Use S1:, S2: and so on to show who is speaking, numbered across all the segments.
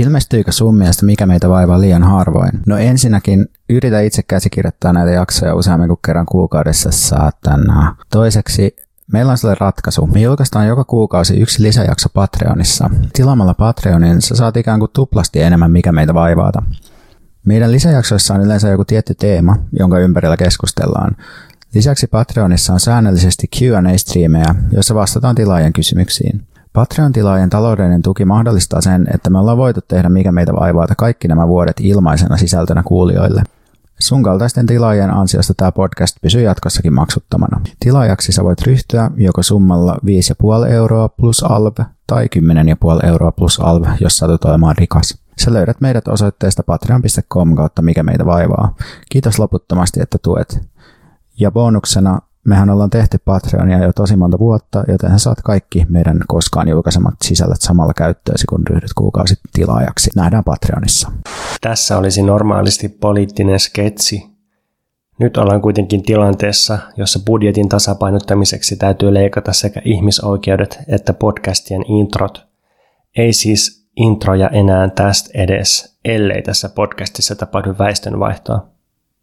S1: Ilmestyykö sun mielestä Mikä meitä vaivaa liian harvoin? No ensinnäkin yritä itse käsikirjoittaa näitä jaksoja useammin kuin kerran kuukaudessa, saatana. Toiseksi meillä on sellainen ratkaisu. Me julkaistaan joka kuukausi yksi lisäjakso Patreonissa. Tilaamalla Patreonin sä saat ikään kuin tuplasti enemmän Mikä meitä vaivaata. Meidän lisäjaksoissa on yleensä joku tietty teema, jonka ympärillä keskustellaan. Lisäksi Patreonissa on säännöllisesti Q&A-striimejä, joissa vastataan tilaajien kysymyksiin. Patreon-tilaajien taloudellinen tuki mahdollistaa sen, että me ollaan voitu tehdä Mikä meitä vaivaata kaikki nämä vuodet ilmaisena sisältönä kuulijoille. Sun kaltaisten tilaajien ansiosta tämä podcast pysyy jatkossakin maksuttomana. Tilaajaksi sä voit ryhtyä joko summalla 5,5 euroa plus alv tai 10,5 euroa plus alv, jos satut olemaan rikas. Sä löydät meidät osoitteesta patreon.com kautta Mikä meitä vaivaa. Kiitos loputtomasti, että tuet. Ja bonuksena mehän ollaan tehty Patreonia jo tosi monta vuotta, joten sä saat kaikki meidän koskaan julkaisemat sisällöt samalla käyttöösi, kun ryhdyt kuukausi tilaajaksi. Nähdään Patreonissa.
S2: Tässä olisi normaalisti poliittinen sketsi. Nyt ollaan kuitenkin tilanteessa, jossa budjetin tasapainottamiseksi täytyy leikata sekä ihmisoikeudet että podcastien introt. Ei siis introja enää tästä edes, ellei tässä podcastissa tapahdu väestönvaihtoa.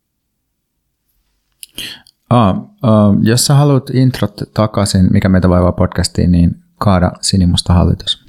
S1: Jos sä haluat introt takaisin, Mikä meitä vaivaa podcastiin, niin kaada Sinimusta hallitus.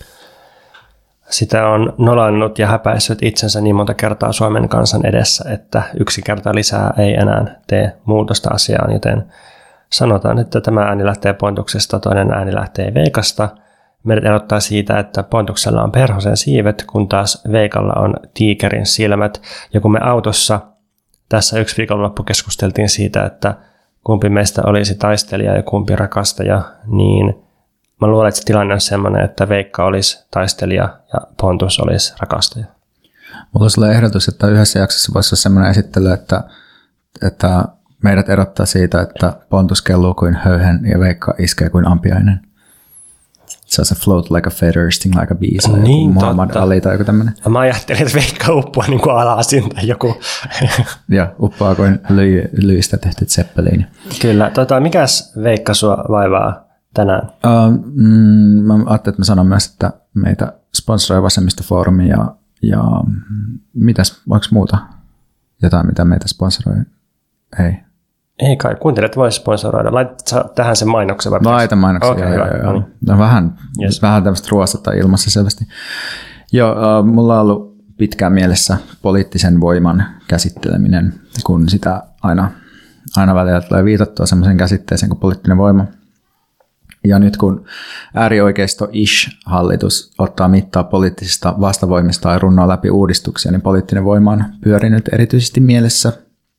S2: Sitä on nolannut ja häpäissyt itsensä niin monta kertaa Suomen kansan edessä, että yksi kerta lisää ei enää tee muutosta asiaan, joten sanotaan, että tämä ääni lähtee Pontuksesta, toinen ääni lähtee Veikasta. Meidät erottaa siitä, että Pontuksella on perhosen siivet, kun taas Veikalla on tiikerin silmät, ja kun me autossa tässä yksi viikonloppu keskusteltiin siitä, että kumpi meistä olisi taistelija ja kumpi rakastaja, niin mä luulen, että se tilanne on sellainen, että Veikka olisi taistelija ja Pontus olisi rakastaja.
S1: Mulla on sulle ehdotus, että yhdessä jaksossa voisi olla sellainen esittely, että meidät erottaa siitä, että Pontus kelluu kuin höyhen ja Veikka iskee kuin ampiainen. Se on se float like a feather, sting like a bee,
S2: niin,
S1: Muhammad Ali tai joku tämmöinen.
S2: Mä ajattelin, että Veikka uppua niin kuin alasin tai joku.
S1: Ja uppaa kuin lyistä tehty zeppeliin.
S2: Kyllä. Mikäs Veikka sua vaivaa tänään?
S1: Mä ajattelin, että mä sanon myös, että meitä sponsoroi Vasemmistofoorumi ja mitäs, onko muuta jotain, mitä meitä sponsoroi?
S2: Ei kai, kuuntelet voi sponsoroida. Laitatko tähän sen mainoksen?
S1: Laitan mainoksen,
S2: okay,
S1: joo. No, vähän tämmöistä ruoasta ilmassa selvästi. Joo, mulla on ollut pitkään mielessä poliittisen voiman käsitteleminen, kun sitä aina välillä tulee viitattua semmoisen käsitteeseen kuin poliittinen voima. Ja nyt kun äärioikeisto-ish-hallitus ottaa mittaa poliittisista vastavoimista ja runnoo läpi uudistuksia, niin poliittinen voima on pyörinyt erityisesti mielessä.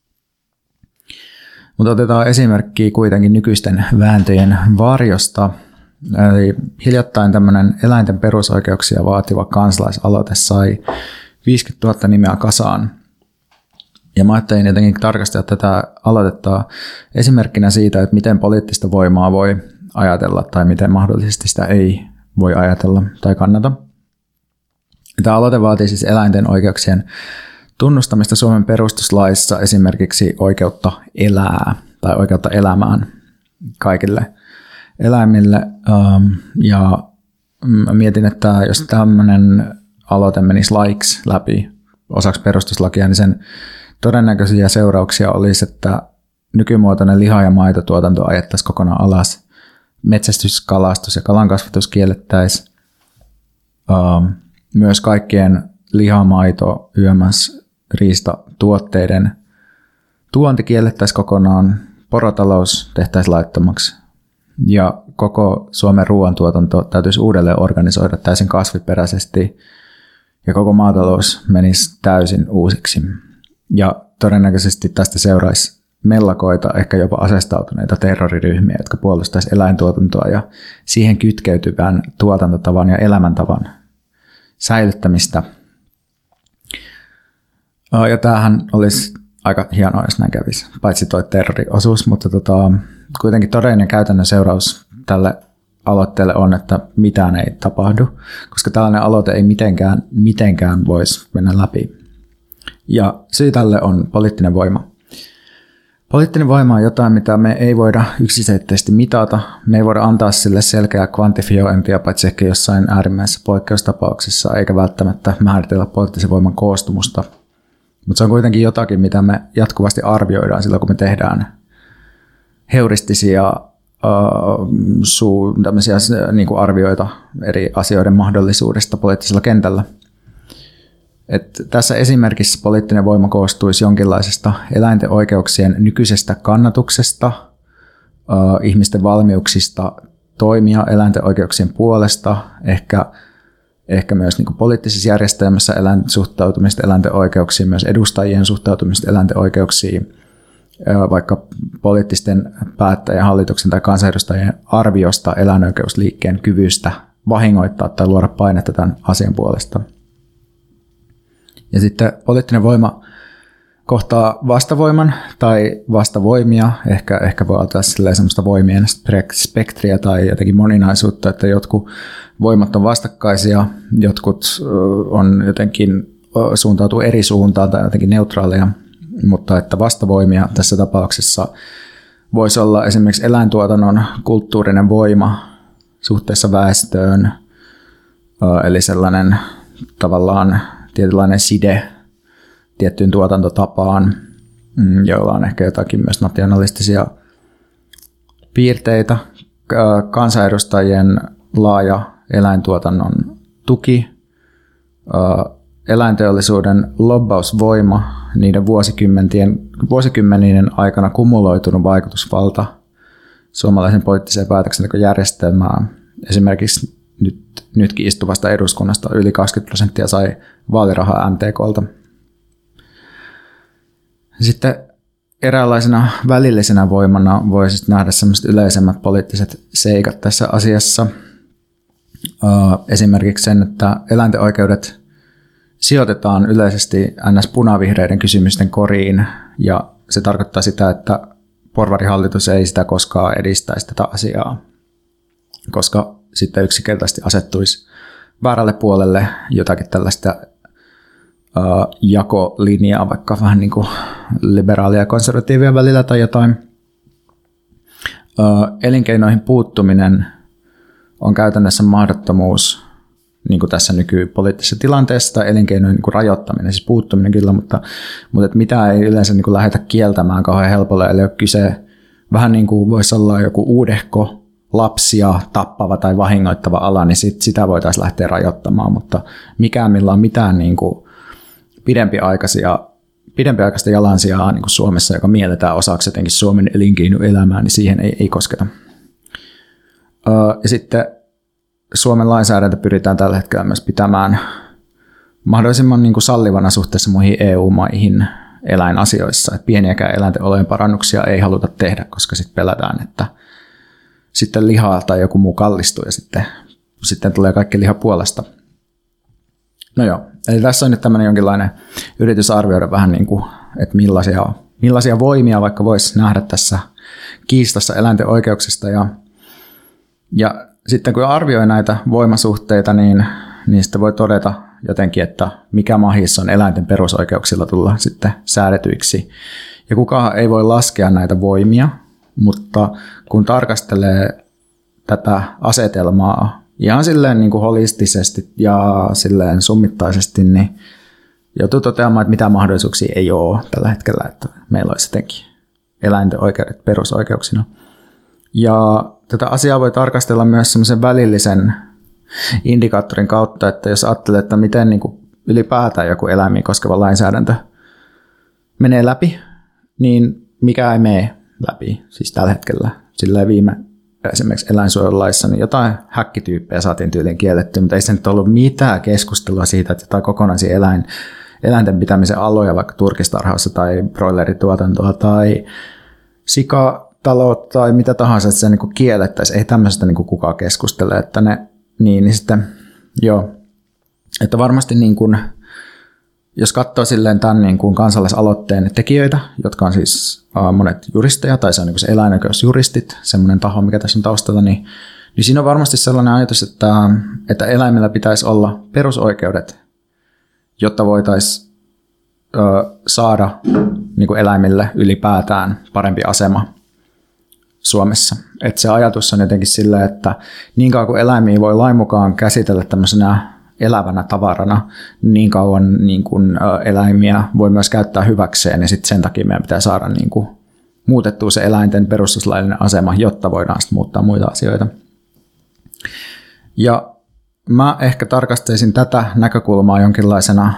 S1: Mutta otetaan esimerkkiä kuitenkin nykyisten vääntöjen varjosta. Eli hiljattain tämmöinen eläinten perusoikeuksia vaativa kansalaisaloite sai 50 000 nimeä kasaan. Ja mä ajattelin jotenkin tarkastella tätä aloitetta esimerkkinä siitä, että miten poliittista voimaa voi ajatella tai miten mahdollisesti sitä ei voi ajatella tai kannata. Tämä aloite vaatii siis eläinten oikeuksien tunnustamista Suomen perustuslaissa, esimerkiksi oikeutta elää tai oikeutta elämään kaikille eläimille. Ja mietin, että jos tämmöinen aloite menisi laiksi läpi osaksi perustuslakia, niin sen todennäköisiä seurauksia olisi, että nykymuotoinen liha- ja maitotuotanto ajettaisiin kokonaan alas, metsästys, kalastus ja kalankasvatus kiellettäisiin, myös kaikkien liha-, maito-, YMS- riistatuotteiden tuonti kiellettäisiin kokonaan, porotalous tehtäisiin laittomaksi ja koko Suomen ruoantuotanto täytyisi uudelleen organisoida täysin kasviperäisesti ja koko maatalous menisi täysin uusiksi. Ja todennäköisesti tästä seuraisi mellakoita, ehkä jopa aseistautuneita terroriryhmiä, jotka puolustaisivat eläintuotantoa ja siihen kytkeytyvän tuotantotavan ja elämäntavan säilyttämistä. Ja tämähän olisi aika hienoa, jos näin kävisi, paitsi toi terroriosuus, mutta kuitenkin todellinen käytännön seuraus tälle aloitteelle on, että mitään ei tapahdu, koska tällainen aloite ei mitenkään voisi mennä läpi. Ja syy tälle on poliittinen voima. Poliittinen voima on jotain, mitä me ei voida yksiselitteisesti mitata. Me ei voida antaa sille selkeää kvantifiointia, paitsi ehkä jossain äärimmäisessä poikkeustapauksissa, eikä välttämättä määritellä poliittisen voiman koostumusta. Mutta se on kuitenkin jotakin, mitä me jatkuvasti arvioidaan silloin, kun me tehdään heuristisia niin kuin arvioita eri asioiden mahdollisuudesta poliittisella kentällä. Tässä esimerkissä poliittinen voima koostuisi jonkinlaisesta eläinten oikeuksien nykyisestä kannatuksesta, ihmisten valmiuksista toimia eläinten oikeuksien puolesta, ehkä myös niin kuin poliittisessa järjestelmässä suhtautumista eläinten oikeuksiin, myös edustajien suhtautumista eläinten oikeuksiin, vaikka poliittisten päättäjien, hallituksen tai kansanedustajien arviosta eläinoikeusliikkeen kyvystä vahingoittaa tai luoda painetta tämän asian puolesta. Ja sitten poliittinen voima kohtaa vastavoiman tai vastavoimia, ehkä voi olla semmoista voimien spektriä tai jotenkin moninaisuutta, että jotkut voimat on vastakkaisia, jotkut on jotenkin suuntautuu eri suuntaan tai jotenkin neutraaleja, mutta että vastavoimia tässä tapauksessa voisi olla esimerkiksi eläintuotannon kulttuurinen voima suhteessa väestöön, eli sellainen tavallaan tietynlainen side tiettyyn tuotantotapaan, joilla on ehkä jotakin myös nationalistisia piirteitä. Kansanedustajien laaja eläintuotannon tuki, eläinteollisuuden lobbausvoima, niiden vuosikymmenien aikana kumuloitunut vaikutusvalta suomalaisen poliittiseen päätöksentekojärjestelmään. Esimerkiksi nytkin istuvasta eduskunnasta yli 20% sai vaalirahaa MTK:lta. Sitten eräänlaisena välillisenä voimana voisi nähdä sellaiset yleisemmät poliittiset seikat tässä asiassa. Esimerkiksi sen, että eläinten oikeudet sijoitetaan yleisesti NS-punavihreiden kysymysten koriin, ja se tarkoittaa sitä, että porvarihallitus ei sitä koskaan edistäisi tätä asiaa, koska sitten yksinkertaisesti asettuisi väärälle puolelle jotakin tällaista jakolinjaa, vaikka vähän niin kuin liberaalia ja konservatiivia välillä tai jotain. Elinkeinoihin puuttuminen on käytännössä mahdottomuus niin kuin tässä nykypoliittisessa tilanteessa, tai elinkeinojen niin kuin rajoittaminen, siis puuttuminen kyllä, mutta että mitä ei yleensä niin kuin lähdetä kieltämään kauhean helpolla, eli ole kyse vähän niin kuin voisi olla joku uudehko, lapsia tappava tai vahingoittava ala, niin sitä voitaisiin lähteä rajoittamaan, mutta millä on mitään niin kuin pidempiaikaista jalansijaa niin kuin Suomessa, joka mielletään osaksi jotenkin Suomen elinkeinoelämää, niin siihen ei kosketa. Ja sitten Suomen lainsäädäntö pyritään tällä hetkellä myös pitämään mahdollisimman niin kuin sallivana suhteessa muihin EU-maihin eläinasioissa. Että pieniäkään eläinten olojen parannuksia ei haluta tehdä, koska sitten pelätään, että sitten liha tai joku muu kallistuu ja sitten tulee kaikki liha puolesta. No joo, eli tässä on nyt tämmöinen jonkinlainen yritys arvioida vähän niin kuin, että millaisia voimia vaikka voisi nähdä tässä kiistassa eläinten oikeuksista. Ja sitten kun arvioi näitä voimasuhteita, niin sitten voi todeta jotenkin, että mikä mahis on eläinten perusoikeuksilla tulla sitten säädetyiksi. Ja kukaan ei voi laskea näitä voimia, mutta kun tarkastelee tätä asetelmaa ihan silleen niin kuin holistisesti ja silleen summittaisesti, niin joutuu toteamaan, että mitään mahdollisuuksia ei ole tällä hetkellä, että meillä olisi jotenkin eläinten oikeudet perusoikeuksina. Ja tätä asiaa voi tarkastella myös semmoisen välillisen indikaattorin kautta, että jos ajattelee, että miten niin kuin ylipäätään joku eläimiä koskeva lainsäädäntö menee läpi, niin mikä ei mene läpi. Siis tällä hetkellä silleen viime esimerkiksi eläinsuojelulaissa niin jotain häkkityyppejä saatiin tyyliin kiellettyä, mutta ei se nyt ollut mitään keskustelua siitä, että jotain kokonaisia eläinten pitämisen aloja, vaikka turkistarhaussa tai broilerituotantoa tai sikataloutta tai mitä tahansa, että se niin kuin kiellettäisiin. Ei tämmöisestä niin kuin kukaan keskustele, että niin sitten joo, että varmasti niin kuin, jos katsoo silleen tämän niin kuin kansalaisaloitteen tekijöitä, jotka on siis monet juristeja, tai se on niin kuin se eläinoikeusjuristit, semmoinen taho, mikä tässä on taustalla, niin siinä on varmasti sellainen ajatus, että eläimillä pitäisi olla perusoikeudet, jotta voitaisiin saada niin kuin eläimille ylipäätään parempi asema Suomessa. Et se ajatus on jotenkin silleen, että niin kauan kuin eläimiä voi lain mukaan käsitellä tämmöisenä elävänä tavarana, niin kauan niin kuin eläimiä voi myös käyttää hyväkseen, ja sitten sen takia meidän pitää saada niin kuin muutettua se eläinten perustuslaillinen asema, jotta voidaan sitten muuttaa muita asioita. Ja mä ehkä tarkastaisin tätä näkökulmaa jonkinlaisena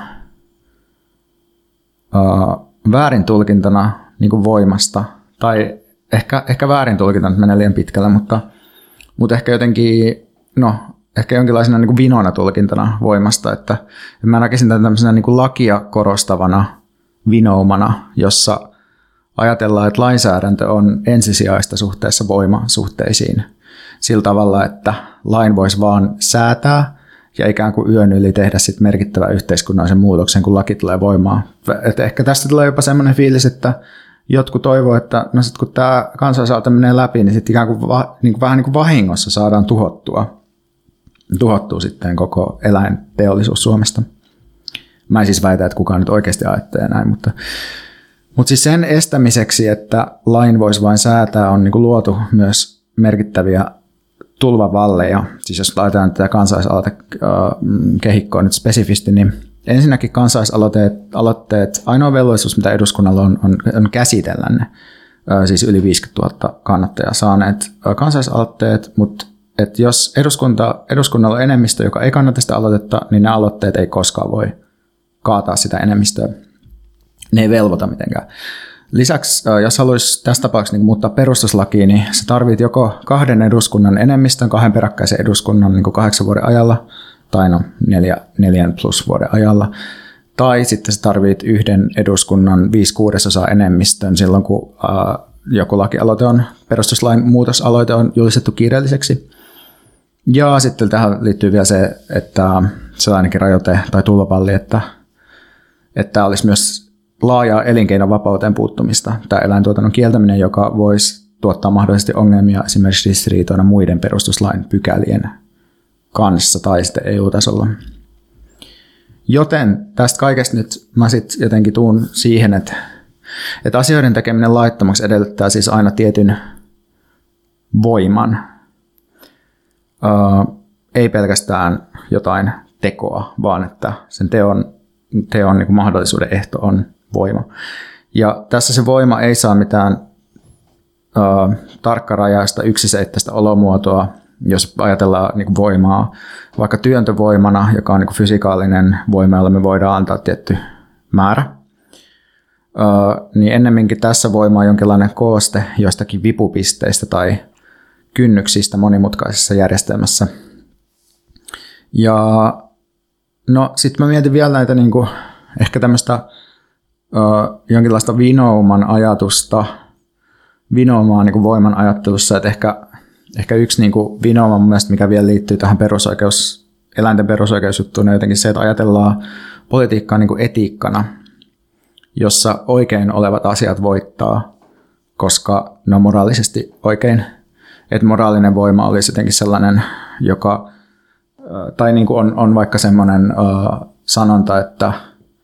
S1: väärintulkintana niin kuin voimasta, tai ehkä väärintulkintana, että menee liian pitkälle, mutta ehkä jotenkin, ehkä jonkinlaisena niin kuin vinona tulkintana voimasta, että mä näkisin tätä tämmöisenä niin kuin lakia korostavana vinoumana, jossa ajatellaan, että lainsäädäntö on ensisijaista suhteessa voimasuhteisiin sillä tavalla, että lain voisi vaan säätää ja ikään kuin yön yli tehdä sit merkittävän yhteiskunnallisen muutoksen, kun laki tulee voimaan. Et ehkä tästä tulee jopa semmoinen fiilis, että jotkut toivoo, että no sit kun tämä kansalaisaloite menee läpi, niin sitten ikään kuin vähän niin kuin vahingossa saadaan tuhottua sitten koko eläinteollisuus Suomesta. Mä en siis väitä, että kukaan nyt oikeasti ajattelee näin, mutta siis sen estämiseksi, että lain voisi vain säätää, on niin kuin luotu myös merkittäviä tulvavalleja. Siis jos laitetaan tätä kansalaisaloitekehikkoa nyt spesifisti, niin ensinnäkin kansalaisaloitteet, ainoa velvollisuus, mitä eduskunnalla on käsitellä ne, siis yli 50 000 kannattajaa saaneet kansalaisaloitteet, mutta että jos eduskunnalla on enemmistö, joka ei kannata sitä aloitetta, niin ne aloitteet ei koskaan voi kaataa sitä enemmistöä. Ne ei velvoita mitenkään. Lisäksi, jos haluaisi tässä tapauksessa niin muuttaa perustuslakiin, niin se tarvitsee joko 2 eduskunnan enemmistön, 2 peräkkäisen eduskunnan niin 8 vuoden ajalla, tai 4 plus vuoden ajalla, tai sitten se tarvitsee 1 eduskunnan 5/6 enemmistön silloin, kun joku lakialoite on, perustuslain muutosaloite on julistettu kiireelliseksi. Ja sitten tähän liittyy vielä se, että sellainenkin rajoite tai tulvapalli, että olisi myös laajaa elinkeinovapauteen puuttumista. Tämä eläintuotannon kieltäminen, joka voisi tuottaa mahdollisesti ongelmia esimerkiksi ristiriitoina muiden perustuslain pykälien kanssa tai sitten EU-tasolla. Joten tästä kaikesta nyt mä sitten jotenkin tuun siihen, että asioiden tekeminen laittomaksi edellyttää siis aina tietyn voiman. Ei pelkästään jotain tekoa, vaan että sen teon niin kuin mahdollisuuden ehto on voima. Ja tässä se voima ei saa mitään tarkkarajaista yksiselitteistä olomuotoa, jos ajatellaan niin kuin voimaa vaikka työntövoimana, joka on niin kuin fysikaalinen voima, jolla me voidaan antaa tietty määrä. Niin ennemminkin tässä voima on jonkinlainen kooste joistakin vipupisteistä tai kynnyksistä monimutkaisessa järjestelmässä. Ja no sitten mä mietin vielä näitä niinku, ehkä tämmöistä jonkinlaista vinouman ajatusta, vinoumaa niinku voiman ajattelussa, että ehkä yksi niinku vinouma mun mielestä, mikä vielä liittyy tähän eläinten perusoikeusjuttuun, on jotenkin se, että ajatellaan politiikkaa niinku etiikkana, jossa oikein olevat asiat voittaa, koska ne on moraalisesti oikein. Että moraalinen voima olisi jotenkin sellainen, joka, tai niin kuin on vaikka semmoinen sanonta, että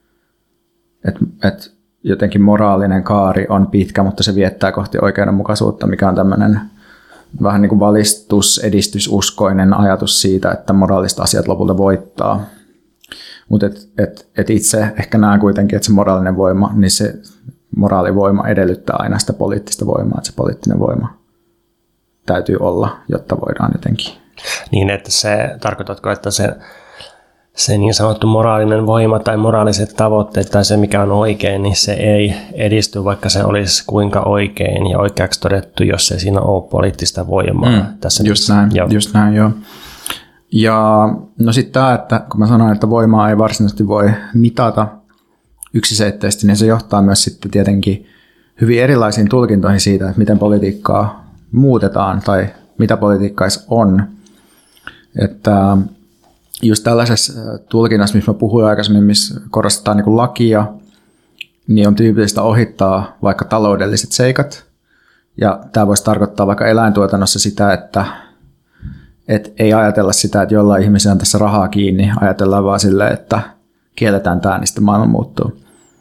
S1: jotenkin moraalinen kaari on pitkä, mutta se viettää kohti oikeudenmukaisuutta, mikä on tämmöinen vähän niin kuin valistusedistysuskoinen ajatus siitä, että moraaliset asiat lopulta voittaa. Mutta itse ehkä näen kuitenkin, että se moraalinen voima, niin se moraalivoima edellyttää aina sitä poliittista voimaa, että se poliittinen voima täytyy olla, jotta voidaan jotenkin.
S2: Niin, että tarkoitatko, että se niin sanottu moraalinen voima tai moraaliset tavoitteet tai se, mikä on oikein, niin se ei edisty, vaikka se olisi kuinka oikein ja oikeaksi todettu, jos ei siinä ole poliittista voimaa. Tässä
S1: just näin, joo. Ja no sitten tämä, että kun mä sanoin, että voimaa ei varsinaisesti voi mitata yksiselitteisesti, niin se johtaa myös sitten tietenkin hyvin erilaisiin tulkintoihin siitä, että miten politiikkaa muutetaan tai mitä politiikka on. Että just tällaisessa tulkinnassa, missä mä puhuin aikaisemmin, missä korostetaan niin kuin lakia, niin on tyypillistä ohittaa vaikka taloudelliset seikat. Ja tämä voisi tarkoittaa vaikka eläintuotannossa sitä, että ei ajatella sitä, että jollain ihmisellä on tässä rahaa kiinni, ajatellaan vaan silleen, että kielletään tämä, niin sitten maailma muuttuu.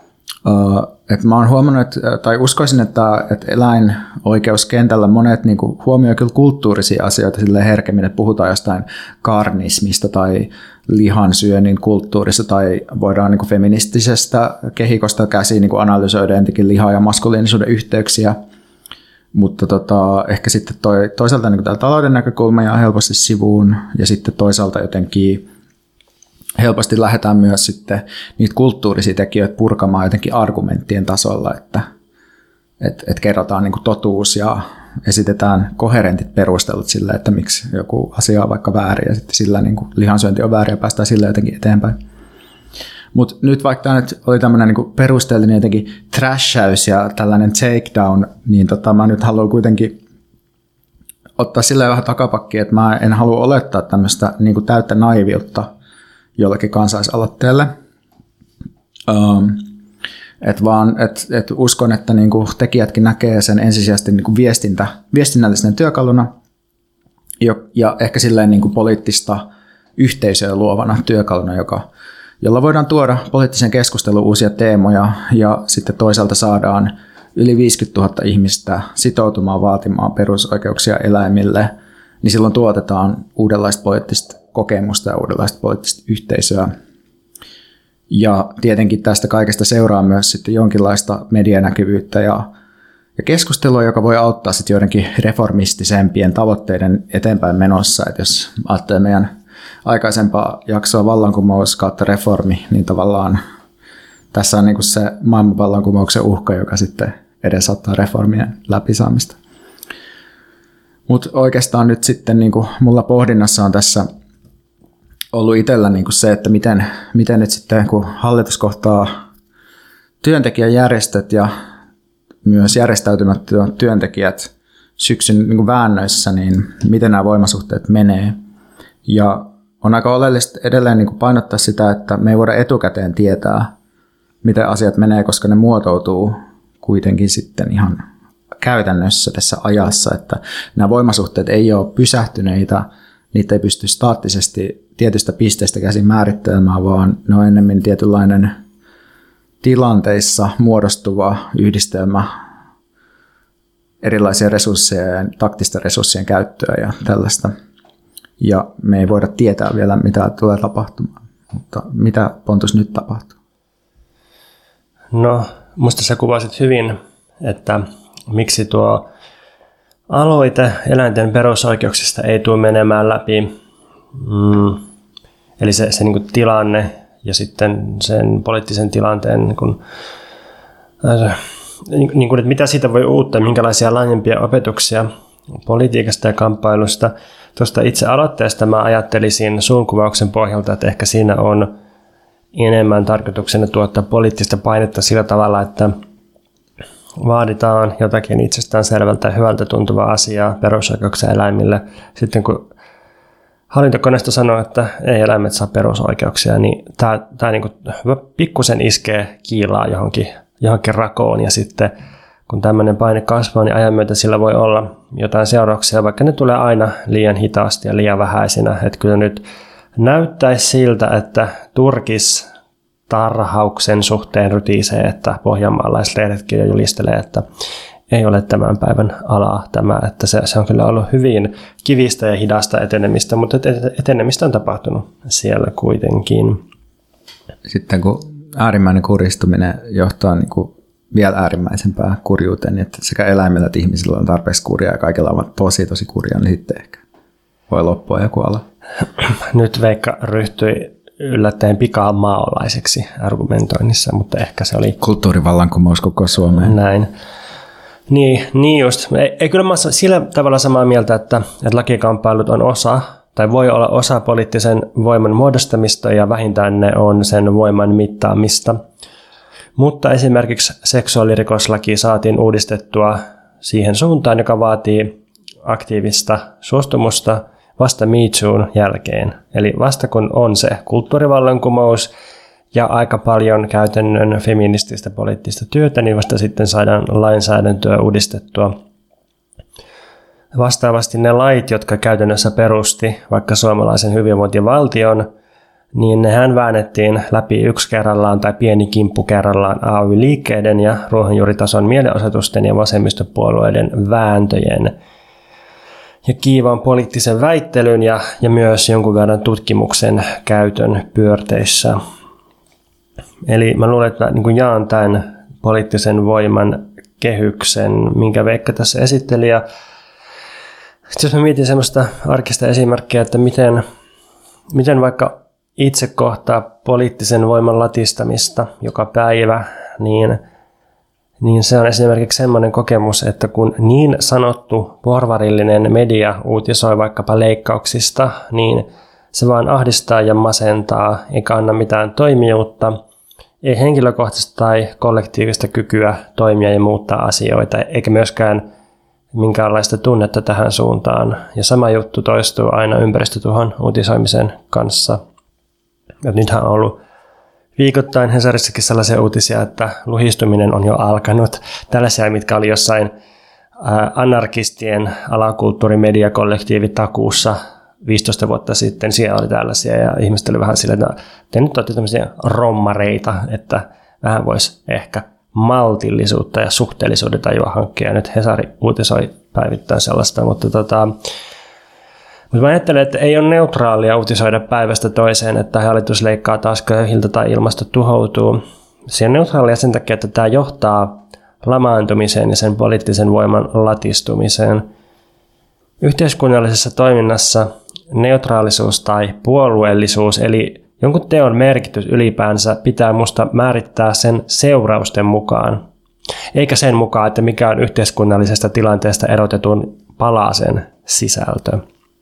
S1: Että mä oon huomannut, tai uskoisin, että eläinoikeuskentällä monet niin kuin huomioi kyllä kulttuurisia asioita silleen herkemmin, että puhutaan jostain karnismista tai lihansyönnin kulttuurista tai voidaan niin kuin feministisestä kehikosta käsiin niin kuin analysoida entikin liha- ja maskuliinisuuden yhteyksiä. Mutta ehkä sitten toisaalta niin kuin talouden näkökulma jää helposti sivuun ja sitten toisaalta jotenkin helposti lähdetään myös sitten niitä kulttuurisia tekijöitä purkamaan jotenkin argumenttien tasolla, että kerrotaan niin kuin totuus ja esitetään koherentit perustelut sille, että miksi joku asia on vaikka väärin ja sitten sillä niin kuin lihansyönti on väärin ja päästään sillä jotenkin eteenpäin. Mutta nyt vaikka tämä nyt oli tämmöinen niin perusteellinen jotenkin trashaus ja tällainen takedown, niin mä nyt haluan kuitenkin ottaa silleen vähän takapakkia, että mä en halua olettaa tämmöistä niin kuin täyttä naiviutta jollekin kansalaisaloitteelle. Et uskon, että niinku tekijätkin näkee sen ensisijaisesti niinku viestinnällisenä työkaluna ja ehkä silleen niinku poliittista yhteisöä luovana työkaluna, jolla voidaan tuoda poliittisen keskusteluun uusia teemoja ja sitten toisaalta saadaan yli 50 000 ihmistä sitoutumaan vaatimaan perusoikeuksia eläimille, niin silloin tuotetaan uudenlaista poliittista kokemusta ja uudenlaista poliittista yhteisöä. Ja tietenkin tästä kaikesta seuraa myös sitten jonkinlaista medianäkyvyyttä ja keskustelua, joka voi auttaa sitten joidenkin reformistisempien tavoitteiden eteenpäin menossa. Et jos ajattelee meidän aikaisempaa jaksoa vallankumous kautta reformi, niin tavallaan tässä on niinku se maailmanvallankumouksen uhka, joka sitten edesauttaa reformien läpisaamista. Mutta oikeastaan nyt sitten niinku mulla pohdinnassa on tässä ollut itsellä niinku se, että miten nyt sitten kun hallitus kohtaa työntekijäjärjestöt ja myös järjestäytymättömät työntekijät syksyn niinku väännöissä, niin miten nämä voimasuhteet menee. Ja on aika oleellista edelleen niinku painottaa sitä, että me ei voida etukäteen tietää, miten asiat menee, koska ne muotoutuu kuitenkin sitten ihan käytännössä tässä ajassa, että nämä voimasuhteet ei ole pysähtyneitä, niitä ei pysty staattisesti tietystä pisteestä käsin määrittelemään, vaan ne on ennemmin tietynlainen tilanteissa muodostuva yhdistelmä erilaisia resursseja ja taktisten resurssien käyttöä ja tällaista. Ja me ei voida tietää vielä, mitä tulee tapahtumaan. Mutta mitä, Pontus, nyt tapahtuu?
S2: No, musta sä kuvasit hyvin, että miksi tuo aloite eläinten perusoikeuksista ei tule menemään läpi. Eli se niin kuin tilanne ja sitten sen poliittisen tilanteen, niin kuin, että mitä siitä voi uutta, minkälaisia laajempia opetuksia politiikasta ja kamppailusta. Tuosta itse aloitteesta mä ajattelisin suun kuvauksen pohjalta, että ehkä siinä on enemmän tarkoituksena tuottaa poliittista painetta sillä tavalla, että vaaditaan jotakin itsestään selvältä ja hyvältä tuntuvaa asiaa perusoikeuksia eläimille. Sitten kun hallintokoneisto sanoo, että ei eläimet saa perusoikeuksia, niin tämä niin pikkusen iskee kiilaa johonkin rakoon. Ja sitten kun tämmöinen paine kasvaa, niin ajan myötä sillä voi olla jotain seurauksia, vaikka ne tulee aina liian hitaasti ja liian vähäisinä. Että kyllä nyt näyttäisi siltä, että turkistarhauksen suhteen rytisee, että pohjanmaalaislehdet julistelee, että ei ole tämän päivän alaa tämä, että se on kyllä ollut hyvin kivistä ja hidasta etenemistä, mutta etenemistä on tapahtunut siellä kuitenkin. Sitten
S1: kun äärimmäinen kuristuminen johtaa niin kuin vielä äärimmäisempää kurjuuteen, niin että sekä eläimillä että ihmisillä on tarpeeksi kurjaa ja kaikilla on tosi kurjaa, niin sitten ehkä voi loppua joku ala.
S2: Nyt Veikka ryhtyi yllättäen pikaa maolaiseksi argumentoinnissa, mutta ehkä se oli
S1: kulttuurivallankumous koko Suomeen.
S2: Näin. Niin just. Ei kyllä mä ole sillä tavalla samaa mieltä, että lakikamppailut on osa, tai voi olla osa poliittisen voiman muodostamista, ja vähintään ne on sen voiman mittaamista. Mutta esimerkiksi seksuaalirikoslaki saatiin uudistettua siihen suuntaan, joka vaatii aktiivista suostumusta vasta Me Toon jälkeen. Eli vasta kun on se kulttuurivallankumous ja aika paljon käytännön feminististä poliittista työtä, niin vasta sitten saadaan lainsäädäntöä uudistettua. Vastaavasti ne lait, jotka käytännössä perusti vaikka suomalaisen hyvinvointivaltion, niin nehän väännettiin läpi yksi kerrallaan tai pieni kimppu kerrallaan AY-liikkeiden ja ruohonjuuritason mielenosoitusten ja vasemmistopuolueiden vääntöjen ja kiivaan poliittisen väittelyn ja myös jonkun verran tutkimuksen käytön pyörteissä. Eli mä luulen, että niin jaan tämän poliittisen voiman kehyksen, minkä Veikka tässä esitteli. Ja jos mä mietin semmoista arkista esimerkkiä, että miten vaikka itse kohtaa poliittisen voiman latistamista joka päivä, niin se on esimerkiksi semmoinen kokemus, että kun niin sanottu porvarillinen media uutisoi vaikkapa leikkauksista, niin se vaan ahdistaa ja masentaa, eikä anna mitään toimijuutta, ei henkilökohtaista tai kollektiivista kykyä toimia ja muuttaa asioita, eikä myöskään minkäänlaista tunnetta tähän suuntaan. Ja sama juttu toistuu aina ympäristötuhon uutisoimisen kanssa. Ja nythän on ollut viikoittain Hesarissakin sellaisia uutisia, että luhistuminen on jo alkanut. Tällaisia, mitkä oli jossain anarkistien alakulttuurimediakollektiivi Takuussa 15 vuotta sitten. Siellä oli tällaisia ja ihmiset oli vähän silleen, että te nyt olette tämmöisiä rommareita, että vähän voisi ehkä maltillisuutta ja suhteellisuuden tajua hankkia. Nyt Hesari uutisoi päivittäin sellaista, mutta mä ajattelen, että ei ole neutraalia uutisoida päivästä toiseen, että hallitus leikkaa taas köyhiltä tai ilmasto tuhoutuu. Se on neutraalia sen takia, että tämä johtaa lamaantumiseen ja sen poliittisen voiman latistumiseen. Yhteiskunnallisessa toiminnassa neutraalisuus tai puolueellisuus, eli jonkun teon merkitys ylipäänsä pitää musta määrittää sen seurausten mukaan, eikä sen mukaan, että mikä on yhteiskunnallisesta tilanteesta erotetun palasen sisältö.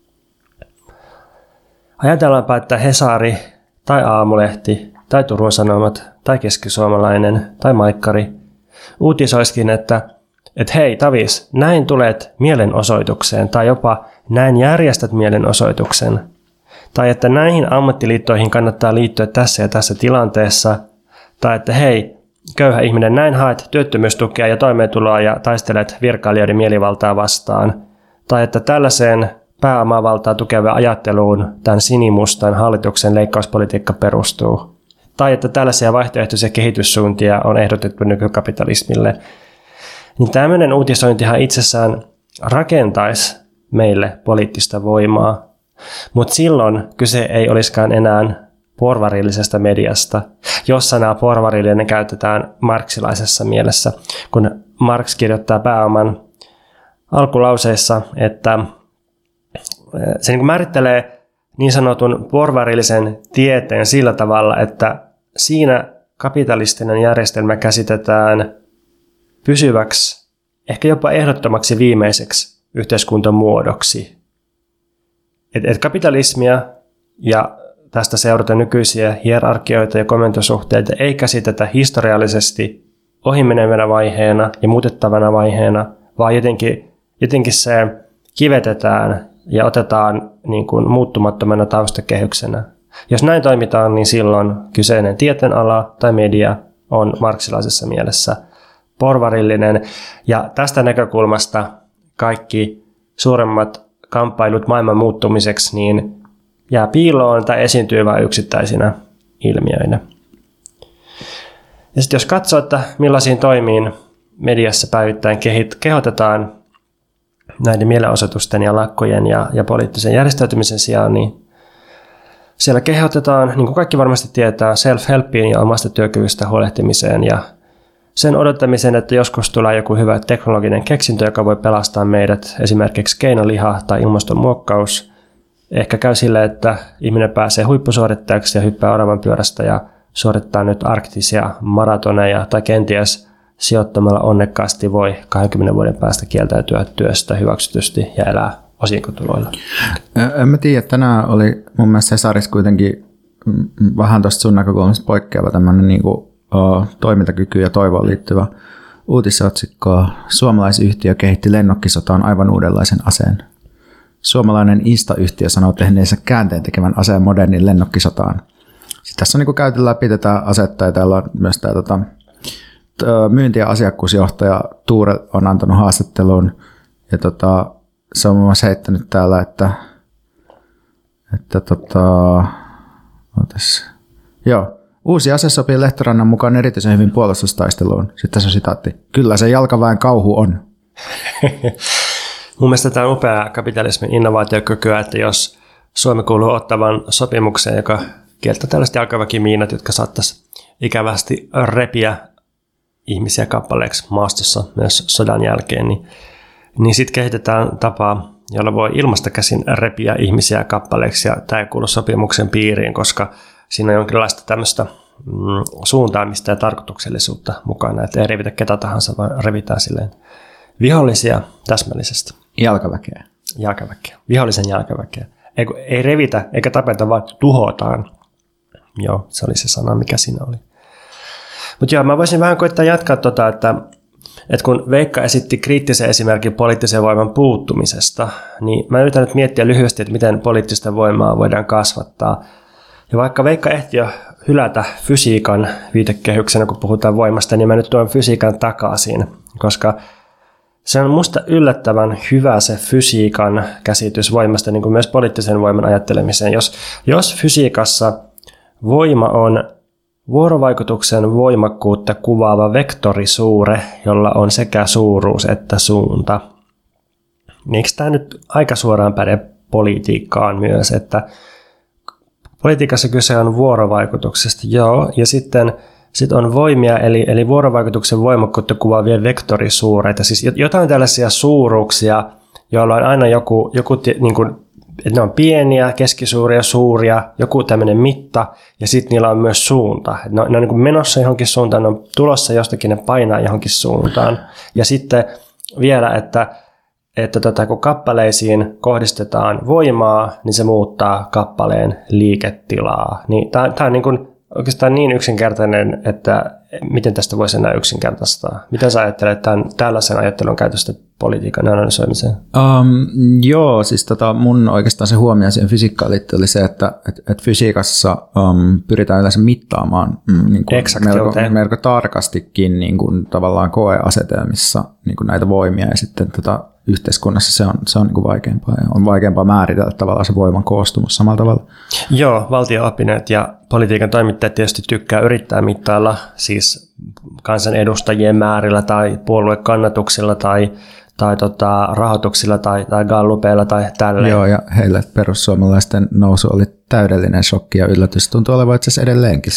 S2: Ajatellaanpa, että Hesari tai Aamulehti tai Turun Sanomat tai Keskisuomalainen tai Maikkari uutisoiskin, että hei Tavis, näin tulet mielenosoitukseen tai jopa näin järjestät mielenosoituksen. Tai että näihin ammattiliittoihin kannattaa liittyä tässä ja tässä tilanteessa. Tai että hei, köyhä ihminen, näin haet työttömyystukea ja toimeentuloa ja taistelet virkailijoiden mielivaltaa vastaan. Tai että tällaiseen pääomavaltaa tukevaan ajatteluun tämän sinimustan hallituksen leikkauspolitiikka perustuu. Tai että tällaisia vaihtoehtoisia kehityssuuntia on ehdotettu nykykapitalismille. Niin tämmöinen uutisointihan itsessään rakentaisi meille poliittista voimaa. Mutta silloin kyse ei olisikaan enää porvarillisesta mediasta, jos sanaa porvarillinen käytetään marxilaisessa mielessä, kun Marx kirjoittaa pääoman alkulauseissa, että se niin kuin määrittelee niin sanotun porvarillisen tieteen sillä tavalla, että siinä kapitalistinen järjestelmä käsitetään pysyväksi, ehkä jopa ehdottomaksi viimeiseksi yhteiskuntamuodoksi. Et kapitalismia ja tästä seurata nykyisiä hierarkioita ja komentosuhteita ei käsitetä historiallisesti ohimenevänä vaiheena ja muutettavana vaiheena, vaan jotenkin se kivetetään ja otetaan niin kuin muuttumattomana taustakehyksenä. Jos näin toimitaan, niin silloin kyseinen tieteenala tai media on marxilaisessa mielessä porvarillinen. Ja tästä näkökulmasta kaikki suuremmat kamppailut maailman muuttumiseksi niin jää piiloon tai esiintyy vain yksittäisinä ilmiöinä. Ja sitten jos katsoo, että millaisiin toimiin mediassa päivittäin kehotetaan näiden mielenosoitusten ja lakkojen ja poliittisen järjestäytymisen sijaan, niin siellä kehotetaan, niin kuin kaikki varmasti tietää, self-helpiin ja omasta työkyvystä huolehtimiseen ja sen odottamiseen, että joskus tulee joku hyvä teknologinen keksintö, joka voi pelastaa meidät, esimerkiksi keinoliha tai ilmastonmuokkaus. Ehkä käy sille, että ihminen pääsee huippusuorittajaksi ja hyppää oravan pyörästä ja suorittaa nyt arktisia maratoneja tai kenties sijoittamalla onnekkaasti voi 20 vuoden päästä kieltäytyä työstä hyväksytysti ja elää osinkotuloilla.
S1: En mä tiedä, tänään oli mun mielestä Hesarissa kuitenkin vähän tuosta sun näkökulmasta poikkeava tämmöinen niin kuin toimintakyky ja toivoon liittyvä uutisotsikko. Suomalaisyhtiö kehitti lennokkisotaan aivan uudenlaisen aseen. Suomalainen Insta-yhtiö sanoo tehneensä käänteen tekevän aseen modernin lennokkisotaan. Sitten tässä on niin kuin käyty läpi tätä asetta ja täällä on myös tämä myynti- ja asiakkuusjohtaja Tuure on antanut haastattelun ja se on muun muassa heittänyt täällä, että Otas. Joo. Uusi ase sopii Lehtorannan mukaan erityisen hyvin puolustustaisteluun. Sitten tässä on sitaatti. Kyllä se jalkaväen kauhu on.
S2: Mun mielestä tämä on upea kapitalismin innovaatiokykyä, että jos Suomi kuuluu Ottawan sopimukseen, joka kieltää tällaiset jalkaväkimiinat, jotka saattaisi ikävästi repiä ihmisiä kappaleeksi maastossa myös sodan jälkeen, niin sitten kehitetään tapaa, jolla voi ilmasta käsin repiä ihmisiä kappaleeksi, ja tämä ei kuulu sopimuksen piiriin, koska siinä on jonkinlaista tämmöistä suuntaamista ja tarkoituksellisuutta mukana, että ei revitä ketä tahansa, vaan revitään silleen vihollisia täsmällisesti.
S1: Jalkaväkeä.
S2: Vihollisen jalkaväkeä. Ei revitä eikä tapeta, vaan tuhotaan. Joo, se oli se sana, mikä siinä oli. Mutta joo, mä voisin vähän koittaa jatkaa että kun Veikka esitti kriittisen esimerkin poliittisen voiman puuttumisesta, niin mä yritän nyt miettiä lyhyesti, että miten poliittista voimaa voidaan kasvattaa. Ja vaikka Veikka ehti jo hylätä fysiikan viitekehyksenä, kun puhutaan voimasta, niin mä nyt tuon fysiikan takaisin, koska se on musta yllättävän hyvä se fysiikan käsitys voimasta, niin kuin myös poliittisen voiman ajattelemiseen. Jos fysiikassa voima on vuorovaikutuksen voimakkuutta kuvaava vektorisuure, jolla on sekä suuruus että suunta, niin eikö tämä nyt aika suoraan päde politiikkaan myös, että politiikassa kyse on vuorovaikutuksesta, joo, ja sitten on voimia, eli vuorovaikutuksen voimakkuutta kuvaavia vektorisuureita, siis jotain tällaisia suuruuksia, joilla on aina joku niin kuin, että ne on pieniä, keskisuuria, suuria, joku tämmöinen mitta, ja sitten niillä on myös suunta. Ne on niin kuin menossa johonkin suuntaan, ne on tulossa jostakin, ne painaa johonkin suuntaan. Ja sitten vielä, että kun kappaleisiin kohdistetaan voimaa, niin se muuttaa kappaleen liiketilaa. Niin tämä on niin kuin oikeastaan niin yksinkertainen, että miten tästä voisi enää yksinkertaistaa? Miten sä ajattelet tällaisen ajattelun käytöstä politiikan analysoimiseen?
S1: Joo, siis mun oikeastaan se huomio siihen fysiikkaan liittyen oli se, että fysiikassa pyritään yleensä mittaamaan niin kuin melko tarkastikin niin kuin tavallaan koeasetelmissa niin kuin näitä voimia, ja sitten yhteiskunnassa se on niin kuin vaikeampaa, ja on vaikeampaa määritellä tavallaan se voiman koostumus samalla tavalla. Joo,
S2: valtio-oppineet ja politiikan toimittajat tietysti tykkää yrittää mittailla siis kansanedustajien määrillä tai puoluekannatuksilla tai rahoituksilla tai gallupeilla tai tälleen.
S1: Joo, ja heille perussuomalaisten nousu oli täydellinen shokki ja yllätys. Tuntuu olevan itse asiassa edelleenkin.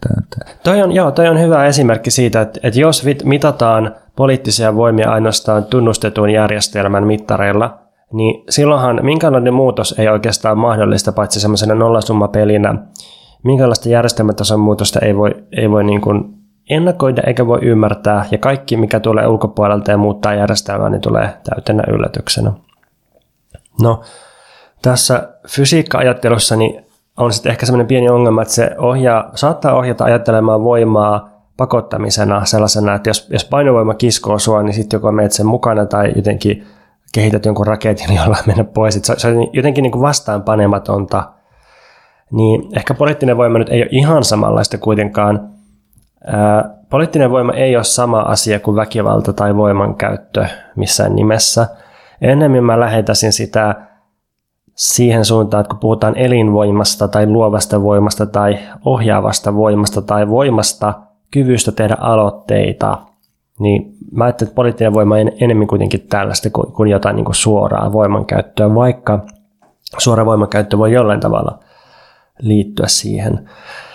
S2: Toi on hyvä esimerkki siitä, että jos mitataan poliittisia voimia ainoastaan tunnustetun järjestelmän mittareilla, niin silloinhan minkälainen muutos ei oikeastaan mahdollista, paitsi semmoisena nollasummapelinä. Minkälaista järjestelmätason muutosta ei voi niin kuin ennakoida eikä voi ymmärtää, ja kaikki, mikä tulee ulkopuolelta ja muuttaa järjestelmää, niin tulee täytenä yllätyksenä. No, tässä fysiikka-ajattelussa niin on sitten ehkä semmoinen pieni ongelma, että se saattaa ohjata ajattelemaan voimaa pakottamisena sellaisena, että jos painovoima kiskoo sua, niin sitten joko menet sen mukana tai jotenkin kehität jonkun raketin, jolla mennä pois. Se on jotenkin niin kuin vastaanpanematonta. Niin ehkä poliittinen voima nyt ei ole ihan samanlaista kuitenkaan. Poliittinen voima ei ole sama asia kuin väkivalta tai voimankäyttö missään nimessä. Ennemmin mä lähetäisin sitä siihen suuntaan, että kun puhutaan elinvoimasta tai luovasta voimasta tai ohjaavasta voimasta tai voimasta, kyvystä tehdä aloitteita, niin mä ajattelen, että poliittinen voima on enemmän kuitenkin tällaista kuin jotain niin kuin suoraa voimankäyttöä, vaikka suora voimankäyttö voi jollain tavalla liittyä siihen.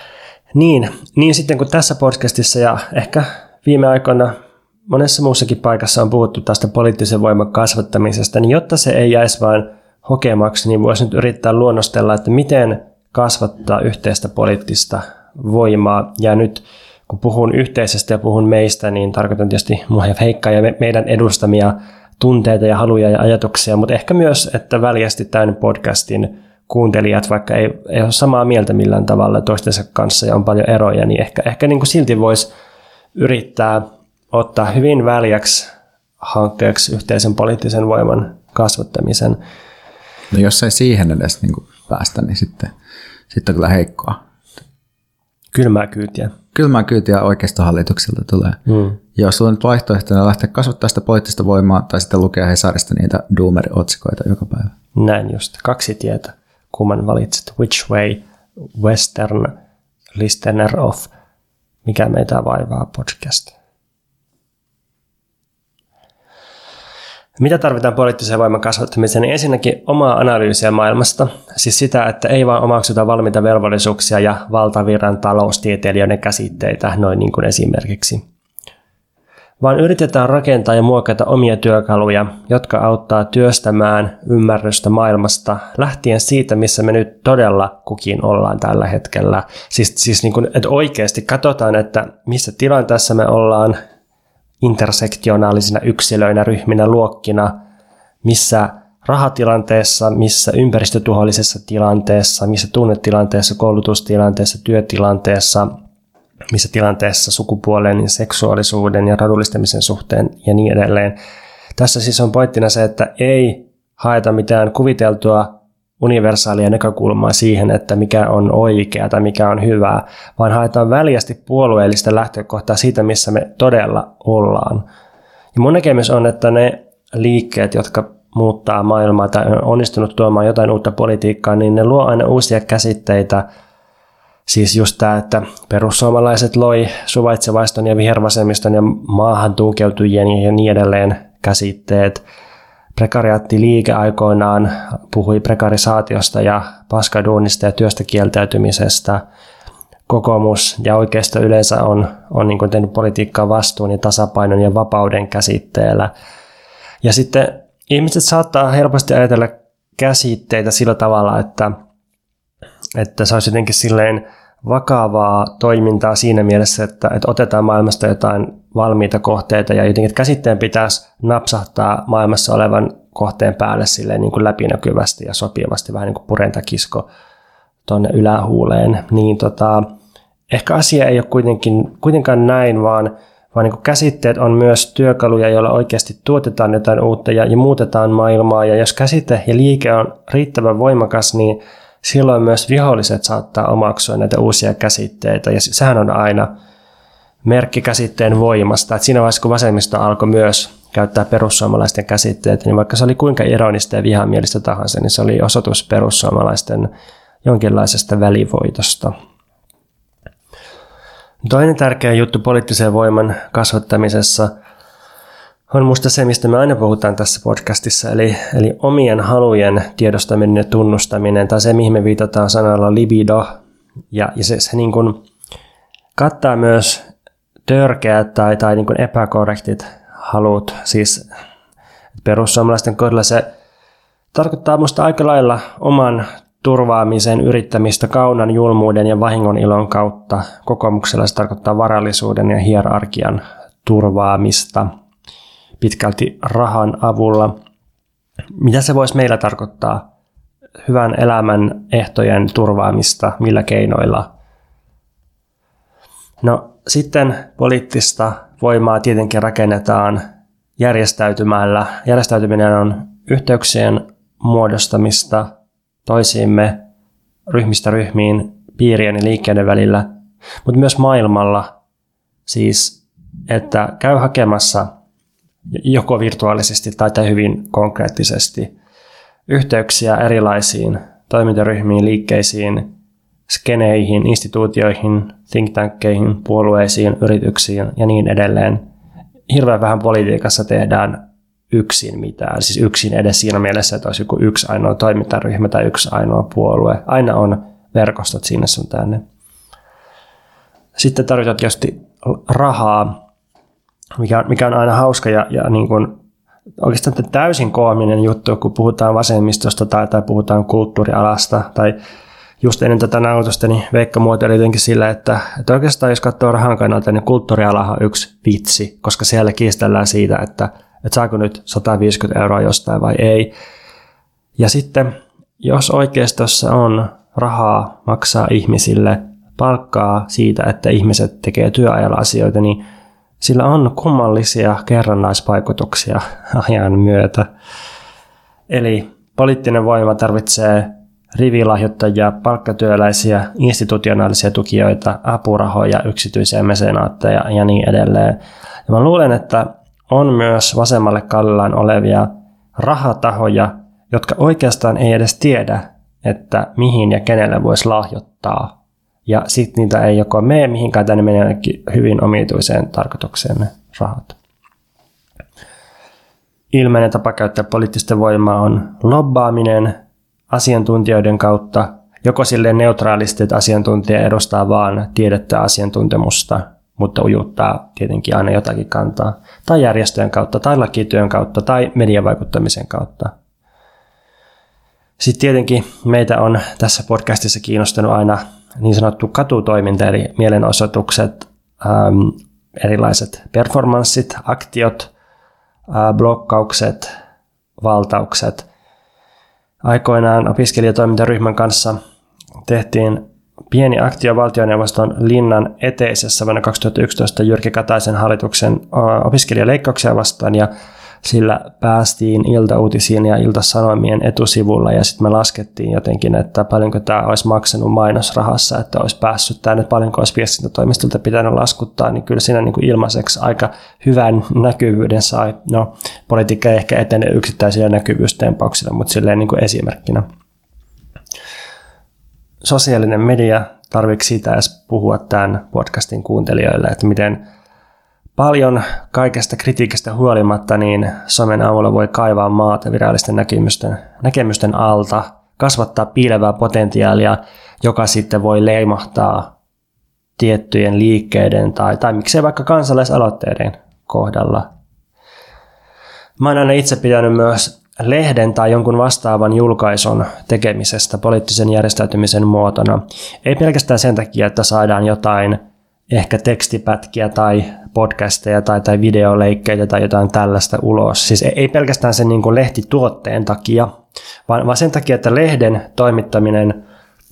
S2: Niin sitten kun tässä podcastissa ja ehkä viime aikoina monessa muussakin paikassa on puhuttu tästä poliittisen voiman kasvattamisesta, niin jotta se ei jäisi vain hokemaksi, niin voisi nyt yrittää luonnostella, että miten kasvattaa yhteistä poliittista voimaa. Ja nyt kun puhun yhteisestä ja puhun meistä, niin tarkoitan tietysti mua ja Veikkaa ja meidän edustamia tunteita ja haluja ja ajatuksia, mutta ehkä myös, että väljästi tämän podcastin kuuntelijat, vaikka ei ole samaa mieltä millään tavalla toistensa kanssa ja on paljon eroja, niin ehkä niin kuin silti voisi yrittää ottaa hyvin väljäksi hankkeeksi yhteisen poliittisen voiman kasvattamisen.
S1: No jos ei siihen edes niin kuin päästä, niin sitten on kyllä heikkoa. Kylmää kyytiä oikeistohallitukselta tulee. Jos sulla on nyt vaihtoehtoina lähteä kasvattaa sitä poliittista voimaa tai sitten lukea Hesarista niitä Doomer-otsikoita joka päivä.
S2: Näin just. 2 tietä. Kumman valitset? Which way Western Listener of Mikä meitä vaivaa podcast. Mitä tarvitaan poliittisen voiman kasvattamiseen? Niin ensinnäkin omaa analyysiä maailmasta, siis sitä, että ei vaan omaksuta valmiita velvollisuuksia ja valtavirran taloustieteilijöiden käsitteitä, noin niin kuin esimerkiksi, vaan yritetään rakentaa ja muokata omia työkaluja, jotka auttaa työstämään ymmärrystä maailmasta lähtien siitä, missä me nyt todella kukin ollaan tällä hetkellä. Siis niin kuin, että oikeasti katsotaan, että missä tilanteessa me ollaan intersektionaalisina yksilöinä, ryhminä, luokkina, missä rahatilanteessa, missä ympäristötuhollisessa tilanteessa, missä tunnetilanteessa, koulutustilanteessa, työtilanteessa, missä tilanteessa sukupuolen, seksuaalisuuden ja radullistamisen suhteen ja niin edelleen. Tässä siis on pointtina se, että ei haeta mitään kuviteltua universaalia näkökulmaa siihen, että mikä on oikea tai mikä on hyvää, vaan haetaan väljästi puolueellista lähtökohtaa siitä, missä me todella ollaan. Ja mun näkemys on, että ne liikkeet, jotka muuttaa maailmaa tai on onnistunut tuomaan jotain uutta politiikkaa, niin ne luo aina uusia käsitteitä. Siis just tämä, että perussuomalaiset loi suvaitsevaiston ja vihervasemmiston ja maahan tunkeutujien ja niin edelleen käsitteet. Prekariaattiliike aikoinaan puhui prekarisaatiosta ja paskaduunista ja työstä kieltäytymisestä. Kokoomus ja oikeisto yleensä on niin kuin tehnyt politiikkaa vastuun ja tasapainon ja vapauden käsitteellä. Ja sitten ihmiset saattaa helposti ajatella käsitteitä sillä tavalla, että se olisi jotenkin silleen vakavaa toimintaa siinä mielessä, että otetaan maailmasta jotain valmiita kohteita ja jotenkin käsitteen pitäisi napsahtaa maailmassa olevan kohteen päälle silleen niin kuin läpinäkyvästi ja sopivasti, vähän niin kuin purentakisko tuonne ylähuuleen. Niin ehkä asia ei ole kuitenkaan näin, vaan niin kuin käsitteet on myös työkaluja, joilla oikeasti tuotetaan jotain uutta ja muutetaan maailmaa. Ja jos käsite ja liike on riittävän voimakas, niin silloin myös viholliset saattaa omaksua näitä uusia käsitteitä, ja sehän on aina merkki käsitteen voimasta. Et siinä vaiheessa, kun vasemmisto alkoi myös käyttää perussuomalaisten käsitteitä, niin vaikka se oli kuinka ironista ja vihamielistä tahansa, niin se oli osoitus perussuomalaisten jonkinlaisesta välivoitosta. Toinen tärkeä juttu poliittisen voiman kasvattamisessa on musta se, mistä me aina puhutaan tässä podcastissa, eli omien halujen tiedostaminen ja tunnustaminen, tai se, mihin me viitataan sanalla libido, ja se niin kuin kattaa myös törkeät tai niin kuin epäkorrektit halut, siis perussuomalaisten kohdalla se tarkoittaa musta aika lailla oman turvaamisen yrittämistä kaunan, julmuuden ja vahingon ilon kautta. Kokoomuksella se tarkoittaa varallisuuden ja hierarkian turvaamista pitkälti rahan avulla. Mitä se voisi meillä tarkoittaa? Hyvän elämän ehtojen turvaamista, millä keinoilla? No sitten poliittista voimaa tietenkin rakennetaan järjestäytymällä. Järjestäytyminen on yhteyksien muodostamista toisiimme, ryhmistä ryhmiin, piirien ja liikkeiden välillä, mutta myös maailmalla. Siis, että käy hakemassa joko virtuaalisesti tai hyvin konkreettisesti yhteyksiä erilaisiin toimintaryhmiin, liikkeisiin, skeneihin, instituutioihin, think tankkeihin, puolueisiin, yrityksiin ja niin edelleen. Hirveän vähän politiikassa tehdään yksin mitään, siis yksin edes siinä mielessä, että olisi joku yksi ainoa toimintaryhmä tai yksi ainoa puolue. Aina on verkostot sinne sun tänne. Sitten tarvitaan tietysti rahaa, mikä on aina hauska ja niin kuin oikeastaan täysin koominen juttu, kun puhutaan vasemmistosta tai puhutaan kulttuurialasta. Tai just ennen tätä nauhoitusta niin Veikka muotoili jotenkin sillä, että oikeastaan jos katsoo rahan kannalta, niin kulttuuriala on yksi vitsi, koska siellä kiistellään siitä, että saako nyt 150 € jostain vai ei. Ja sitten jos oikeistossa on rahaa maksaa ihmisille palkkaa siitä, että ihmiset tekee työajalla asioita, niin sillä on kummallisia kerrannaisvaikutuksia ajan myötä. Eli poliittinen voima tarvitsee rivilahjoittajia, palkkatyöläisiä, institutionaalisia tukijoita, apurahoja, yksityisiä mesenaatteja ja niin edelleen. Ja mä luulen, että on myös vasemmalle kallellaan olevia rahatahoja, jotka oikeastaan ei edes tiedä, että mihin ja kenelle voisi lahjoittaa. Ja sitten niitä ei joko mene mihinkään, tai ne menee ainakin hyvin omituiseen tarkoitukseen ne rahat. Ilmeinen tapa käyttää poliittista voimaa on lobbaaminen asiantuntijoiden kautta, joko silleen neutraalisti, että asiantuntija edustaa vaan tiedettä asiantuntemusta, mutta ujuttaa tietenkin aina jotakin kantaa, tai järjestöjen kautta, tai lakityön kautta, tai mediavaikuttamisen kautta. Sitten tietenkin meitä on tässä podcastissa kiinnostanut aina niin sanottu katutoiminta, eli mielenosoitukset, erilaiset performanssit, aktiot, blokkaukset, valtaukset. Aikoinaan opiskelijatoimintaryhmän kanssa tehtiin pieni aktio valtioneuvoston linnan eteisessä vuonna 2011 Jyrki Kataisen hallituksen opiskelijaleikkauksia vastaan, ja sillä päästiin Ilta-uutisiin ja Ilta-Sanomien etusivulla, ja sitten me laskettiin jotenkin, että paljonko tämä olisi maksanut mainosrahassa, että olisi päässyt tänne, paljonko olisi viestintätoimistolta pitänyt laskuttaa, niin kyllä siinä niin kuin ilmaiseksi aika hyvän näkyvyyden sai. No, politiikka ei ehkä etene yksittäisillä näkyvyystempauksilla, mutta silleen niin kuin esimerkkinä. Sosiaalinen media, tarvitseeko siitä edes puhua tämän podcastin kuuntelijoille, että miten paljon kaikesta kritiikistä huolimatta niin somen avulla voi kaivaa maata virallisten näkemysten alta, kasvattaa piilevää potentiaalia, joka sitten voi leimahtaa tiettyjen liikkeiden tai miksei vaikka kansalaisaloitteiden kohdalla. Mä oon aina itse pitänyt myös lehden tai jonkun vastaavan julkaisun tekemisestä poliittisen järjestäytymisen muotona. Ei pelkästään sen takia, että saadaan jotain ehkä tekstipätkiä tai podcasteja tai videoleikkeitä tai jotain tällaista ulos. Siis ei pelkästään sen niin kuin lehtituotteen takia, vaan sen takia, että lehden toimittaminen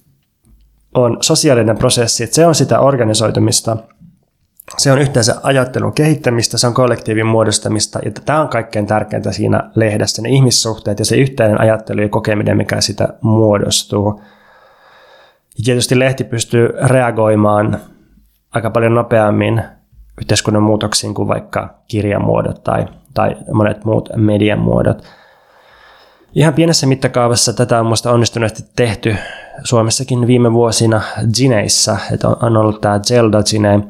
S2: on sosiaalinen prosessi, että se on sitä organisoitumista, se on yhteensä ajattelun kehittämistä, se on kollektiivin muodostamista, ja tämä on kaikkein tärkeintä siinä lehdessä, ne ihmissuhteet ja se yhteinen ajattelu ja kokeminen, mikä sitä muodostuu. Ja tietysti lehti pystyy reagoimaan aika paljon nopeammin yhteiskunnan muutoksiin kuin vaikka kirjamuodot tai monet muut median muodot. Ihan pienessä mittakaavassa tätä on minusta onnistuneesti tehty Suomessakin viime vuosina Gineissä, että on ollut tämä Zelda-Gine,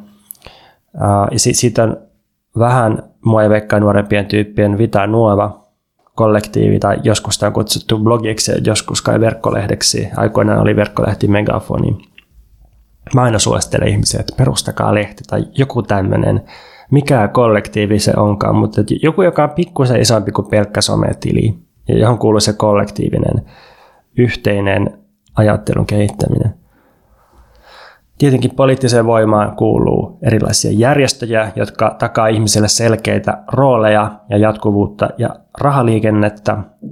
S2: ja siitä on vähän mua ja veikkaa nuorempien tyyppien Vita Nuova kollektiivi, tai joskus sitä on kutsuttu blogiksi ja joskus kai verkkolehdeksi. Aikoinaan oli verkkolehti Megafoni. Mä aina suosittelen ihmisiä, että perustakaa lehti tai joku tämmöinen, mikä kollektiivi se onkaan, mutta joku, joka on pikkusen isompi kuin pelkkä sometili, ja johon kuuluu se kollektiivinen, yhteinen ajattelun kehittäminen. Tietenkin poliittiseen voimaan kuuluu erilaisia järjestöjä, jotka takaa ihmiselle selkeitä rooleja ja jatkuvuutta ja rahaliikennettä.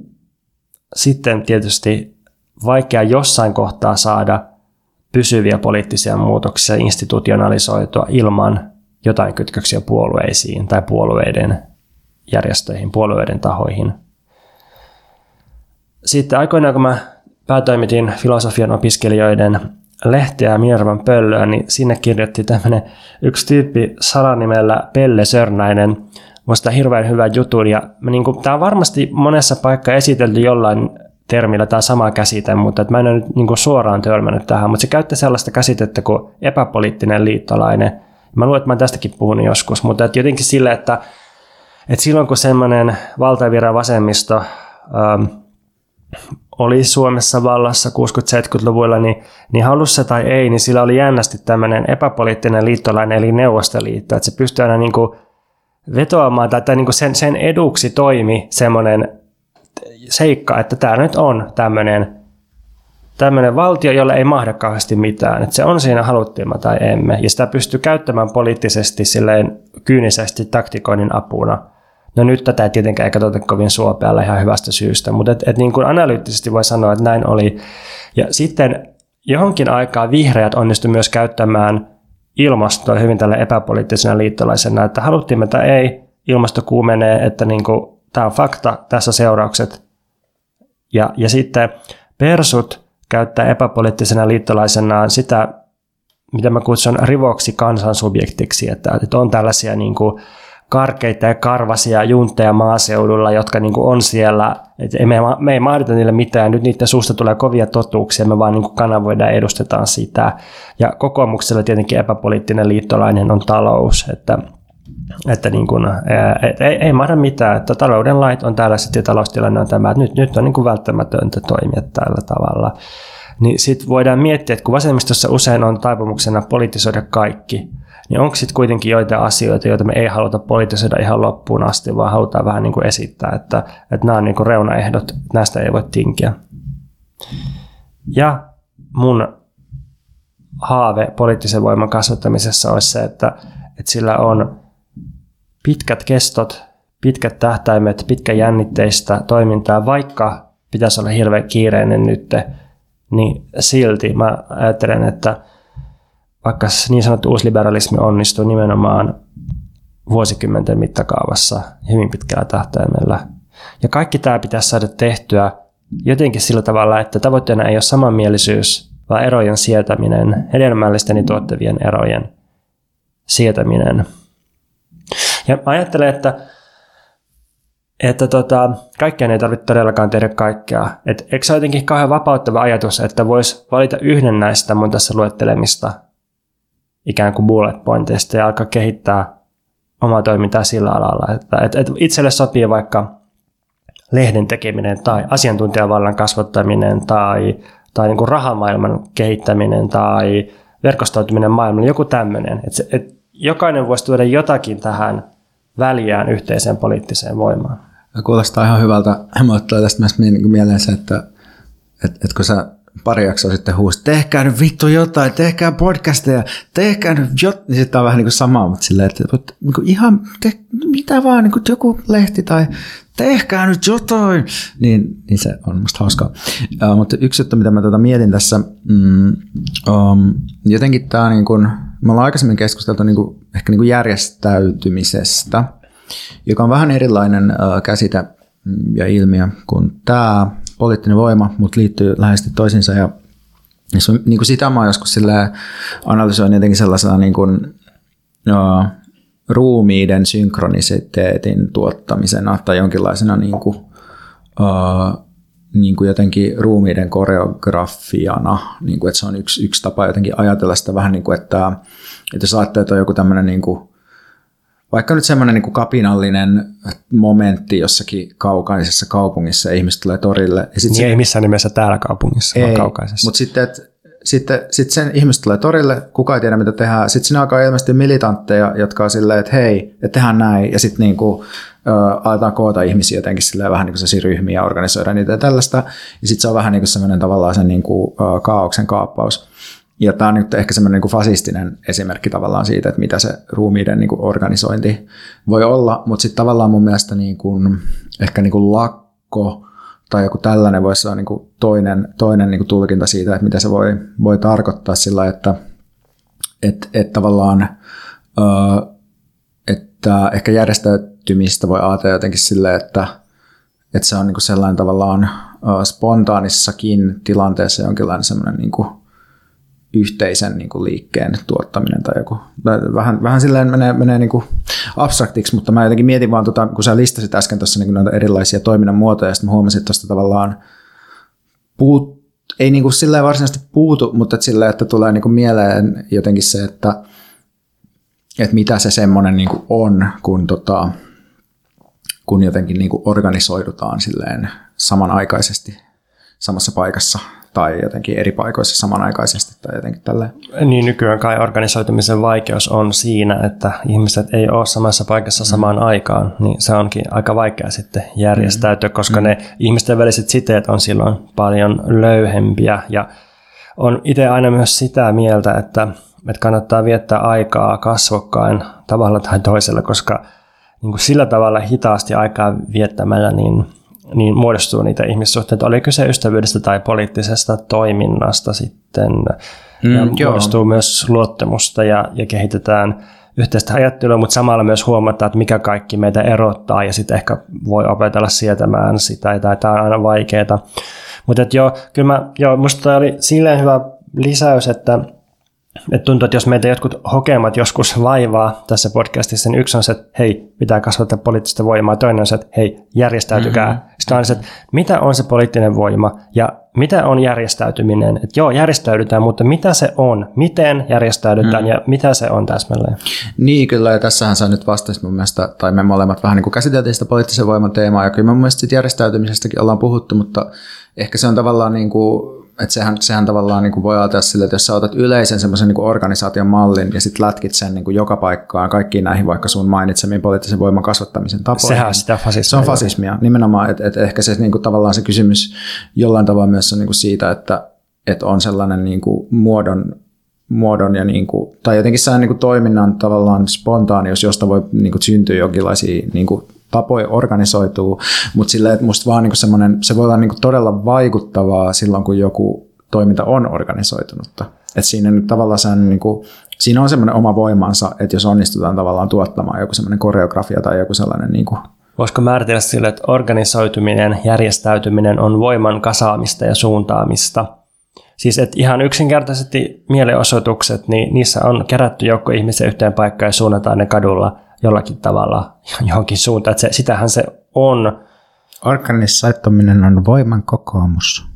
S2: Sitten tietysti vaikea jossain kohtaa saada pysyviä poliittisia muutoksia institutionalisoitua ilman jotain kytköksiä puolueisiin tai puolueiden järjestöihin, puolueiden tahoihin. Sitten aikoinaan, kun mä päätoimitin filosofian opiskelijoiden lehteä Minervan Pöllöä, niin sinne kirjoitti tämmöinen yksi tyyppi salanimellä Pelle Sörnäinen, musta hirveän hyvä jutun, ja tämä on varmasti monessa paikkaa esitelty jollain termillä tämä sama käsite, mutta mä en ole nyt suoraan törmännyt tähän, mutta se käyttää sellaista käsitettä kuin epäpoliittinen liittolainen. Mä luulen, että mä oon tästäkin puhunut joskus, mutta että jotenkin sille, että silloin kun semmoinen valtavirran vasemmisto oli Suomessa vallassa 60-70-luvulla, niin halusi se tai ei, niin sillä oli jännästi tämmöinen epäpoliittinen liittolainen, eli Neuvostoliitto, että se pystyi aina vetoamaan, tai sen eduksi toimi semmoinen seikka, että tämä nyt on tämmöinen valtio, jolle ei mahda kauheasti mitään. Että se on siinä haluttiinma tai emme. Ja sitä pystyy käyttämään poliittisesti silleen kyynisesti taktikoinnin apuna. No nyt tätä ei tietenkään eikä katsota kovin suopealla ihan hyvästä syystä, mutta niin kuin analyyttisesti voi sanoa, että näin oli. Ja sitten johonkin aikaa vihreät onnistu myös käyttämään ilmastoa hyvin tällä epäpoliittisena liittolaisena, että haluttiinma tai ei, ilmasto kuumenee, että tämä on fakta, tässä seuraukset. Ja sitten persut käyttää epäpoliittisena liittolaisenaan sitä, mitä mä kutsun rivoksi kansansubjektiksi, että on tällaisia karkeita ja karvasia juntteja maaseudulla, jotka niin kuin on siellä. Me ei mahdita niille mitään. Nyt niiden suusta tulee kovia totuuksia, me vaan niin kuin kanavoidaan ja edustetaan sitä. Ja kokoomuksella tietenkin epäpoliittinen liittolainen on talous, että niin kuin, ei mahda mitään, että talouden lait on tällaiset ja taloustilanne on tämä, että nyt on niin kuin välttämätöntä toimia tällä tavalla. Niin sitten voidaan miettiä, että kun vasemmistossa usein on taipumuksena politisoida kaikki, niin onko sitten kuitenkin joitain asioita, joita me ei haluta politisoida ihan loppuun asti, vaan halutaan vähän niin kuin esittää, että nämä on niin kuin reunaehdot, näistä ei voi tinkiä. Ja mun haave poliittisen voiman kasvattamisessa olisi se, että sillä on pitkät kestot, pitkät tähtäimet, pitkäjännitteistä toimintaa, vaikka pitäisi olla hirveän kiireinen nyt, niin silti mä ajattelen, että vaikka niin sanottu uusliberalismi onnistuu nimenomaan vuosikymmenten mittakaavassa hyvin pitkällä tähtäimellä. Ja kaikki tämä pitäisi saada tehtyä jotenkin sillä tavalla, että tavoitteena ei ole samanmielisyys, vaan erojen sietäminen, hedelmällisten ja tuottavien erojen sietäminen. Ja ajattelen, että kaikkea ei tarvitse todellakaan tehdä kaikkea. Eikö se ole jotenkin kauhean vapauttava ajatus, että voisi valita yhden näistä mun tässä luettelemista ikään kuin bullet pointeista ja alkaa kehittää omaa toimintaa sillä alalla. Että itselle sopii vaikka lehden tekeminen tai asiantuntijavallan kasvattaminen tai niin kuin rahamaailman kehittäminen tai verkostoituminen maailmalle, joku tämmöinen. Että jokainen voisi tuoda jotakin tähän väliään yhteiseen poliittiseen voimaan.
S1: Kuulostaa ihan hyvältä. Mä ottelen tästä myös mieleen se, että kun sä pari jaksoa sitten huusit, tehkää nyt vittu jotain, tehkää podcasteja, tehkää nyt jotain, niin sitten on vähän niin kuin samaa, mutta silleen, että niin kuin ihan mitä vaan, niin kuin joku lehti tai tehkää nyt jotain, niin se on musta hauskaa. Mutta yksi juttu, mitä mä mietin tässä, jotenkin tämä, niin kuin, me ollaan aikaisemmin keskusteltu niin kuin, ehkä niin kuin järjestäytymisestä, joka on vähän erilainen käsite ja ilmiö kuin tämä poliittinen voima, mutta liittyy läheisesti toisiinsa. Ja niin kuin sitä mä oon joskus analysoin jotenkin sellaisena niin kuin, ruumiiden synkronisiteetin tuottamisena tai jonkinlaisena niin kuin jotenkin ruumiiden koreografiana, niin kuin, että se on yksi tapa jotenkin ajatella sitä vähän niin kuin, että jos ajattelee, että on joku tämmöinen niin kuin, vaikka nyt semmoinen niin kuin kapinallinen momentti jossakin kaukaisessa kaupungissa, ihmiset tulee torille. Ja
S2: niin ei missään nimessä täällä kaupungissa, vaan kaukaisessa.
S1: Mutta sitten sen ihmiset tulee torille, kukaan ei tiedä mitä tehdään. Sitten siinä alkaa ilmeisesti militantteja, jotka on silleen, että hei, että tehdään näin. Ja sitten niinku, aletaan koota ihmisiä jotenkin silleen, vähän niin kuin sellaisia ryhmiä ja organisoida niitä ja tällaista. Ja sitten se on vähän niin kuin semmoinen tavallaan sen niinku, kaaoksen kaappaus. Ja tämä on nyt ehkä semmoinen niin kuin fasistinen esimerkki tavallaan siitä, että mitä se ruumiiden niin kuin organisointi voi olla, mutta sitten tavallaan mun mielestä niin kuin, ehkä niin kuin lakko tai joku tällainen voisi olla niin kuin toinen niin kuin tulkinta siitä, että mitä se voi tarkoittaa sillä, että tavallaan että ehkä järjestäytymistä voi ajatella jotenkin silleen, että se on niin kuin sellainen tavallaan spontaanissakin tilanteessa jonkinlainen semmoinen niin kuin yhteisen niin kuin liikkeen tuottaminen tai joku. Vähän silleen menee niin kuin abstraktiksi, mutta mä jotenkin mietin vaan, kun sä listasit äsken tuossa niin noita erilaisia toiminnan muotoja, ja sitten mä huomasin, että tuosta tavallaan ei niin kuin silleen varsinaisesti puutu, mutta silleen, että tulee niin kuin mieleen jotenkin se, että mitä se semmoinen niin kuin on, kun jotenkin niin kuin organisoidutaan silleen samanaikaisesti samassa paikassa tai jotenkin eri paikoissa samanaikaisesti tai jotenkin tälleen.
S2: Niin nykyään kai organisoitumisen vaikeus on siinä, että ihmiset ei ole samassa paikassa samaan aikaan, niin se onkin aika vaikea sitten järjestäytyä, koska ne ihmisten väliset siteet on silloin paljon löyhempiä ja on itse aina myös sitä mieltä, että kannattaa viettää aikaa kasvokkain tavalla tai toisella, koska niin kuin sillä tavalla hitaasti aikaa viettämällä niin muodostuu niitä ihmissuhteita. Oli kyse ystävyydestä tai poliittisesta toiminnasta sitten. Ja muodostuu myös luottamusta ja kehitetään yhteistä ajattelua, mutta samalla myös huomataan, että mikä kaikki meitä erottaa ja sitten ehkä voi opetella sietämään sitä. Tämä on aina vaikeaa. Mutta kyllä minusta oli silleen hyvä lisäys, että että tuntuu, että jos meitä jotkut hokemat joskus vaivaa tässä podcastissa, niin yksi on se, että hei, pitää kasvattaa poliittista voimaa. Toinen on se, että hei, järjestäytykää. Mm-hmm. Sitten on se, että mitä on se poliittinen voima ja mitä on järjestäytyminen. Että joo, järjestäydytään, mutta mitä se on? Miten järjestäydytään ja mitä se on täsmälleen?
S1: Niin kyllä, ja tässähän sä nyt vastasit mun mielestä, tai me molemmat vähän niin kuin käsiteltiin sitä poliittisen voiman teemaa, ja kyllä mun mielestä siitä järjestäytymisestäkin ollaan puhuttu, mutta ehkä se on tavallaan niin kuin, että sehän tavallaan niin kuin voi ajatella sille, että jos sä otat yleisen semmoisen niin kuin organisaation mallin ja sitten lätkit sen niin kuin joka paikkaan, kaikkiin näihin vaikka sun mainitsemiin poliittisen voiman kasvattamisen tapoihin.
S2: Sehän on sitä fasismia.
S1: Se on fasismia, nimenomaan, että ehkä se niin kuin tavallaan se kysymys jollain tavalla myös on niin kuin siitä, että on sellainen niin kuin muodon ja niin kuin, tai jotenkin sellainen niin kuin toiminnan tavallaan spontaanius, josta voi niin kuin syntyä jonkinlaisia niin kuin tapoja organisoituu, mutta silleen, että musta vaan niinku semmoinen, se voi olla niinku todella vaikuttavaa silloin, kun joku toiminta on organisoitunutta. Että siinä nyt tavallaan niinku, siinä on semmoinen oma voimansa, että jos onnistutaan tavallaan tuottamaan joku semmoinen koreografia tai joku sellainen niinku.
S2: Voisiko määritellä sille, että organisoituminen, järjestäytyminen on voiman kasaamista ja suuntaamista? Siis että ihan yksinkertaisesti mielenosoitukset, niin niissä on kerätty joukko ihmisiä yhteen paikkaan ja suunnataan ne kadulla jollakin tavalla johonkin suuntaan. Että sitähän se on.
S1: Organisoituminen on voiman kokoomus.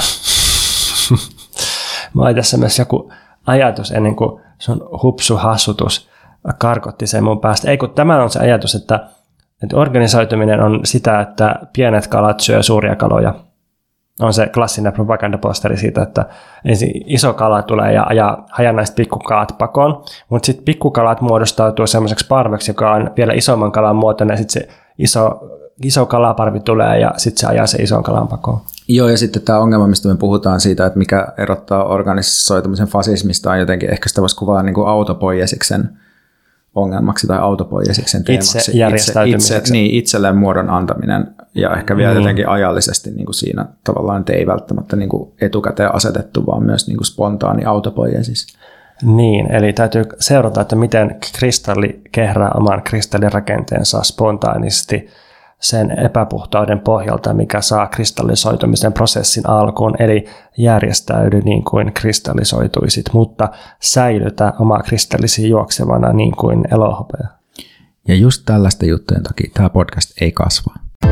S2: Mä olin tässä myös joku ajatus ennen kuin sun hupsuhassutus karkotti sen mun päästä. Ei kun tämä on se ajatus, että organisoituminen on sitä, että pienet kalat syö suuria kaloja. On se klassinen propagandaposteri siitä, että ensin iso kala tulee ja ajaa hajannaiset pikkukalat pakoon, mutta sitten pikkukalat muodostautuu semmoiseksi parveksi, joka on vielä isomman kalan muotoinen, ja sitten se iso kalaparvi tulee ja sitten se ajaa se ison kalan pakoon.
S1: Joo, ja sitten tämä ongelma, mistä me puhutaan siitä, että mikä erottaa organisoitumisen fasismista, on jotenkin, ehkä sitä voisi kuvaa niin kuin autopoiesiksen ongelmaksi tai autopoiesiksen teemaksi. Itselleen muodon antaminen ja ehkä vielä jotenkin ajallisesti niin kuin siinä tavallaan, että ei välttämättä niin kuin etukäteen asetettu, vaan myös niin kuin spontaani autopoiesis.
S2: Niin, eli täytyy seurata, että miten kristalli kehrää oman kristallirakenteensa spontaanisti sen epäpuhtauden pohjalta, mikä saa kristallisoitumisen prosessin alkuun, eli järjestäydy niin kuin kristallisoituisit, mutta säilytä oma kristallisi juoksevana niin kuin elohopea.
S1: Ja just tällaista juttujen takia tämä podcast ei kasva.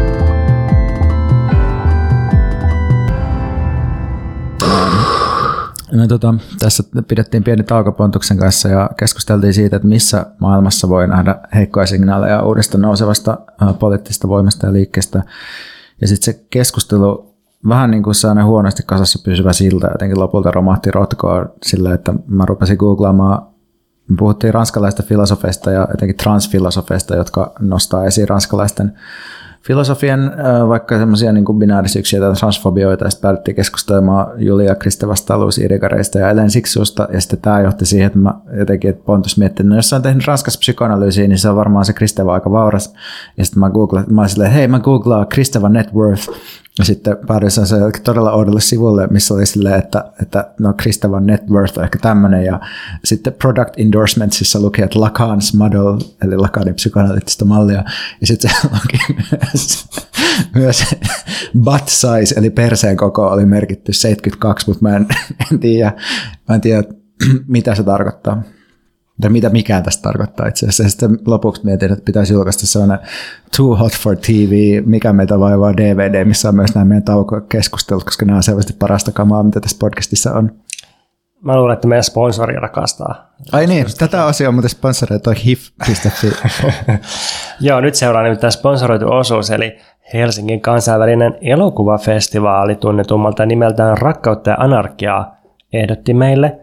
S1: No, tässä pidettiin pieni tauko Pontuksen kanssa ja keskusteltiin siitä, että missä maailmassa voi nähdä heikkoja signaaleja uudesta nousevasta poliittisesta voimasta ja liikkeestä. Ja sitten se keskustelu vähän niin kuin sellainen huonosti kasassa pysyvä silta jotenkin lopulta romahti rotkoon sillä, että mä rupesin googlaamaan. Me puhuttiin ranskalaisista filosofeista ja jotenkin transfilosofeista, jotka nostaa esiin ranskalaisten filosofien vaikka semmoisia niin kuin binäärisyyksiä tai transfobioita, ja sitten päädyttiin keskustelemaan Julia Kristevasta, Lucy Irigareista ja Ellen Sixusta, ja sitten tämä johti siihen, että mä jotenkin, että Pontus mietti, että no jos sä on tehnyt Ranskassa psykoanalyysiä, niin se on varmaan se Kristeva aika vauras, ja sitten mä olin silleen, hei mä googlaan Kristeva net worth, ja sitten päädyin se todella oudolle sivulle, missä oli silleen, että no Kristevan net worth on ehkä tämmöinen, ja sitten product endorsementsissa luki, että Lacan's model, eli Lacanin psykoanalyyttistä mallia, ja sitten se luki myös butt size, eli perseen koko oli merkitty 72, mutta mä en tiedä, mitä se tarkoittaa. Tai mitä mikään tästä tarkoittaa itse asiassa. Ja sitten lopuksi mietin, että pitäisi julkaista sellainen Too Hot for TV, mikä meitä vaivaa DVD, missä on myös nämä meidän taukokeskustelut, koska nämä on selvästi parasta kamaa, mitä tässä podcastissa on.
S2: Mä luulen, että meidän sponsori rakastaa.
S1: Ai niin, tätä asiaa on muuten sponsoroi toi hif.fi.
S2: Joo, nyt seuraa nimittäin sponsoroitu osuus, eli Helsingin kansainvälinen elokuvafestivaali tunnetummalta nimeltään Rakkautta ja anarkiaa ehdotti meille,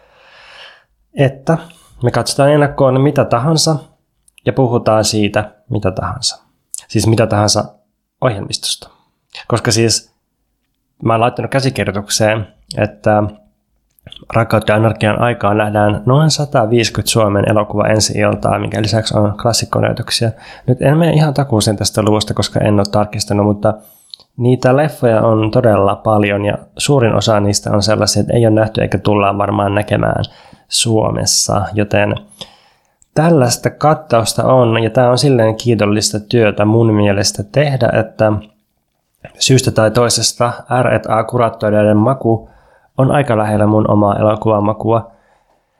S2: että me katsotaan ennakkoon mitä tahansa ja puhutaan siitä mitä tahansa. Siis mitä tahansa ohjelmistosta. Koska siis mä oon laittanut käsikirjoitukseen, että Rakkautta ja anarkian aikaan nähdään noin 150 Suomen elokuva ensi-iltaa, minkä lisäksi on klassikkonäytöksiä. Nyt en mene ihan takuuseen tästä luvusta, koska en ole tarkistanut, mutta niitä leffoja on todella paljon ja suurin osa niistä on sellaisia, että ei ole nähty eikä tullaan varmaan näkemään Suomessa, joten tällaista kattausta on, ja tämä on silleen kiitollista työtä mun mielestä tehdä, että syystä tai toisesta R&A-kuraattoreiden maku on aika lähellä mun omaa elokuvamakua.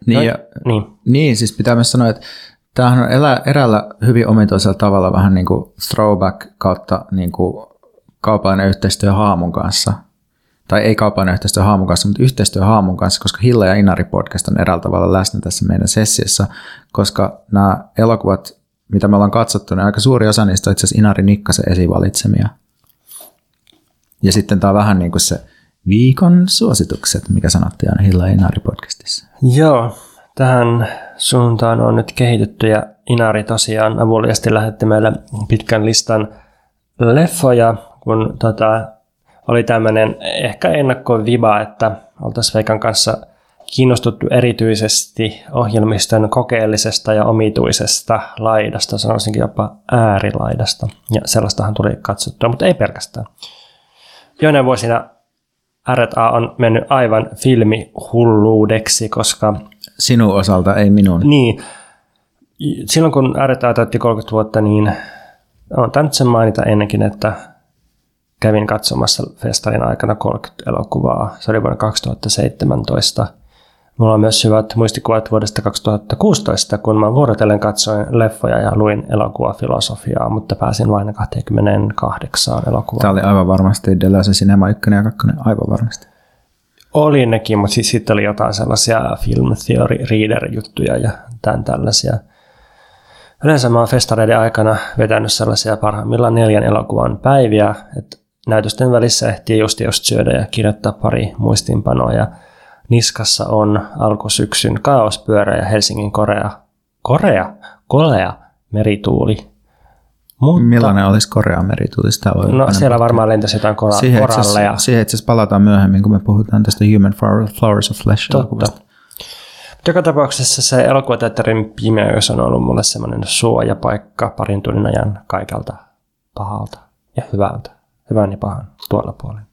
S1: Niin, siis pitää myös sanoa, että tämähän on eräällä hyvin omituisella tavalla vähän niin kuin throwback kautta niin kuin kaupallinen yhteistyö Haamun kanssa. Tai ei kaupallinen yhteistyö Haamun kanssa, mutta yhteistyö Haamun kanssa, koska Hilla ja Inari podcast on eräällä tavalla läsnä tässä meidän sessiossa, koska nämä elokuvat, mitä me ollaan katsottu, niin aika suuri osa niistä on itse asiassa Inari Nikkasen esivalitsemia. Ja sitten tämä on vähän niin kuin se viikon suositukset, mikä sanottiin aina Hilla ja Inari podcastissa.
S2: Joo, tähän suuntaan on nyt kehitetty ja Inari tosiaan avuliasti lähetti meille pitkän listan leffoja, kun oli tämmöinen ehkä ennakkoviba, että oltaisiin Veikan kanssa kiinnostuttu erityisesti ohjelmiston kokeellisesta ja omituisesta laidasta, sanoisinkin jopa äärilaidasta. Ja sellaistahan tuli katsottua, mutta ei pelkästään. Joinain vuosina R&A on mennyt aivan filmihulluudeksi, koska...
S1: Sinun osalta, ei minun.
S2: Niin. Silloin kun R&A täytti 30 vuotta, niin on tainnut sen mainita ennenkin, että kävin katsomassa festarin aikana 30 elokuvaa. Se oli vuonna 2017. Mulla on myös hyvät muistikuvat vuodesta 2016, kun mä vuorotellen katsoin leffoja ja luin elokuvafilosofiaa, mutta pääsin vain 28 elokuvaan.
S1: Tämä oli aivan varmasti Deleuze Cinema 1 ja 2, aivan varmasti.
S2: Oli nekin, mutta sitten oli jotain sellaisia film theory reader-juttuja ja tällaisia. Yleensä mä oon festareiden aikana vetänyt sellaisia parhaimmillaan 4 elokuvan päiviä, että näytösten välissä ehtii just syödä ja kirjoittaa pari muistiinpanoa. Niskassa on alkusyksyn Kaospyörä ja Helsingin Kolea merituuli. Mutta,
S1: millainen olisi Korea merituuli? Sitä voi
S2: siellä varmaan lentäisi jotain koralleja.
S1: Siihen itse asiassa palataan myöhemmin, kun me puhutaan tästä Human Flowers of Flesh-elokuvasta.
S2: Joka tapauksessa se elokuvateatterin pimeys on ollut mulle semmoinen suojapaikka parin tunnin ajan kaikelta pahalta ja hyvältä. Hyvän ja pahan tuolla puolella.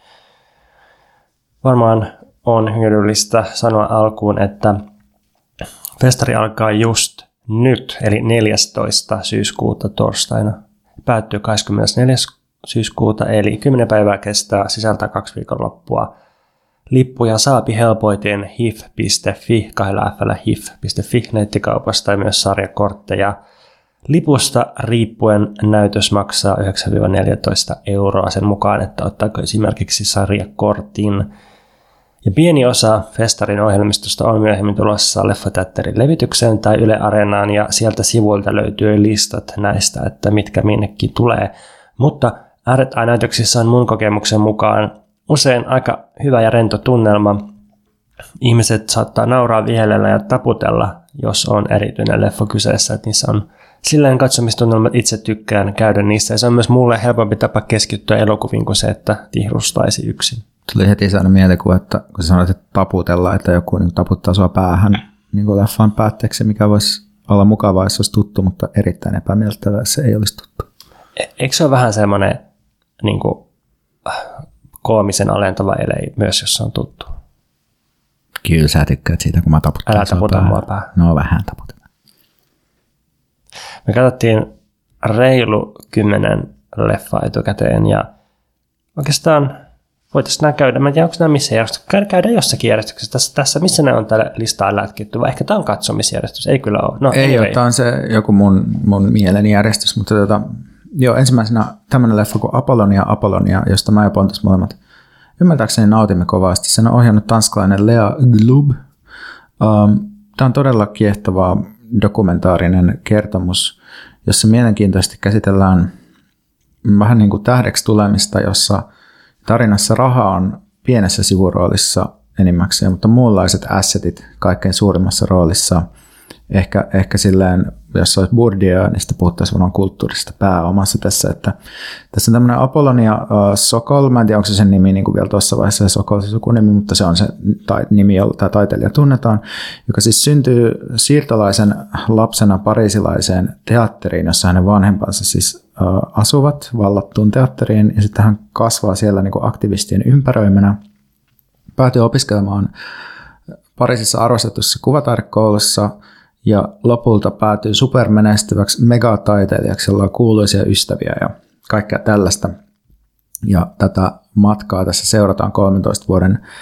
S2: Varmaan on hyödyllistä sanoa alkuun, että festari alkaa just nyt, eli 14. syyskuuta torstaina. Päättyy 24. syyskuuta, eli 10 päivää kestää, sisältää 2 viikonloppua. Lippuja saapi helpoiten hif.fi, 2 hif.fi nettikaupasta ja myös sarjakortteja. Lipusta riippuen näytös maksaa 9-14 € sen mukaan, että ottaako esimerkiksi sarjakortin. Ja pieni osa festarin ohjelmistosta on myöhemmin tulossa Leffateatterin levitykseen tai Yle Areenaan, ja sieltä sivuilta löytyy listat näistä, että mitkä minnekin tulee. Mutta R&A-näytöksissä on mun kokemuksen mukaan usein aika hyvä ja rento tunnelma. Ihmiset saattaa nauraa vihellellä ja taputella, jos on erityinen leffa kyseessä, että niissä on silleen katsomistunnelmat, itse tykkään käydä niissä, ja se on myös mulle helpompi tapa keskittyä elokuviin kuin se, että tihrustaisi yksin.
S1: Tuli heti sellainen mielikuva, että kun sä sanoit, että taputella, että joku niin taputtaa sua päähän niin kuin leffan päätteeksi, mikä voisi olla mukavaa, jos olisi tuttu, mutta erittäin epämiellyttävää, se ei olisi tuttu.
S2: Eikö se ole vähän semmoinen niin kuin, koomisen alentava ele myös, jos se on tuttu?
S1: Kyllä sä tykkäät siitä, kun mä taputan.
S2: Älä taputa mua päähän.
S1: No vähän taputetaan.
S2: Me katsottiin reilu 10 leffaa etukäteen, ja oikeastaan voitaisiin nämä käydä. Mä en tiedä, onko nämä missä järjestyksessä. Käydään jossakin järjestyksessä. Tässä missä nämä on tällä listaa lätkitty, vai ehkä tämä on katsomisjärjestys. Ei kyllä ole. No,
S1: ei ole, tämä on se joku mun mieleni järjestys, mutta joo, ensimmäisenä tämmöinen leffa kuin Apollonia, josta mä ja Pontus molemmat ymmärtääkseni nautimme kovasti. Sen on ohjannut tanskalainen Lea Glub. Tämä on todella kiehtova dokumentaarinen kertomus, jossa mielenkiintoisesti käsitellään vähän niin kuin tähdeksi tulemista, jossa tarinassa raha on pienessä sivuroolissa enimmäkseen, mutta muunlaiset assetit kaikkein suurimmassa roolissa. Ehkä silleen, jos olisi Bourdieu, niin sitten puhuttaisiin varmaan kulttuurista pääomassa tässä. Että tässä on tämmöinen Apollonia Sokol, mä en tiedä, onko se sen nimi niin kuin vielä tuossa vaiheessa Sokol se sukunimi, mutta se on se nimi, jolla tämä taiteilija tunnetaan, joka siis syntyy siirtolaisen lapsena pariisilaiseen teatteriin, jossa hänen vanhempansa siis asuvat vallattuun teatteriin, ja sitten hän kasvaa siellä niin kuin aktivistien ympäröimänä, päätyy opiskelemaan Pariisissa arvostetussa kuvataidekoulussa, ja lopulta päätyy supermenestyväksi megataiteilijaksi, jolla on kuuluisia ystäviä ja kaikkea tällaista. Ja tätä matkaa tässä seurataan 13 vuoden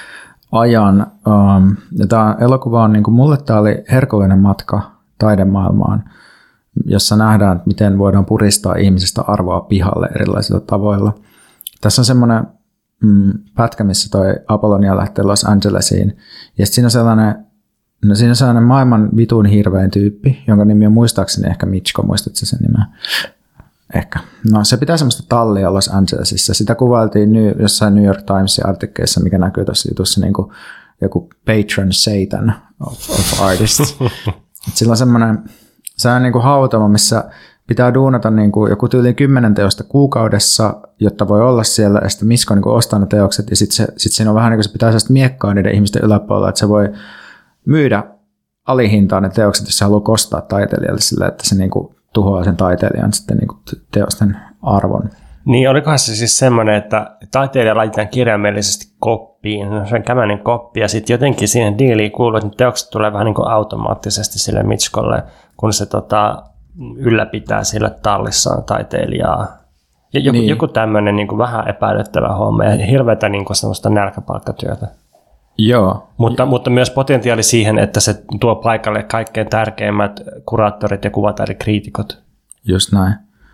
S1: ajan. Ja tämä elokuva on, niin kuin mulle tämä oli herkullinen matka taidemaailmaan, jossa nähdään, miten voidaan puristaa ihmisestä arvoa pihalle erilaisilla tavoilla. Tässä on semmoinen pätkä, missä toi Apollonia lähtee Los Angelesiin. Ja siinä on sellainen maailman vitun hirvein tyyppi, jonka nimi on muistaakseni ehkä Mitchko, muistatko sen nimeä? Ehkä. No se pitää semmoista tallia Los Angelesissa. Sitä kuvailtiin jossain New York Timesin artikkeissa, mikä näkyy tuossa jutussa niin kuin joku patron Satan of artists. Sillä on semmoinen niin kuin hautama, missä pitää duunata niin kuin joku tyyliin 10 teosta kuukaudessa, jotta voi olla siellä, ja sitten Misko niin kuin ostaa ne teokset, ja sitten siinä on vähän niin kuin se pitää sellaista miekkaa niiden ihmisten yläpuolella, että se voi myydä alihintaan ne teokset, jos se haluaa kostaa taiteilijalle sillä, että se niin kuin tuhoaa sen taiteilijan sitten niin kuin teosten arvon.
S2: Niin, olikohan se siis semmoinen, että taiteilija laitetaan kirjaimellisesti koppiin, se on kämäinen koppi, ja sitten jotenkin siihen diiliin kuuluu, että teokset tulee vähän niin kuin automaattisesti sille Mitchkolle, kun se ylläpitää sillä tallissaan taiteilijaa. Ja joku tämmöinen niin kuin vähän epäilyttävä homma ja hirveätä niin kuin semmoista nälkäpalkkatyötä.
S1: Joo.
S2: Mutta myös potentiaali siihen, että se tuo paikalle kaikkein tärkeimmät kuraattorit ja kuvataidekriitikot.
S1: Just näin.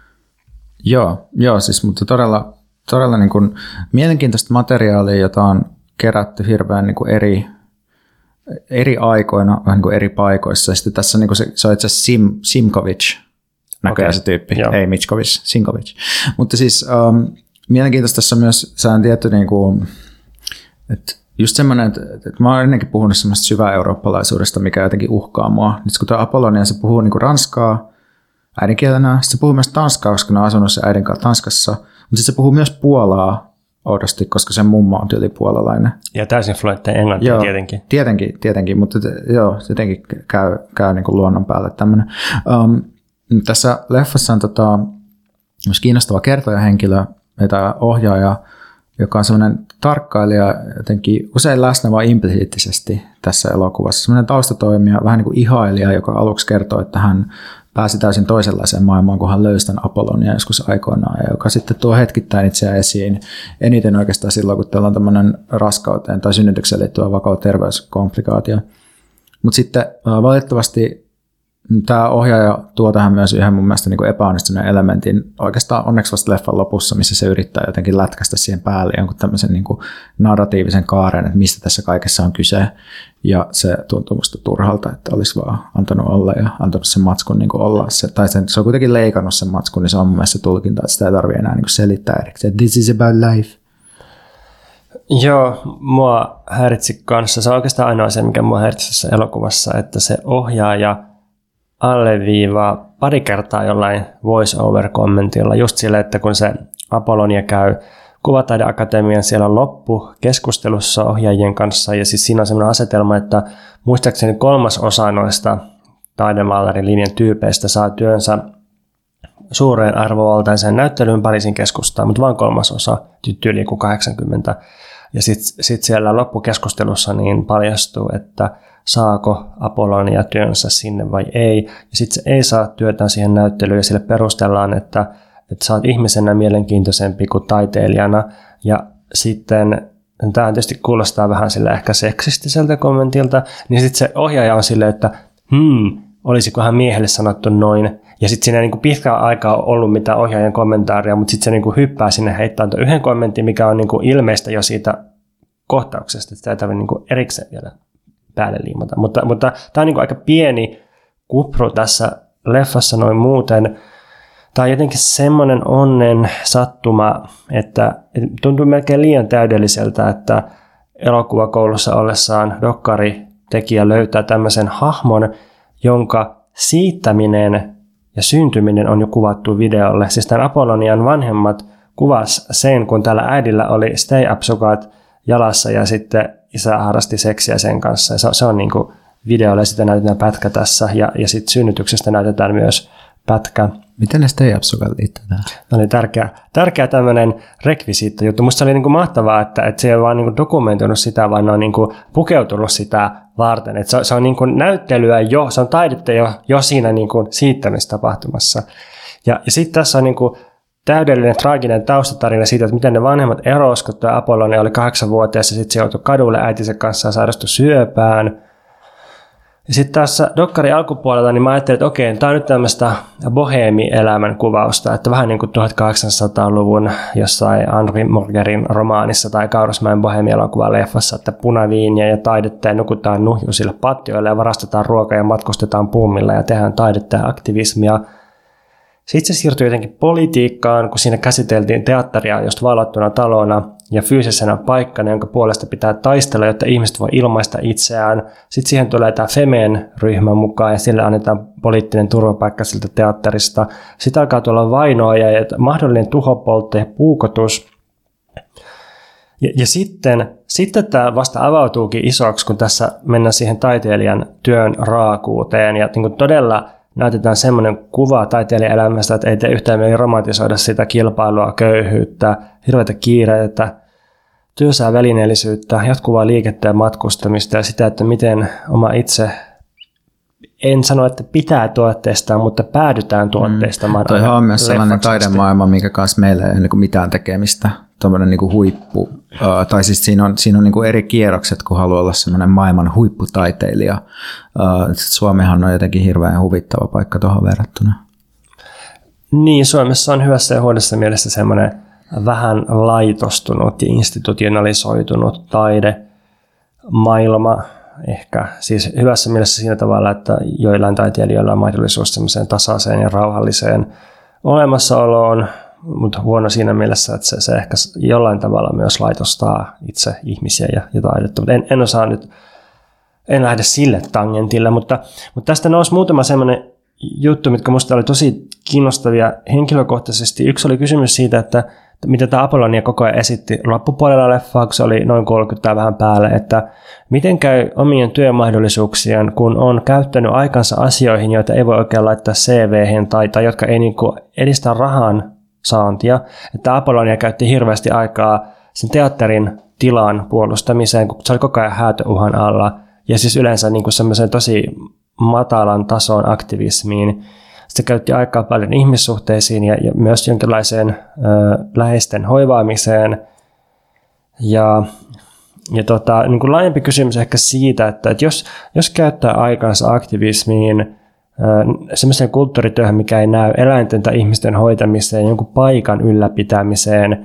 S1: Joo, siis mutta todella niin kuin mielenkiintoista materiaalia, jota on kerätty hirveän niin kuin eri aikoina, vähän niin kuin eri paikoissa. Sitten tässä niin kuin se on itse asiassa Simkovic, näköjään se tyyppi, joo. Ei Mitchkovic, Simkovic. Mutta siis mielenkiintoista tässä on myös, se on tietty, niin kuin, että just semmoinen, että mä oon ennenkin puhunut semmoista syvä-eurooppalaisuudesta, mikä jotenkin uhkaa mua. Nyt kun tuo Apollonia, se puhuu niin kuin ranskaa äidinkielenä, sitten se puhuu myös tanskaa, koska ne on asunut se äidin kanssa Tanskassa, mutta sitten se puhuu myös puolaa oudosti, koska sen mummo on tyyli puolalainen. Ja
S2: täysin fluentteja englantia tietenkin.
S1: Tietenkin, mutta joo, jotenkin käy niin kuin luonnon päälle tämmöinen. Tässä leffassa on myös kiinnostava kertojahenkilö, tämä ohjaaja, joka on semmoinen tarkkailija jotenkin usein läsnä vaan implisiittisesti tässä elokuvassa. Semmoinen taustatoimija, vähän niin kuin ihailija, joka aluksi kertoo, että hän pääsi täysin toisenlaiseen maailmaan, kun hän löysi tämän Apollonia joskus aikoinaan, ja joka sitten tuo hetkittäin itseään esiin eniten oikeastaan silloin, kun teillä on tämmöinen raskauteen tai synnytykseen liittyvä vakava terveyskomplikaatio. Mutta sitten valitettavasti tämä ohjaaja tuo tähän myös yhden mun mielestä niin kuin epäonnistuneen elementin, oikeastaan onneksi vasta leffan lopussa, missä se yrittää jotenkin lätkästä siihen päälle jonkun tämmöisen niin kuin narratiivisen kaaren, että mistä tässä kaikessa on kyse. Ja se tuntuu musta turhalta, että olisi vaan antanut olla ja antanut sen matskun niin kuin olla. Se on kuitenkin leikannut sen matskun, niin se on mun mielestä tulkinta, että sitä ei tarvitse enää niin kuin selittää erikseen. This is about life.
S2: Joo, mua häiritsi kanssa. Se on oikeastaan ainoa asia, mikä mua häiritsi tässä elokuvassa, että se ohjaaja alleviivaa pari kertaa jollain voice-over-kommentilla just sille, että kun se Apollonia käy Kuvataideakatemian siellä loppukeskustelussa ohjaajien kanssa, ja siis siinä on sellainen asetelma, että muistaakseni 3/3 noista taidemaalarin linjan tyypeistä saa työnsä suureen arvovaltaiseen näyttelyyn Pariisin keskustaan, mutta vain 3/3, tyyli kuin 80. Ja sitten siellä loppukeskustelussa niin paljastuu, että saako Apollonia työnsä sinne vai ei. Ja sitten se ei saa työtään siihen näyttelyyn ja sille perustellaan, että sä oot ihmisenä mielenkiintoisempi kuin taiteilijana. Ja sitten, tämä tietysti kuulostaa vähän sille ehkä seksistiseltä kommentilta, niin sitten se ohjaaja on silleen, että olisikohan miehelle sanottu noin. Ja sitten siinä ei niin pitkään aikaa ollut mitään ohjaajan kommentaaria, mutta sitten se niin hyppää sinne heittää yhden kommentin, mikä on niin ilmeistä jo siitä kohtauksesta, että sitä ei tarvitse niin erikseen vielä päälle liimata. Mutta tämä on niin aika pieni kupru tässä leffassa noin muuten. Tämä on jotenkin semmoinen onnen sattuma, että tuntuu melkein liian täydelliseltä, että elokuvakoulussa ollessaan dokkaritekijä löytää tämmöisen hahmon, jonka siittäminen ja syntyminen on jo kuvattu videolle. Siis tämän Apollonian vanhemmat kuvas sen, kun tällä äidillä oli stay-up-sukat jalassa ja sitten isä harrasti seksiä sen kanssa. Se on niin kuin videolle, sitä näytetään pätkä tässä ja sitten synnytyksestä näytetään myös pätkä.
S1: Miten ne stay-up-sukat liittyy tähän?
S2: No niin, tärkeä tämmöinen rekvisiitta-juttu. Musta se oli niin kuin mahtavaa, että se ei ole vaan niin kuin dokumentoinut sitä, vaan ne on niin kuin pukeutunut sitä varten. Että se on niin kuin näyttelyä se on taidetta jo siinä niin kuin siittämistapahtumassa. Ja sitten tässä on niin kuin täydellinen traaginen taustatarina siitä, että miten ne vanhemmat erosivat, kun tuo Apollonia oli 8-vuotias ja sitten se joutui kadulle äitinsä kanssa ja sairastui syöpään. Ja sitten tässä dokkarin alkupuolella niin mä ajattelin, että okei, tämä on nyt tämmöistä boheemi-elämän kuvausta, että vähän niin kuin 1800-luvun jossain Henri Murgerin romaanissa tai Kaurasmäen boheemi-elokuvan leffassa, että punaviiniä ja taidetta ja nukutaan nuhjuisilla patioilla ja varastetaan ruokaa ja matkustetaan pummilla ja tehdään taidetta ja aktivismia. Sitten se siirtyi jotenkin politiikkaan, kun siinä käsiteltiin teatteria just valattuna talona ja fyysisenä paikkana, jonka puolesta pitää taistella, jotta ihmiset voi ilmaista itseään. Sitten siihen tulee tämä Femen-ryhmä mukaan ja sille annetaan poliittinen turvapaikka siltä teatterista. Sitten alkaa tulla vainoa ja mahdollinen tuhopoltto ja puukotus. Ja sitten tämä vasta avautuukin isoksi, kun tässä mennään siihen taiteilijan työn raakuuteen ja niin kuin todella näytetään semmoinen kuva taiteilijan elämästä, että ei tee yhtään mieli romantisoida sitä kilpailua, köyhyyttä, hirveätä kiireitä, tylsää välineellisyyttä, jatkuvaa liikettä ja matkustamista ja sitä, että miten oma itse, en sano, että pitää tuotteistaan, mutta päädytään tuotteistamaan.
S1: Toihan on myös sellainen taidemaailma, minkä kanssa meillä ei ole niin mitään tekemistä. Tuommoinen niin huippu, tai siis siinä on niin eri kierrokset, kun haluaa olla semmoinen maailman huipputaiteilija. Suomihan on jotenkin hirveän huvittava paikka tuohon verrattuna.
S2: Niin, Suomessa on hyvässä ja huonossa mielessä semmoinen vähän laitostunut ja institutionalisoitunut taidemaailma. Ehkä siis hyvässä mielessä siinä tavalla, että joillain taiteilijoilla on mahdollisuus semmoiseen tasaiseen ja rauhalliseen olemassaoloon, mutta huono siinä mielessä, että se ehkä jollain tavalla myös laitostaa itse ihmisiä ja taidetta. Mutta en osaa nyt, en lähde sille tangentille, mutta tästä nousi muutama semmoinen juttu, mitkä minusta oli tosi kiinnostavia henkilökohtaisesti. Yksi oli kysymys siitä, että mitä tämä Apollonia koko ajan esitti loppupuolella leffaa, kun se oli noin 30 tai vähän päälle, että miten käy omien työmahdollisuuksien, kun on käyttänyt aikansa asioihin, joita ei voi oikein laittaa CV:hen tai jotka ei niin kuin edistä rahan saantia. Että Apollonia käytti hirveästi aikaa sen teatterin tilan puolustamiseen, kun se oli koko ajan häätöuhan alla. Ja siis yleensä niin kuin semmoiseen tosi matalan tason aktivismiin. Se käytti aikaa paljon ihmissuhteisiin ja myös jonkinlaiseen läheisten hoivaamiseen. Ja niin kuin laajempi kysymys ehkä siitä, että jos käyttää aikansa aktivismiin, semmoiseen kulttuurityöhön, mikä ei näy eläinten tai ihmisten hoitamiseen, jonkun paikan ylläpitämiseen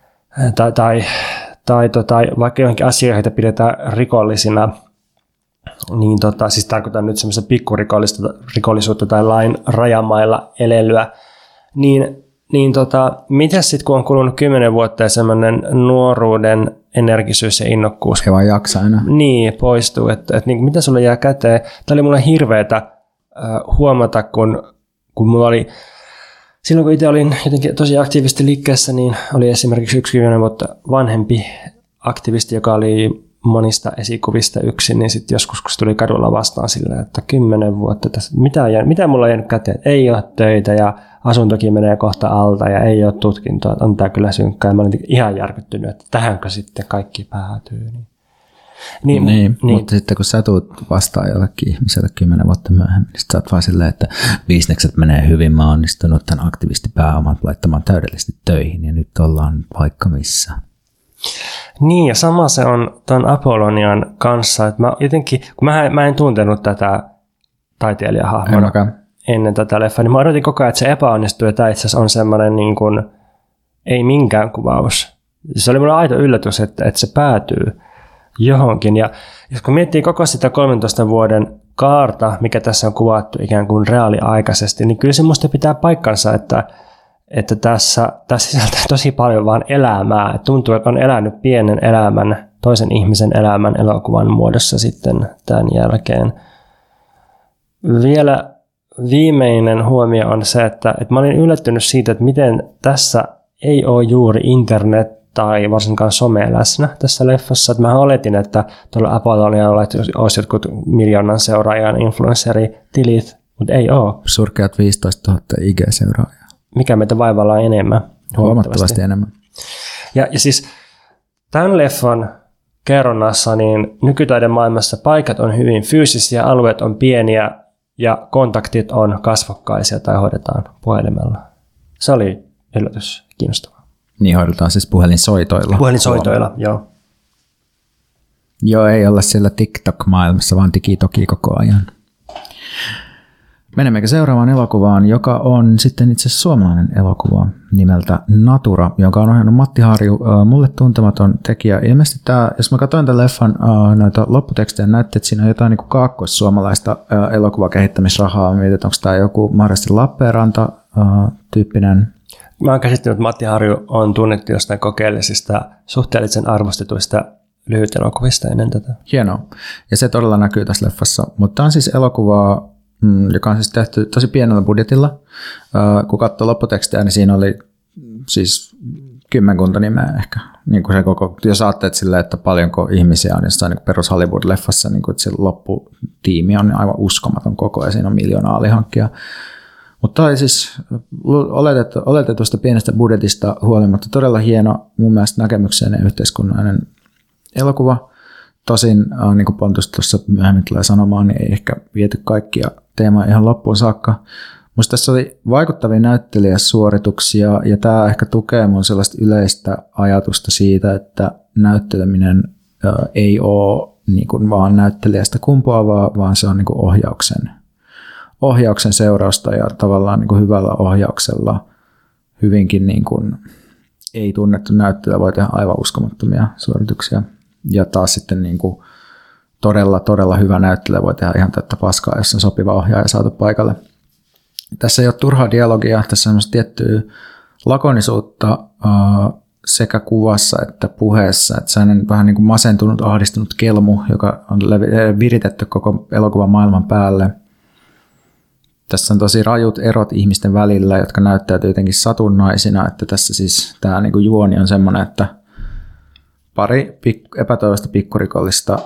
S2: tai vaikka johonkin asioihin, joita pidetään rikollisina, niin siis tarkoitan nyt semmoista pikkurikollisuutta tai lain rajamailla elelyä, niin mitäs sitten kun on kulunut 10 vuotta ja semmoinen nuoruuden energisyys ja innokkuus
S1: ei vaan jaksa enää.
S2: Niin, poistuu, että niin, mitä sulle jää käteen? Tämä oli mulle hirveetä huomata, kun mulla oli, silloin kun itse olin jotenkin tosi aktiivisesti liikkeessä, niin oli esimerkiksi 10 vuotta vanhempi aktivisti, joka oli monista esikuvista yksin, niin sitten joskus kun se tuli kadulla vastaan silleen, että 10 vuotta tässä, mitä mulla on jäänyt käteen? Ei ole töitä ja asuntokin menee kohta alta ja ei ole tutkintoa, on tämä kyllä synkkää. Mä olin ihan järkyttynyt, että tähänkö sitten kaikki päätyy. Niin,
S1: mutta sitten kun sä tulet vastaan jollekin ihmiselle 10 vuotta myöhemmin, niin sä oot vaan silleen, että bisnekset menee hyvin, mä oon onnistunut tämän aktivistipääoman laittamaan täydellisesti töihin ja nyt ollaan vaikka missä.
S2: Niin, ja sama se on tuon Apollonian kanssa, että mä jotenkin, kun mä en tuntenut tätä taiteilijahahmona ennen tätä leffaa, niin mä odotin koko ajan, että se epäonnistuu, ja tämä itse asiassa on semmoinen niin kuin, ei minkään kuvaus. Se oli mulle aito yllätys, että se päätyy johonkin, ja kun miettii koko sitä 13 vuoden kaarta, mikä tässä on kuvattu ikään kuin reaaliaikaisesti, niin kyllä se musta pitää paikkansa, että tässä sisältää tosi paljon vaan elämää. Et tuntuu, että on elänyt pienen elämän, toisen ihmisen elämän elokuvan muodossa sitten tämän jälkeen. Vielä viimeinen huomio on se, että mä olin yllättynyt siitä, että miten tässä ei ole juuri internet tai varsinkaan some läsnä tässä leffassa. Että mä oletin, että tuolla Apollonialla olisi jotkut 1 miljoonan seuraajan influenceritilit, mutta ei ole.
S1: Surkeat 15 000 IG-seuraajaa.
S2: Mikä meitä vaivalla enemmän.
S1: Huomattavasti enemmän.
S2: Ja siis tämän leffan kerronnassa niin nykytaiden maailmassa paikat on hyvin fyysisiä, alueet on pieniä ja kontaktit on kasvokkaisia tai hoidetaan puhelimella. Se oli yllätys kiinnostavaa.
S1: Niin hoidetaan siis puhelinsoitoilla.
S2: Puhelinsoitoilla, joo.
S1: Joo, ei olla siellä TikTok-maailmassa, vaan digitoki koko ajan. Menemmekö seuraavaan elokuvaan, joka on sitten itse asiassa suomalainen elokuva nimeltä Natura, jonka on ohjannut Matti Harju, mulle tuntematon tekijä. Ilmeisesti tämä, jos mä katsoin tämän leffan noita lopputekstejä, näytti, että siinä on jotain niin kuin kaakkois-suomalaista elokuvakehittämisrahaa. Mietit, onko tämä joku mahdollisesti Lappeenranta-tyyppinen?
S2: Mä oon käsittänyt, että Matti Harju on tunnettu jostain kokeellisista, suhteellisen arvostetuista lyhytelokuvista ennen tätä.
S1: Hienoa. Ja se todella näkyy tässä leffassa. Mutta tämä on siis elokuvaa, joka on siis tehty tosi pienellä budjetilla. Kun katsoo lopputekstejä, niin siinä oli siis kymmenkunta nimeä ehkä. Niin kuin se koko, jos ajattelet silleen, että paljonko ihmisiä on jossain niin perus Hollywood-leffassa, niin kuin, että se lopputiimi on aivan uskomaton koko ja siinä on 1 miljoonaa alihankkijaa. Mutta tämä oli siis oletetusta pienestä budjetista huolimatta todella hieno mun mielestä näkemykseen ja yhteiskunnallinen elokuva. Tosin, niin kuin Pontus tuossa myöhemmin tulee sanomaan, niin ei ehkä viety kaikkia teemaa ihan loppuun saakka. Musta tässä oli vaikuttavia näyttelijäsuorituksia, ja tämä ehkä tukee mun sellaista yleistä ajatusta siitä, että näytteleminen ei ole niin kuin vaan näyttelijästä kumpuavaa, vaan se on niin kuin ohjauksen seurausta, ja tavallaan niin kuin hyvällä ohjauksella hyvinkin niin kuin ei tunnettu näyttelijä voi tehdä aivan uskomattomia suorituksia. Ja taas sitten niin kuin todella hyvä näyttelijä voi tehdä ihan täyttä paskaa, jos on sopiva ohjaaja saatu paikalle. Tässä ei ole turhaa dialogia, tässä on semmoista tiettyä lakonisuutta sekä kuvassa että puheessa. Että sellainen vähän niin kuin masentunut, ahdistunut kelmu, joka on viritetty koko elokuvan maailman päälle. Tässä on tosi rajut erot ihmisten välillä, jotka näyttäytyy jotenkin satunnaisina. Että tässä siis tämä niin kuin juoni on semmoinen, että pari epätoivoista pikkurikollista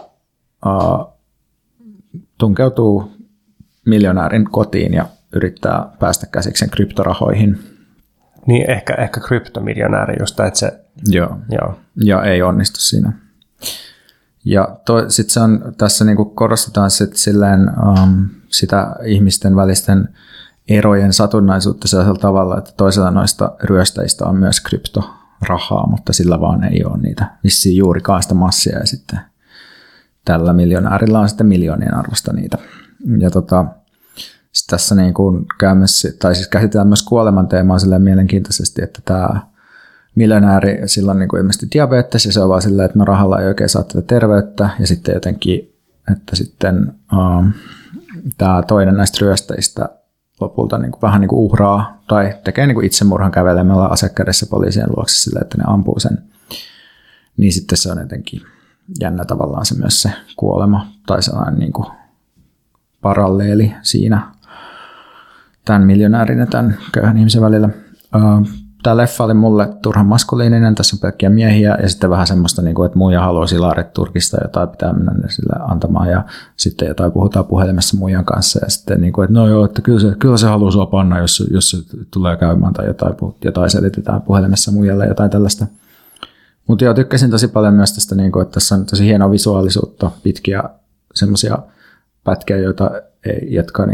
S1: tunkeutuu miljonäärin kotiin ja yrittää päästä käsiksi kryptorahoihin.
S2: Niin, ehkä kryptomiljonääri just, että se...
S1: Joo. Ja ei onnistu siinä. Ja sitten se on, tässä niinku korostetaan silleen, sitä ihmisten välisten erojen satunnaisuutta sellaisella tavalla, että toisella noista ryöstäjistä on myös kryptorahaa, mutta sillä vaan ei ole niitä vissiin juurikaan sitä massia, ja sitten tällä miljonäärillä on sitten miljoonien arvosta niitä. Ja tässä niin kuin käsitellään myös kuoleman teemaa silleen mielenkiintoisesti, että tämä miljonääri, sillä on niin kuin ilmeisesti diabetes, ja se on vaan silleen, että no rahalla ei oikein saa tätä terveyttä, ja sitten jotenkin, että sitten tämä toinen näistä ryöstäjistä lopulta niin kuin vähän niin kuin uhraa tai tekee niin kuin itsemurhan kävelemällä ase kädessä poliisien luokse silleen, että ne ampuu sen. Niin sitten se on jotenkin jännä tavallaan se myös se kuolema tai sellainen niin kuin paralleeli siinä tämän miljonäärin ja tämän köyhän ihmisen välillä. Tämä leffa oli mulle turhan maskuliininen, tässä on pelkkiä miehiä ja sitten vähän semmoista, että muija haluaa silaarit Turkista, jotain pitää mennä sille antamaan ja sitten jotain puhutaan puhelimessa muijan kanssa ja sitten että no joo, että kyllä se haluaa sua panna, jos se tulee käymään tai jotain selitetään puhelimessa muijalle, jotain tällaista. Mutta joo, tykkäsin tosi paljon myös tästä, että tässä on tosi hienoa visuaalisuutta, pitkiä semmoisia pätkiä, jotka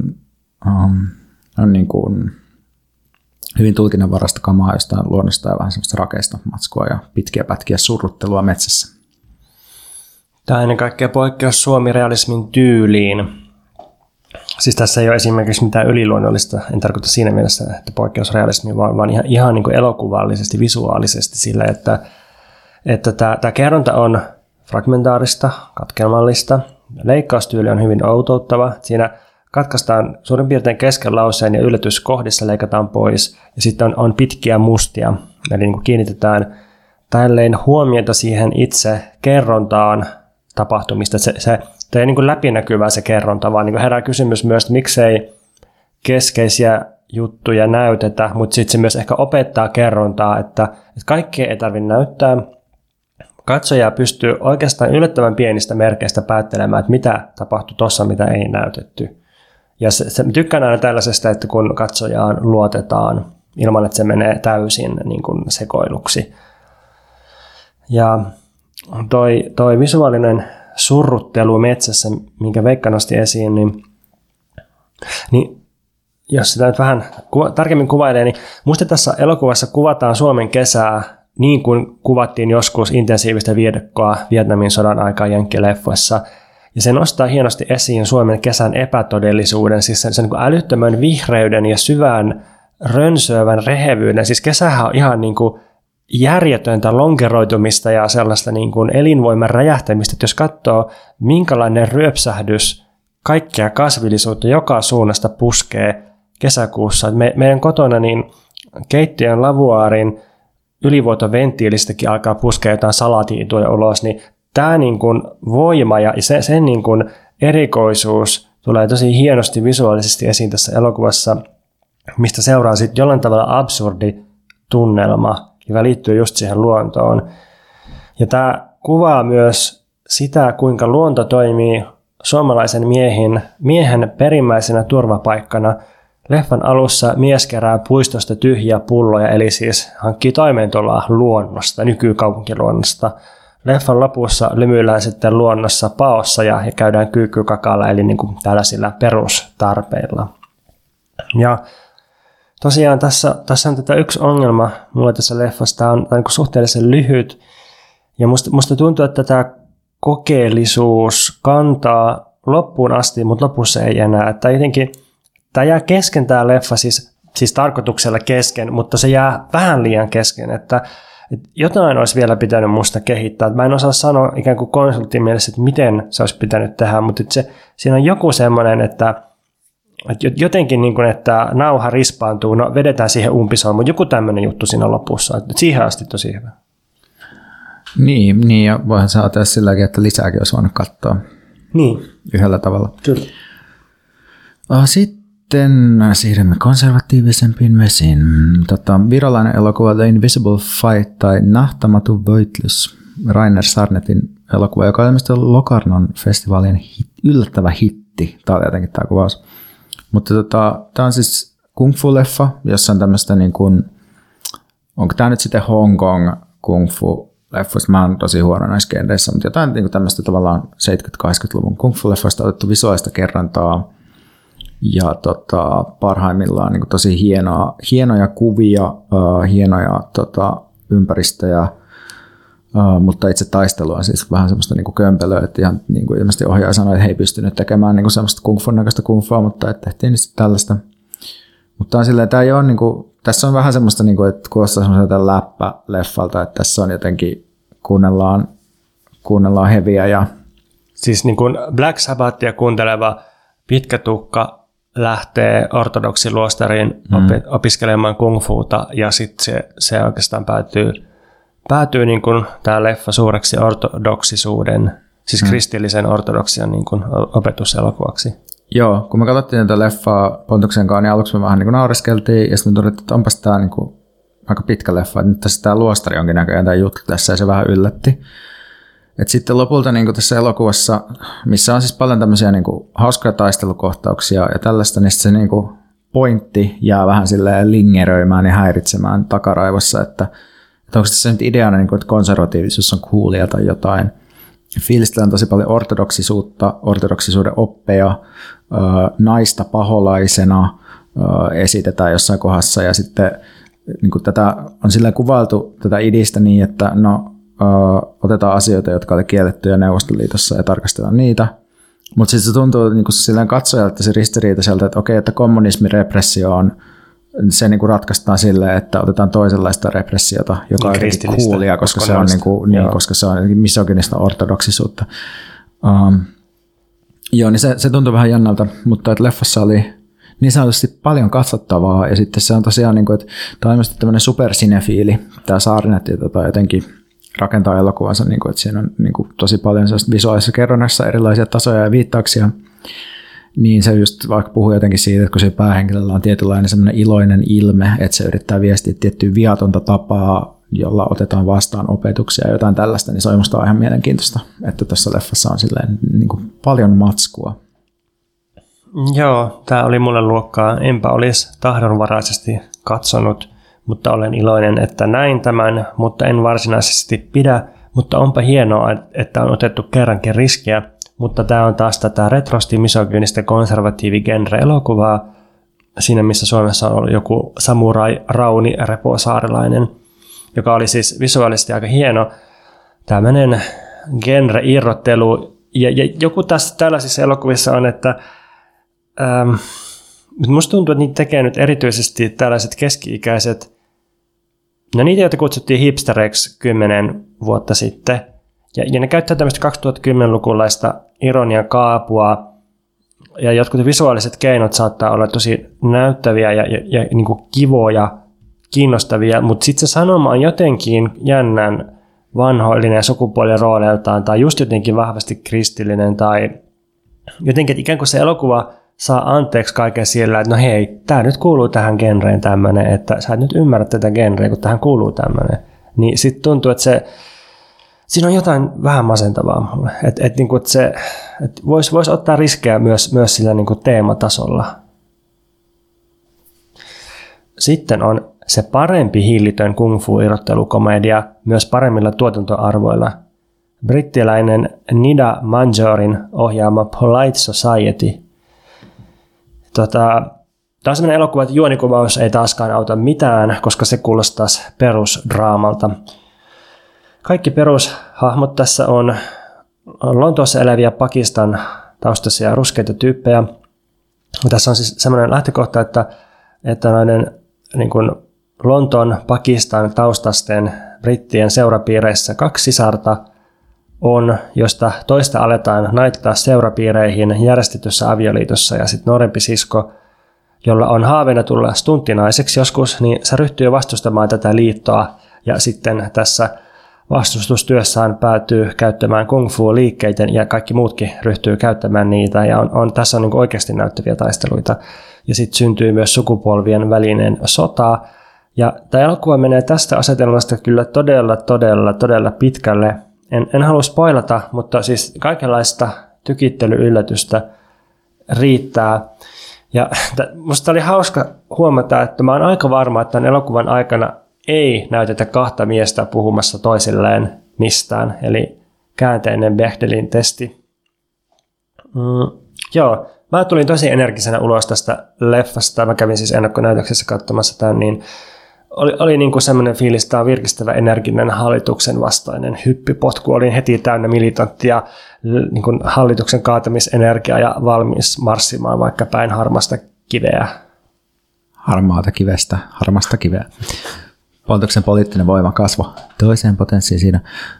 S1: on hyvin tulkinnanvarasta kamaa jostain luonnosta ja vähän semmoista rakeista matskua ja pitkiä pätkiä surruttelua metsässä.
S2: Tämä on ennen kaikkea poikkeus suomirealismin tyyliin. Siis tässä ei ole esimerkiksi mitään yliluonnollista, en tarkoita siinä mielessä, että poikkeusrealismi, vaan ihan niin kuin elokuvallisesti, visuaalisesti sillä, että tämä kerronta on fragmentaarista, katkelmallista. Leikkaustyyli on hyvin outouttava. Siinä katkaistaan suurin piirtein kesken lauseen ja yllätyskohdissa leikataan pois. Ja sitten on pitkiä mustia. Eli niin kuin kiinnitetään tälleen huomiota siihen itse kerrontaan tapahtumista. Se ei niin kuin läpinäkyvää se kerronta, vaan niin kuin herää kysymys myös, että miksei keskeisiä juttuja näytetä, mutta sitten se myös ehkä opettaa kerrontaa, että kaikkea ei tarvitse näyttää. Katsoja pystyy oikeastaan yllättävän pienistä merkeistä päättelemään, että mitä tapahtui tuossa, mitä ei näytetty. Ja tykkään aina tällaisesta, että kun katsojaan luotetaan ilman, että se menee täysin niin kuin sekoiluksi. Ja toi visuaalinen surruttelu metsässä, minkä Veikka nosti esiin, niin jos sitä nyt vähän tarkemmin kuvailee, niin musta tässä elokuvassa kuvataan Suomen kesää niin kuin kuvattiin joskus intensiivistä viidakkoa Vietnamin sodan aikaan jenkkileffoissa. Ja se nostaa hienosti esiin Suomen kesän epätodellisuuden, siis sen niin kuin älyttömän vihreyden ja syvän rönsöövän rehevyyden. Siis kesähän on ihan niin kuin järjetöntä lonkeroitumista ja sellaista niin kuin elinvoiman räjähtämistä, että jos katsoo, minkälainen ryöpsähdys kaikkea kasvillisuutta joka suunnasta puskee kesäkuussa. Meidän kotona niin keittiön lavuaarin ylivuotoventtiilistäkin alkaa puskea jotain salatiituja ulos, niin tämä niin kuin voima ja sen niin kuin erikoisuus tulee tosi hienosti visuaalisesti esiin tässä elokuvassa, mistä seuraa sitten jollain tavalla absurdi tunnelma, joka liittyy just siihen luontoon. Ja tämä kuvaa myös sitä, kuinka luonto toimii suomalaisen miehen perimmäisenä turvapaikkana. Leffan alussa mies kerää puistosta tyhjiä pulloja, eli siis hankkii toimeentuloa luonnosta, nykykaupunkiluonnosta. Leffan lopussa lymyillään sitten luonnossa paossa ja käydään kyykkykakalla, eli niin kuin tällaisilla perustarpeilla. Ja tosiaan tässä on tätä yksi ongelma mulla tässä leffassa. Tämä on niin kuin suhteellisen lyhyt, ja musta tuntuu, että tämä kokeellisuus kantaa loppuun asti, mutta lopussa ei enää. Että jotenkin tämä jää kesken tämä leffa, siis tarkoituksella kesken, mutta se jää vähän liian kesken, että jotain olisi vielä pitänyt musta kehittää. Mä en osaa sanoa ikään kuin konsultin mielessä, että miten se olisi pitänyt tehdä, mutta siinä on joku semmoinen, että jotenkin niin kuin, että nauha rispaantuu, no vedetään siihen umpisoon, mutta joku tämmöinen juttu siinä lopussa. Siihen asti tosi hyvä.
S1: Niin ja voihan se ajatella silläkin, että lisääkin olisi voinut katsoa yhdellä tavalla.
S2: Kyllä.
S1: Sitten siirrymme konservatiivisempiin vesiin. Virolainen elokuva The Invisible Fight tai Nähtämätön voitlus, Rainer Sarnetin elokuva, joka on ilmeisesti Locarnon festivaalin yllättävä hitti. Tämä oli jotenkin tämä kuvaus. Mutta tämä on siis kung fu-leffa, jossa on tämmöistä niin kuin, onko tämä nyt sitten Hong Kong kung fu-leffoista? Mä oon tosi huono näissä genreissä, mutta jotain niin kuin tämmöistä tavallaan 70-80-luvun kung fu-leffoista on otettu visuaalista kerrantaa. Ja parhaimmillaan niin kuin tosi hienoja kuvia, hienoja ympäristöjä, mutta itse taistelu on siis vähän semmoista niin kuin kömpelöä, että ihan niin kuin ilmeisesti ohjaaja sanoi, että he ei pystynyt tekemään niin kuin semmoista kung fun näköistä kung fua, mutta että tehtiin niin tällaista. Mutta on silleen, tämä ei ole niin kuin, tässä on vähän semmoista, niin kuin, että kuulostaa semmoiselta läppäleffalta, että tässä on jotenkin kuunnellaan heviä ja
S2: siis niin kuin Black Sabbathia kuunteleva pitkä tukka lähtee ortodoksiluostariin opiskelemaan kung fuuta ja sitten se oikeastaan päätyy niin kuin tämä leffa suureksi ortodoksisuuden, siis kristillisen ortodoksian niin kuin opetuselokuvaksi.
S1: Joo, kun me katsottiin tätä leffaa Pontuksen kanssa, niin aluksi me vähän niin kuin naureskeltiin ja sitten me todettiin, että onpas tämä niin kuin aika pitkä leffa, että nyt tässä tämä luostari onkin näköjään tämä juttu tässä ja se vähän yllätti. Et sitten lopulta niin kuin tässä elokuvassa, missä on siis paljon tämmöisiä niin kuin hauskoja taistelukohtauksia ja tällaista, niin se niin kuin pointti jää vähän silleen lingeröimään ja häiritsemään takaraivossa, että onko tässä nyt ideana, niin kuin, että konservatiivisuus on coolia tai jotain. Fiilistellään tosi paljon ortodoksisuutta, ortodoksisuuden oppeja, naista paholaisena esitetään jossain kohdassa ja sitten niin kuin tätä on silleen kuvailtu tätä idistä niin, että otetaan asioita, jotka oli kiellettyjä Neuvostoliitossa ja tarkastellaan niitä. Mutta sitten se tuntuu niin kuin katsojalta se ristiriitaiselta, että okei, että kommunismin repressio on, se niin kuin ratkaistaan silleen, että otetaan toisenlaista repressiota, joka on jotenkin coolia, koska se on, koska se on misogynista ortodoksisuutta. Joo, niin se tuntuu vähän jännältä, mutta että leffassa oli niin sanotusti paljon katsottavaa ja sitten se on tosiaan, niin kuin, että tämä on ilmeisesti tämmöinen supersinefiili, tämä Saarnet jotenkin rakentaa elokuvansa, niin kuin, että siinä on niin kuin, tosi paljon visuaalisessa kerronnassa erilaisia tasoja ja viittauksia, niin se just vaikka puhuu jotenkin siitä, että kun se päähenkilöllä on tietynlainen semmoinen iloinen ilme, että se yrittää viestiä tiettyä viatonta tapaa, jolla otetaan vastaan opetuksia ja jotain tällaista, niin se on musta ihan mielenkiintoista, että tässä leffassa on silleen niin kuin paljon matskua.
S2: Joo, tämä oli mulle luokkaa. Enpä olisi tahdonvaraisesti katsonut, mutta olen iloinen, että näin tämän, mutta en varsinaisesti pidä. Mutta onpa hienoa, että on otettu kerrankin riskiä. Mutta tämä on taas tätä retrosti misogyynistä konservatiivigenre-elokuvaa. siinä, missä Suomessa on ollut joku samurai Rauni Reposaarilainen, joka oli siis visuaalisesti aika hieno tämmöinen genre-irrottelu. Ja joku tässä tällaisissa elokuvissa on, että musta tuntuu, että niitä tekee nyt erityisesti tällaiset keski-ikäiset, no niitä, joita kutsuttiin hipstereiksi 10 vuotta sitten, ja ne käyttää tämmöistä 2010-lukulaista ironian kaapua, ja jotkut visuaaliset keinot saattaa olla tosi näyttäviä ja niin kuin kivoja, kiinnostavia, mutta sitten se sanoma on jotenkin jännän vanhoillinen sukupuolirooleiltaan tai just jotenkin vahvasti kristillinen tai jotenkin, että ikään kuin se elokuva saa anteeksi kaiken sillä, että no hei, tämä nyt kuuluu tähän genreen tämmöinen, että sä et nyt ymmärrä tätä genreä, kun tähän kuuluu tämmöinen. Niin sitten tuntuu, että siinä on jotain vähän masentavaa mulle. Että voisi ottaa riskejä myös sillä niin kuin teematasolla. Sitten on se parempi hillitön kung fu-irrottelukomedia myös paremmilla tuotantoarvoilla. Brittiläinen Nida Manjorin ohjaama Polite Society. Tämä on sellainen elokuva, että juonikuvaus ei taaskaan auta mitään, koska se kuulostaisi perusdraamalta. Kaikki perushahmot tässä on Lontoossa eläviä Pakistan taustaisia ruskeita tyyppejä. Tässä on siis sellainen lähtökohta, että noiden niin kuin Lontoon Pakistan taustaisten brittien seurapiireissä 2 sisarta on, josta toista aletaan naittaa seurapiireihin järjestetyssä avioliitossa, ja sitten nuorempi sisko, jolla on haaveena tulla stunttinaiseksi joskus, niin se ryhtyy vastustamaan tätä liittoa, ja sitten tässä vastustustyössään päätyy käyttämään kung fu-liikkeitä, ja kaikki muutkin ryhtyy käyttämään niitä, ja tässä on niin kuin oikeasti näyttäviä taisteluita. Ja sitten syntyy myös sukupolvien välinen sota. Ja tämä elokuva menee tästä asetelmasta kyllä todella pitkälle. En halua spoilata, mutta siis kaikenlaista tykittelyyllätystä riittää. Ja musta oli hauska huomata, että mä oon aika varma, että tämän elokuvan aikana ei näytetä 2 miestä puhumassa toisilleen mistään. Eli käänteinen Bechdelin testi. Joo. Mä tulin tosi energisenä ulos tästä leffasta. Mä kävin siis ennakkonäytöksessä katsomassa tämän, niin oli niin kuin semmoinen fiilis, että tämä on virkistävä, energinen, hallituksen vastainen hyppypotku. Olin heti täynnä militanttia niin kuin hallituksen kaatamisenergiaa ja valmis marssimaan vaikka päin harmasta kiveä.
S1: Harmasta kiveä. Poltoksen poliittinen voima kasvoi toiseen potenssiin siinä.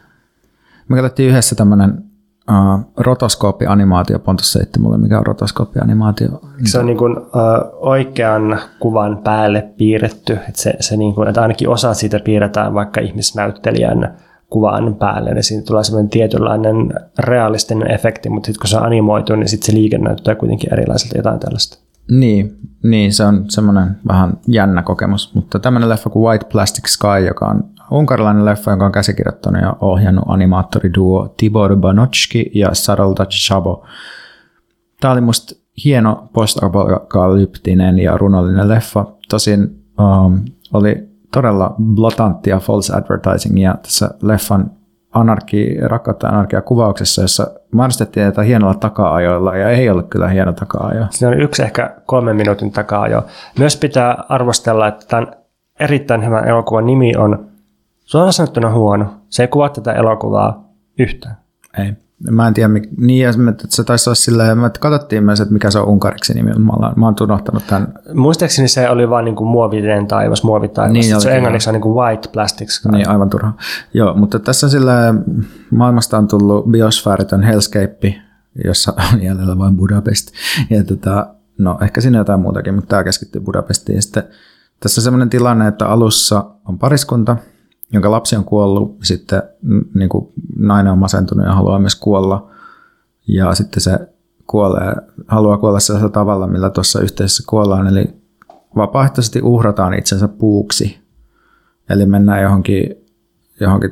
S1: Me katsottiin yhdessä tämmöinen rotoskooppianimaatio. Pontus seitti mulle, mikä on rotoskooppianimaatio.
S2: Se on niin kuin, oikean kuvan päälle piirretty. Että se niin kuin, että ainakin osa siitä piirretään vaikka ihmisnäyttelijän kuvan päälle. Ja siinä tulee semmoinen tietynlainen realistinen efekti, mutta sitten kun se on animoitu, niin sitten se liike näyttää kuitenkin erilaiselta, jotain tällaista.
S1: Niin, se on semmoinen vähän jännä kokemus. Mutta tämmöinen leffa kuin White Plastic Sky, joka on unkarilainen leffa, jonka on käsikirjoittanut ja ohjannut animaattoriduo Tibor Banotski ja Sarolta Chabo. Tämä oli musta hieno post-apokalyptinen ja runollinen leffa. Tosin oli todella blotanttia false advertisingia tässä leffan rakkautta anarkia kuvauksessa, jossa mainostettiin tätä hienolla taka-ajoilla, ja ei ollut kyllä hieno taka-ajo.
S2: Siinä on yksi ehkä 3 minuutin taka-ajo. Myös pitää arvostella, että tämän erittäin hyvän elokuvan nimi on suoraan sanottuna huono. Se ei kuvaa tätä elokuvaa yhtään.
S1: Ei. Mä en tiedä, niin, että se taisi olla silleen, me katsottiin myös, että mikä se on unkariksi nimi. Mä oon unohtanut tämän.
S2: Muistaakseni se oli vaan niin kuin muovinen taivas, muovitaivas. Niin, se englanniksi on niin kuin White Plastic Sky.
S1: Niin, aivan turha. Joo, mutta tässä silleen, maailmasta on tullut biosfääritön hellscape, jossa on jäljellä vain Budapest. Ja no ehkä siinä jotain muutakin, mutta tämä keskittyy Budapestiin. Ja sitten tässä on sellainen tilanne, että alussa on pariskunta, jonka lapsi on kuollut, sitten niin kuin nainen on masentunut ja haluaa myös kuolla. Ja sitten se haluaa kuolla sellaisella tavalla, millä tuossa yhteisössä kuollaan. Eli vapaaehtoisesti uhrataan itsensä puuksi. Eli mennään johonkin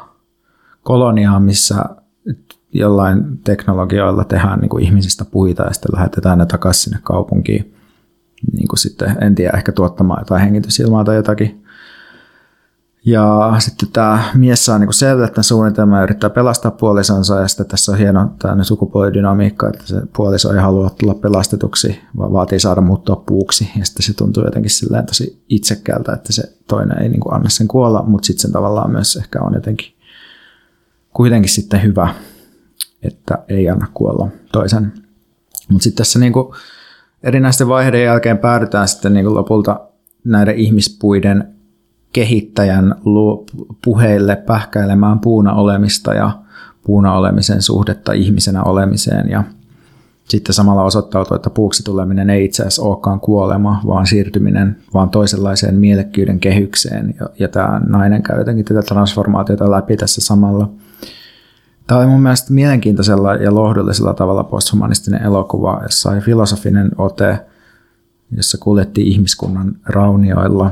S1: koloniaan, missä jollain teknologioilla tehdään niin kuin ihmisistä puita ja sitten lähetetään ne takaisin sinne kaupunkiin. Niin kuin sitten, en tiedä, ehkä tuottamaan jotain hengitysilmaa tai jotakin. Ja sitten tämä mies saa niin selville tämän suunnitelman ja yrittää pelastaa puolisonsa, ja sitten tässä on hieno tämä sukupuolidynamiikka, että se puoliso ei halua tulla pelastetuksi, vaan vaatii saada muuttua puuksi, ja sitten se tuntuu jotenkin silleen tosi itsekkäältä, että se toinen ei niin kuin anna sen kuolla, mutta sitten sen tavallaan myös ehkä on jotenkin kuitenkin sitten hyvä, että ei anna kuolla toisen. Mutta sitten tässä niin kuin erinäisten vaiheiden jälkeen päädytään sitten niin kuin lopulta näiden ihmispuiden kehittäjän puheille pähkäilemään puuna olemista ja puuna olemisen suhdetta ihmisenä olemiseen. Ja sitten samalla osoittautuu, että puuksi tuleminen ei itse asiassa olekaan kuolema, vaan siirtyminen vaan toisenlaiseen mielekkyyden kehykseen. Ja tämä nainen käy jotenkin tätä transformaatiota läpi tässä samalla. Tämä oli mun mielestä mielenkiintoisella ja lohdullisella tavalla posthumanistinen elokuva, jossa oli filosofinen ote, jossa kuljettiin ihmiskunnan raunioilla.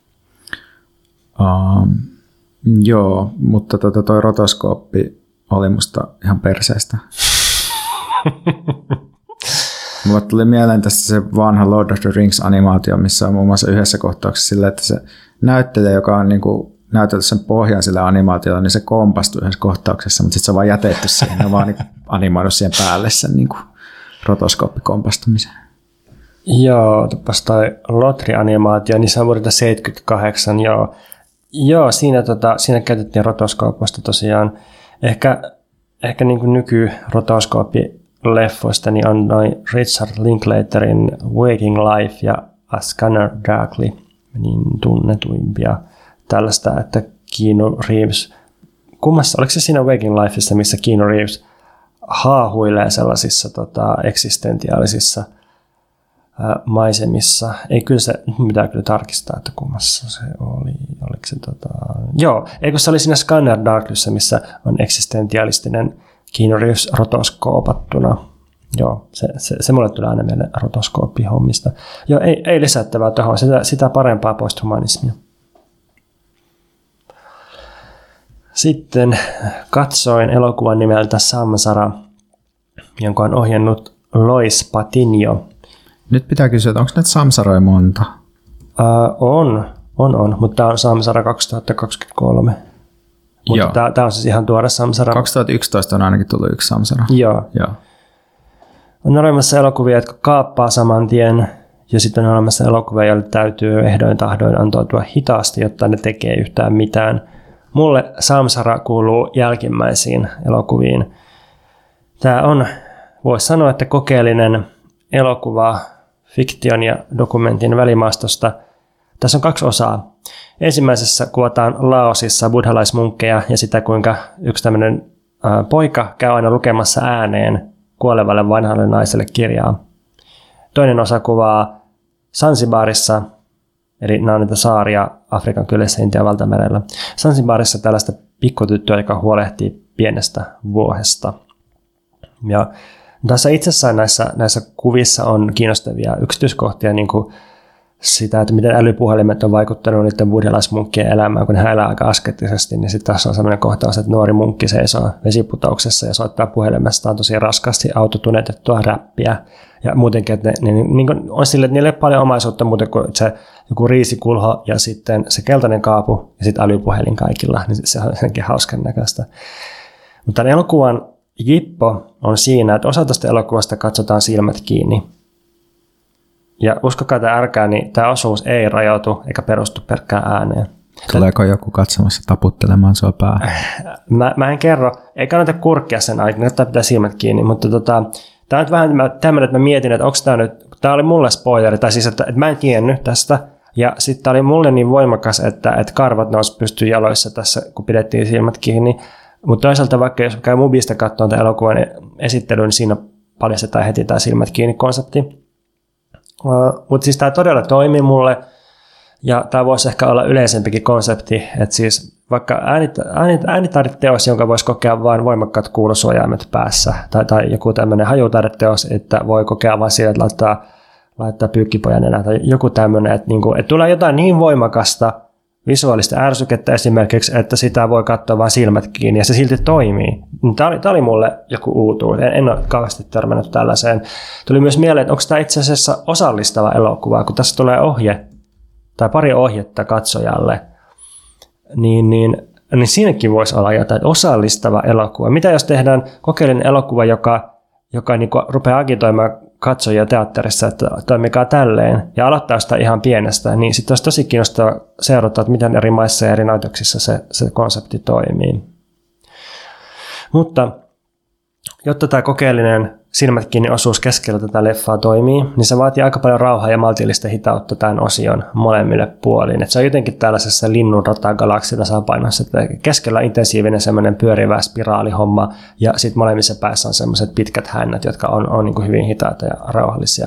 S1: Joo, mutta toi rotoskooppi oli musta ihan perseestä. Mulle tuli mieleen tässä se vanha Lord of the Rings-animaatio, missä on muun muassa yhdessä kohtauksessa sillä, että se näyttelijä, joka on niinku näytelty sen pohjan sillä animaatiolla, niin se kompastui yhdessä kohtauksessa, mutta sitten se on vaan jätetty siihen, ne on vaan niinku animoinut siihen päälle sen niinku rotoskooppikompastumisen.
S2: Joo, tupas toi Lotri-animaatio, niin se on vuodelta 78, joo. Joo, siinä käytettiin rotoskoopasta tosiaan. Ehkä niin kuin nyky-rotoskooppileffoista niin on noin Richard Linklaterin Waking Life ja A Scanner Darkly niin tunnetuimpia tällaista, että Keanu Reeves, oliko se siinä Waking Lifeissa, missä Keanu Reeves haahuilee sellaisissa eksistentiaalisissa maisemissa. Ei kyllä se, pitää kyllä tarkistaa, että kummassa se oli. Oliko se Joo, eikö se oli siinä Scanner Darklyssä, missä on eksistentialistinen Keanu Reeves rotoskoopattuna. Joo, se mulle tulee aina mieleen rotoskooppihommista. Joo, ei lisättävää tuohon, sitä parempaa posthumanismia. Sitten katsoin elokuvan nimeltä Samsara, jonka on ohjannut Lois Patinio.
S1: Nyt pitää kysyä, että onko näitä Samsaroja monta?
S2: On, mutta tämä on Samsara 2023. Mutta tämä on siis ihan tuore Samsara.
S1: 2011 on ainakin tullut yksi Samsara.
S2: Joo. On olemassa elokuvia, jotka kaappaa saman tien, ja sitten on olemassa elokuvia, joille täytyy ehdoin tahdoin antautua hitaasti, jotta ne tekee yhtään mitään. Mulle Samsara kuuluu jälkimmäisiin elokuviin. Tämä on, voisi sanoa, että kokeellinen elokuva fiktion ja dokumentin välimaastosta. Tässä on 2 osaa. Ensimmäisessä kuvataan Laosissa buddhalaismunkkeja ja sitä, kuinka yksi tämmöinen poika käy aina lukemassa ääneen kuolevalle vanhalle naiselle kirjaa. Toinen osa kuvaa Zanzibarissa, eli nämä on niitä saaria Afrikan kylässä Intian valtamerellä. Zanzibarissa tällaista pikkutyttöä, joka huolehtii pienestä vuohesta. Ja tässä itsessään näissä kuvissa on kiinnostavia yksityiskohtia, niin kuin sitä, että miten älypuhelimet on vaikuttanut niiden buddhalaismunkkien elämään, kun he elää aika askettisesti, niin sitten tässä on sellainen kohtaus, että nuori munkki seisoo vesiputouksessa ja soittaa puhelimestaan tosi raskaasti autotunetettua räppiä. Ja muutenkin, että niin on sille, että niillä ei ole paljon omaisuutta muuten kuin se joku riisikulho ja sitten se keltainen kaapu ja sitten älypuhelin kaikilla, niin se on jotenkin hauskan näköistä. Mutta tämän elokuvan jippo on siinä, että osa tästä elokuvasta katsotaan silmät kiinni. Ja uskokaa tai älkää, niin tämä osuus ei rajoitu eikä perustu pelkkään ääneen.
S1: Tuleeko joku katsomassa taputtelemaan sua päähän?
S2: Mä en kerro, ei kannata kurkkia sen aikana, että pitää silmät kiinni, mutta tämä on vähän tämmöinen, että mä mietin, että onko tämä nyt, tämä oli mulle spoileri, tai siis, että mä en tiennyt tästä, ja sitten tämä oli mulle niin voimakas, että karvat nousi pystyyn jaloissa tässä, kun pidettiin silmät kiinni. Mutta toisaalta vaikka jos käy Mubista katsomaan tämän elokuvan esittelyyn, niin siinä paljastetaan heti tämä silmät kiinni -konsepti. Mutta siis tämä todella toimii mulle, ja tämä voisi ehkä olla yleisempikin konsepti, että siis vaikka äänitaideteos, jonka voisi kokea vain voimakkaat kuulosuojaimet päässä, tai joku tämmöinen hajutaideteos, että voi kokea vain sillä, että laittaa pyykkipojan enää, tai joku tämmöinen, että tulee jotain niin voimakasta visuaalista ärsykettä esimerkiksi, että sitä voi katsoa vain silmät kiinni, ja se silti toimii. Tämä oli mulle joku uutuus. En ole kauheasti törmännyt tällaiseen. Tuli myös mieleen, että onko tämä itse asiassa osallistava elokuva, kun tässä tulee ohje, tai pari ohjetta katsojalle, niin siinäkin voisi olla jotain osallistava elokuva. Mitä jos tehdään kokeellinen elokuva, joka niin kuin rupeaa agitoimaan katsojia teatterissa, että toimikaa tälleen, ja aloittaa sitä ihan pienestä, niin sitten olisi tosi kiinnostavaa seurata, että miten eri maissa ja eri näytöksissä se konsepti toimii. Mutta jotta tämä kokeellinen silmät kiinni -osuus keskellä tätä leffaa toimii, niin se vaatii aika paljon rauhaa ja maltillista hitautta tämän osion molemmille puoliin. Se on jotenkin tällaisessa linnunrata-galaksin tasapainossa, että keskellä intensiivinen semmoinen pyörivä spiraalihomma, ja sitten molemmissa päässä on semmoiset pitkät hännät, jotka on niin kuin hyvin hitaita ja rauhallisia.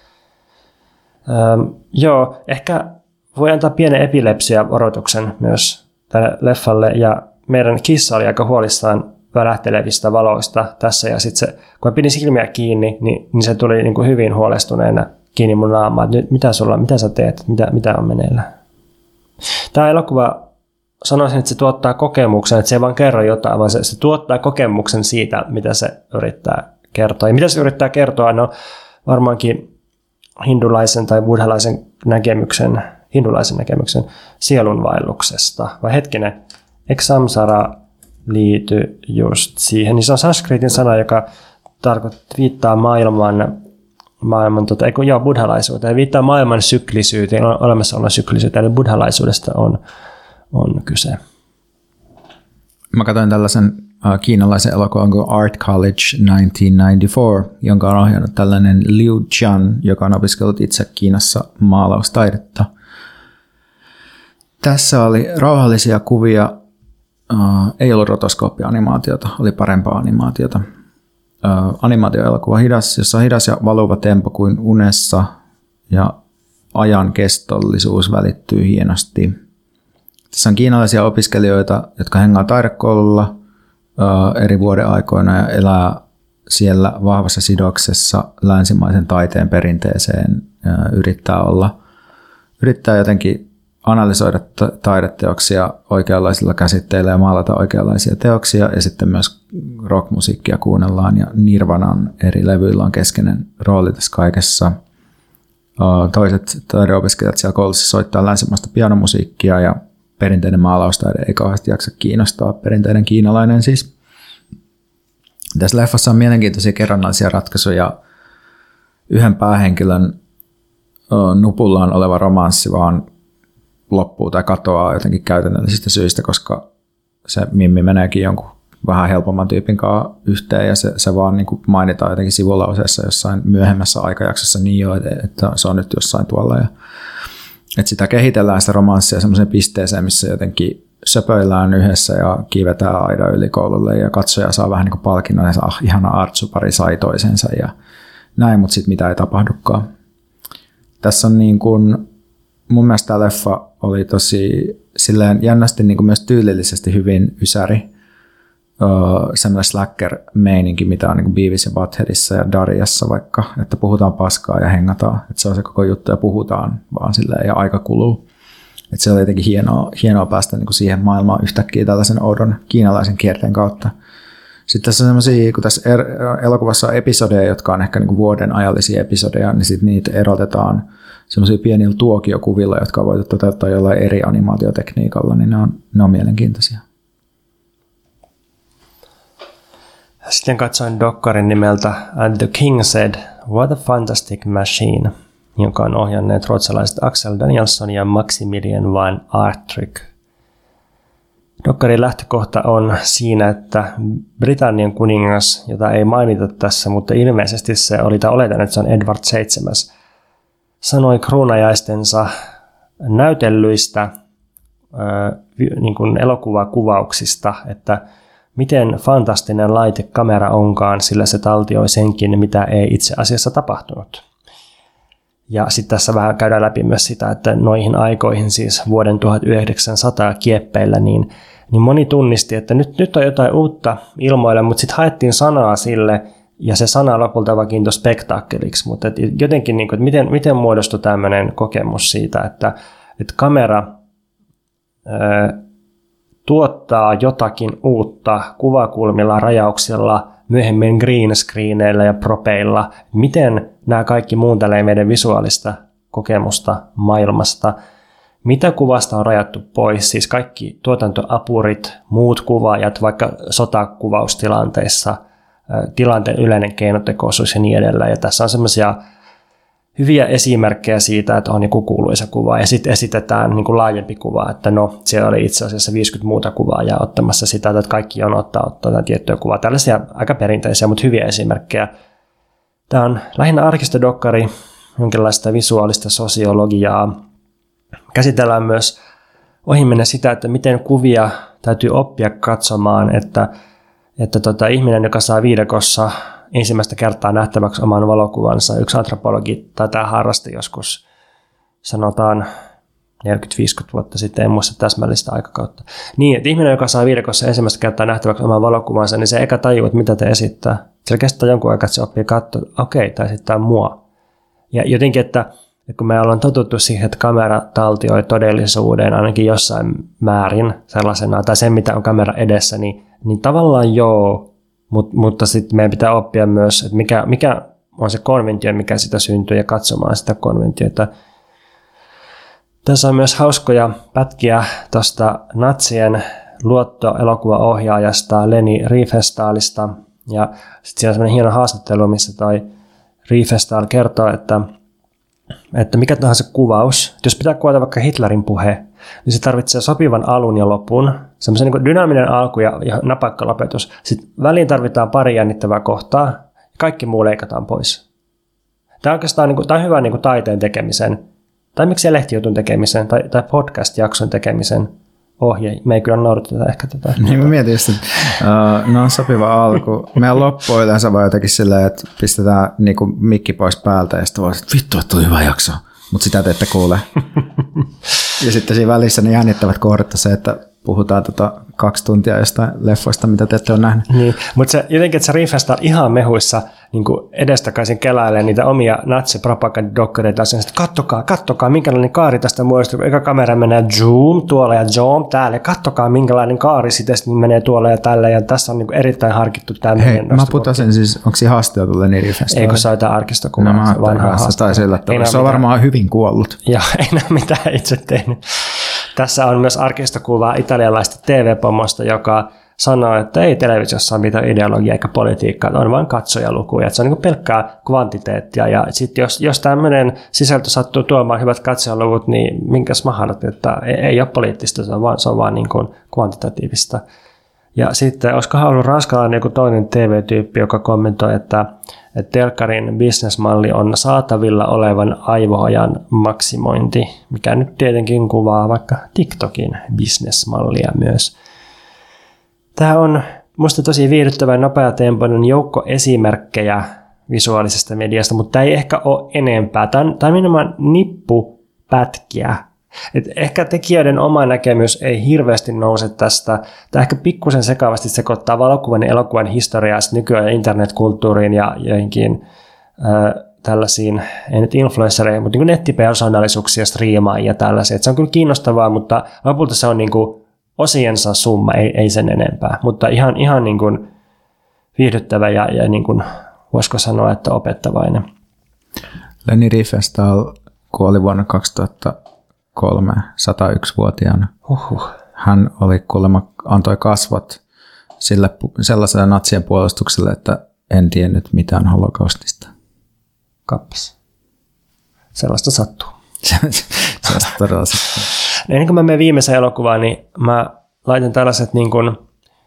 S2: Ehkä voi antaa pienen epilepsia-varoituksen myös tälle leffalle, ja meidän kissa oli aika huolissaan välähtelevistä valoista tässä, ja sitten kun mä pidin silmiä kiinni, niin se tuli niin kuin hyvin huolestuneena kiinni mun naamaan, että mitä sä teet, mitä on meneillään. Tämä elokuva, sanoisin, että se tuottaa kokemuksen, että se ei vaan kerro jotain, vaan se tuottaa kokemuksen siitä, mitä se yrittää kertoa. Ja mitä se yrittää kertoa, no varmaankin hindulaisen tai buddhalaisen näkemyksen sielunvaelluksesta. Vai hetkinen, eikö samsara liity just siihen? Niin se on sanskritin sana, joka viittaa buddhalaisuuteen. Viittaa maailman syklisyyteen, olemassaolon syklisyyteen, eli buddhalaisuudesta on kyse.
S1: Mä katsoin tällaisen kiinalaisen elokuvan kuin Art College 1994, jonka on ohjannut tällainen Liu Jian, joka on opiskellut itse Kiinassa maalaustaidetta. Tässä oli rauhallisia kuvia, ei ollut rotoskooppi-animaatiota, oli parempaa animaatiota. Animaatioelokuva hidas, jossa on hidas ja valuva tempo kuin unessa, ja ajan kestollisuus välittyy hienosti. Tässä on kiinalaisia opiskelijoita, jotka hengaa taidekoululla eri vuoden aikoina ja elää siellä vahvassa sidoksessa länsimaisen taiteen perinteeseen, yrittää jotenkin analysoida taideteoksia oikeanlaisilla käsitteillä ja maalata oikeanlaisia teoksia, ja sitten myös rockmusiikkia kuunnellaan, ja Nirvanan eri levyillä on keskeinen rooli tässä kaikessa. Toiset taideopiskelijat siellä koulussa soittaa länsimaista pianomusiikkia, ja perinteinen maalaustaide ei kauheasti jaksa kiinnostaa, perinteinen kiinalainen siis. Tässä leffassa on mielenkiintoisia kerronnallisia ratkaisuja. Yhden päähenkilön nupullaan oleva romanssi vaan loppuu tai katoaa jotenkin käytännöllisistä syistä, koska se Mimmi meneekin jonkun vähän helpomman tyypin kanssa yhteen, ja se vaan niin kuin mainitaan jotenkin sivulauseessa jossain myöhemmässä aikajaksossa niin jo, että se on nyt jossain tuolla. Ja, että sitä kehitellään sitä romanssia semmoiseen pisteeseen, missä jotenkin söpöillään yhdessä ja kiivetään aidan yli koululle, ja katsoja saa vähän niin kuin palkinnon, että ihana artsupari sai toisensa ja näin, mutta sitten mitä ei tapahdukaan. Tässä on niin kuin, mun mielestä tämä leffa oli tosi silleen jännästi niin kuin myös tyylillisesti hyvin ysäri. Semmoinen slacker-meininki, mitä on niin kuin Beavis ja Buttheadissa ja Dariassa vaikka, että puhutaan paskaa ja hengataan. Että se on se koko juttu ja puhutaan vaan silleen ja aika kuluu. Että se oli jotenkin hienoa päästä niin kuin siihen maailmaan yhtäkkiä tällaisen oudon kiinalaisen kierteen kautta. Sitten tässä on semmoisia, kun tässä elokuvassa on episodeja, jotka on ehkä niin kuin vuoden ajallisia episodeja, niin sitten niitä erotetaan semmoisia pienillä tuokiokuvilla, jotka on voitu toteuttaa jollain eri animaatiotekniikalla, niin ne on mielenkiintoisia.
S2: Sitten katsoin dokkarin nimeltä And the King Said, What a Fantastic Machine, jonka on ohjanneet ruotsalaiset Axel Danielsson ja Maximilian van Aartryk. Dokkarin lähtökohta on siinä, että Britannian kuningas, jota ei mainita tässä, mutta ilmeisesti se oli, tai oletan, että se on Edward VII, sanoi kruunajaistensa näytellyistä niin kuin elokuvakuvauksista, että miten fantastinen laite kamera onkaan, sillä se taltioi senkin, mitä ei itse asiassa tapahtunut. Ja sitten tässä vähän käydään läpi myös sitä, että noihin aikoihin, siis vuoden 1900 kieppeillä, niin moni tunnisti, että nyt on jotain uutta ilmoilla, mutta sitten haettiin sanaa sille, ja se sana lopulta vakiintui spektaakkeliksi. Mutta jotenkin, niin kuin, että miten muodostui tämmöinen kokemus siitä, että kamera tuottaa jotakin uutta kuvakulmilla, rajauksilla, myöhemmin green screeneillä ja propeilla. Miten nämä kaikki muuntelee meidän visuaalista kokemusta maailmasta? mitä kuvasta on rajattu pois, siis kaikki tuotantoapurit, muut kuvaajat, vaikka sotakuvaustilanteissa, tilanteen yleinen keinotekoisuus ja niin edelleen. Ja tässä on semmoisia hyviä esimerkkejä siitä, että on joku kuuluisa kuva ja sitten esitetään niin kuin laajempi kuva, että no siellä oli itse asiassa 50 muuta kuvaajaa ottamassa sitä, että kaikki on ottaa tiettyä kuvaa. Tällaisia aika perinteisiä, mutta hyviä esimerkkejä. Tämä on lähinnä arkistodokkari, jonkinlaista visuaalista sosiologiaa. Käsitellään myös ohimennen sitä, että miten kuvia täytyy oppia katsomaan, että ihminen, joka saa viidakossa ensimmäistä kertaa nähtäväksi oman valokuvansa, yksi antropologi tai tämä harrasti joskus, sanotaan 40-50 vuotta sitten, en muista täsmällistä aikakautta. Niin, että ihminen, joka saa viidakossa ensimmäistä kertaa nähtäväksi oman valokuvansa, niin se eka tajuu, että mitä te esittää. Se kestää jonkun aikaa, että se oppii katsoa, okei, tämä esittää mua. Ja jotenkin, että kun me ollaan totuttu siihen, että kamera taltioi todellisuuden ainakin jossain määrin sellaisena, tai sen mitä on kamera edessä, niin tavallaan joo, mutta sitten meidän pitää oppia myös, että mikä on se konventio, mikä sitä syntyy, ja katsomaan sitä konventiota. Tässä on myös hauskoja pätkiä tuosta natsien luottoelokuvaohjaajasta Leni Riefenstahlista, ja sitten siellä on sellainen hieno haastattelu, missä toi Riefenstahl kertoo, että mikä tahansa kuvaus, jos pitää kuvata vaikka Hitlerin puhe, niin se tarvitsee sopivan alun ja lopun, semmoisen niin dynaaminen alku ja napakka lopetus. Sitten väliin tarvitaan pari jännittävää kohtaa, ja kaikki muu leikataan pois. Tämä on oikeastaan tämä on hyvä taiteen tekemisen, tai miksei lehtijutun tekemisen, tai podcast-jakson tekemisen ohje. Me ei kyllä noudateta ehkä tätä.
S1: Niin mä mietin just, että on sopiva alku. Meidän loppu on yleensä vaan jotenkin silleen, että pistetään niinku mikki pois päältä ja sitten vaan, että vittu, että tuli hyvä jakso. Mutta sitä te ette kuule. Ja sitten siinä välissä ne jännittävät kohdat se, että puhutaan 2 tuntia jostain leffoista, mitä te ette ole nähneet.
S2: Niin, mutta se jotenkin, että se Riefenstahl ihan mehuissa niin edestakaisin kelailee niitä omia natsipropagandadokkareita, että kattokaa, minkälainen kaari tästä muodostuu. Eka kamera menee zoom tuolla ja zoom täällä, kattokaa minkälainen kaari sitten menee tuolla ja tällä, ja tässä on erittäin harkittu tämä.
S1: Hei, mä putasin siis, onko siinä haastateltu Leni Riefenstahl?
S2: Ei, kun se on jotain arkistokuvaa.
S1: No, se on varmaan hyvin kuollut.
S2: Joo, ei näe mitään itse tehnyt. Tässä on myös arkistokuva italialaista TV-pomosta, joka sanoo, että ei televisiossa ole mitään ideologiaa eikä politiikkaa, on vain katsojalukuja. Se on niin pelkkää kvantiteettia. Ja sitten jos tämmöinen sisältö sattuu tuomaan hyvät katsojaluvut, niin minkäs mahdot, että ei ole poliittista, se on vaan niin kuin kvantitatiivista. Ja sitten olisikohan ollut ranskalainen joku toinen TV-tyyppi, joka kommentoi, että telkkarin bisnesmalli on saatavilla olevan aivoajan maksimointi, mikä nyt tietenkin kuvaa vaikka TikTokin bisnesmallia myös. Tämä on musta tosi viihdyttävä ja nopeatempoinen joukko esimerkkejä visuaalisesta mediasta, mutta tämä ei ehkä ole enempää. Tämä on nimenomaan nippupätkiä. Et ehkä tekijöiden oma näkemys ei hirveästi nouse tästä. Tämä ehkä pikkusen sekavasti sekoittaa valokuvan ja elokuvan historiaa nykyään internetkulttuuriin ja joihinkin tällaisiin, ei nyt influenssereihin, mutta niin nettipersonaalisuuksia, striimaajia ja tällaisia. Et se on kyllä kiinnostavaa, mutta lopulta se on niin kuin osiensa summa, ei sen enempää. Mutta ihan niin kuin viihdyttävä ja niin kuin, voisiko sanoa, että opettavainen.
S1: Leni Riefenstahl kuoli vuonna 2003 101-vuotiaana. Hän oli kuulemma, antoi kasvot sellaiselle natsien puolustukselle, että en tiennyt mitään holokaustista.
S2: Kappas. Sellaista sattuu.
S1: Sellaista todella sattuu.
S2: Ennen kuin mä menen viimeiseen elokuvaan, niin mä laitan tällaiset niin kuin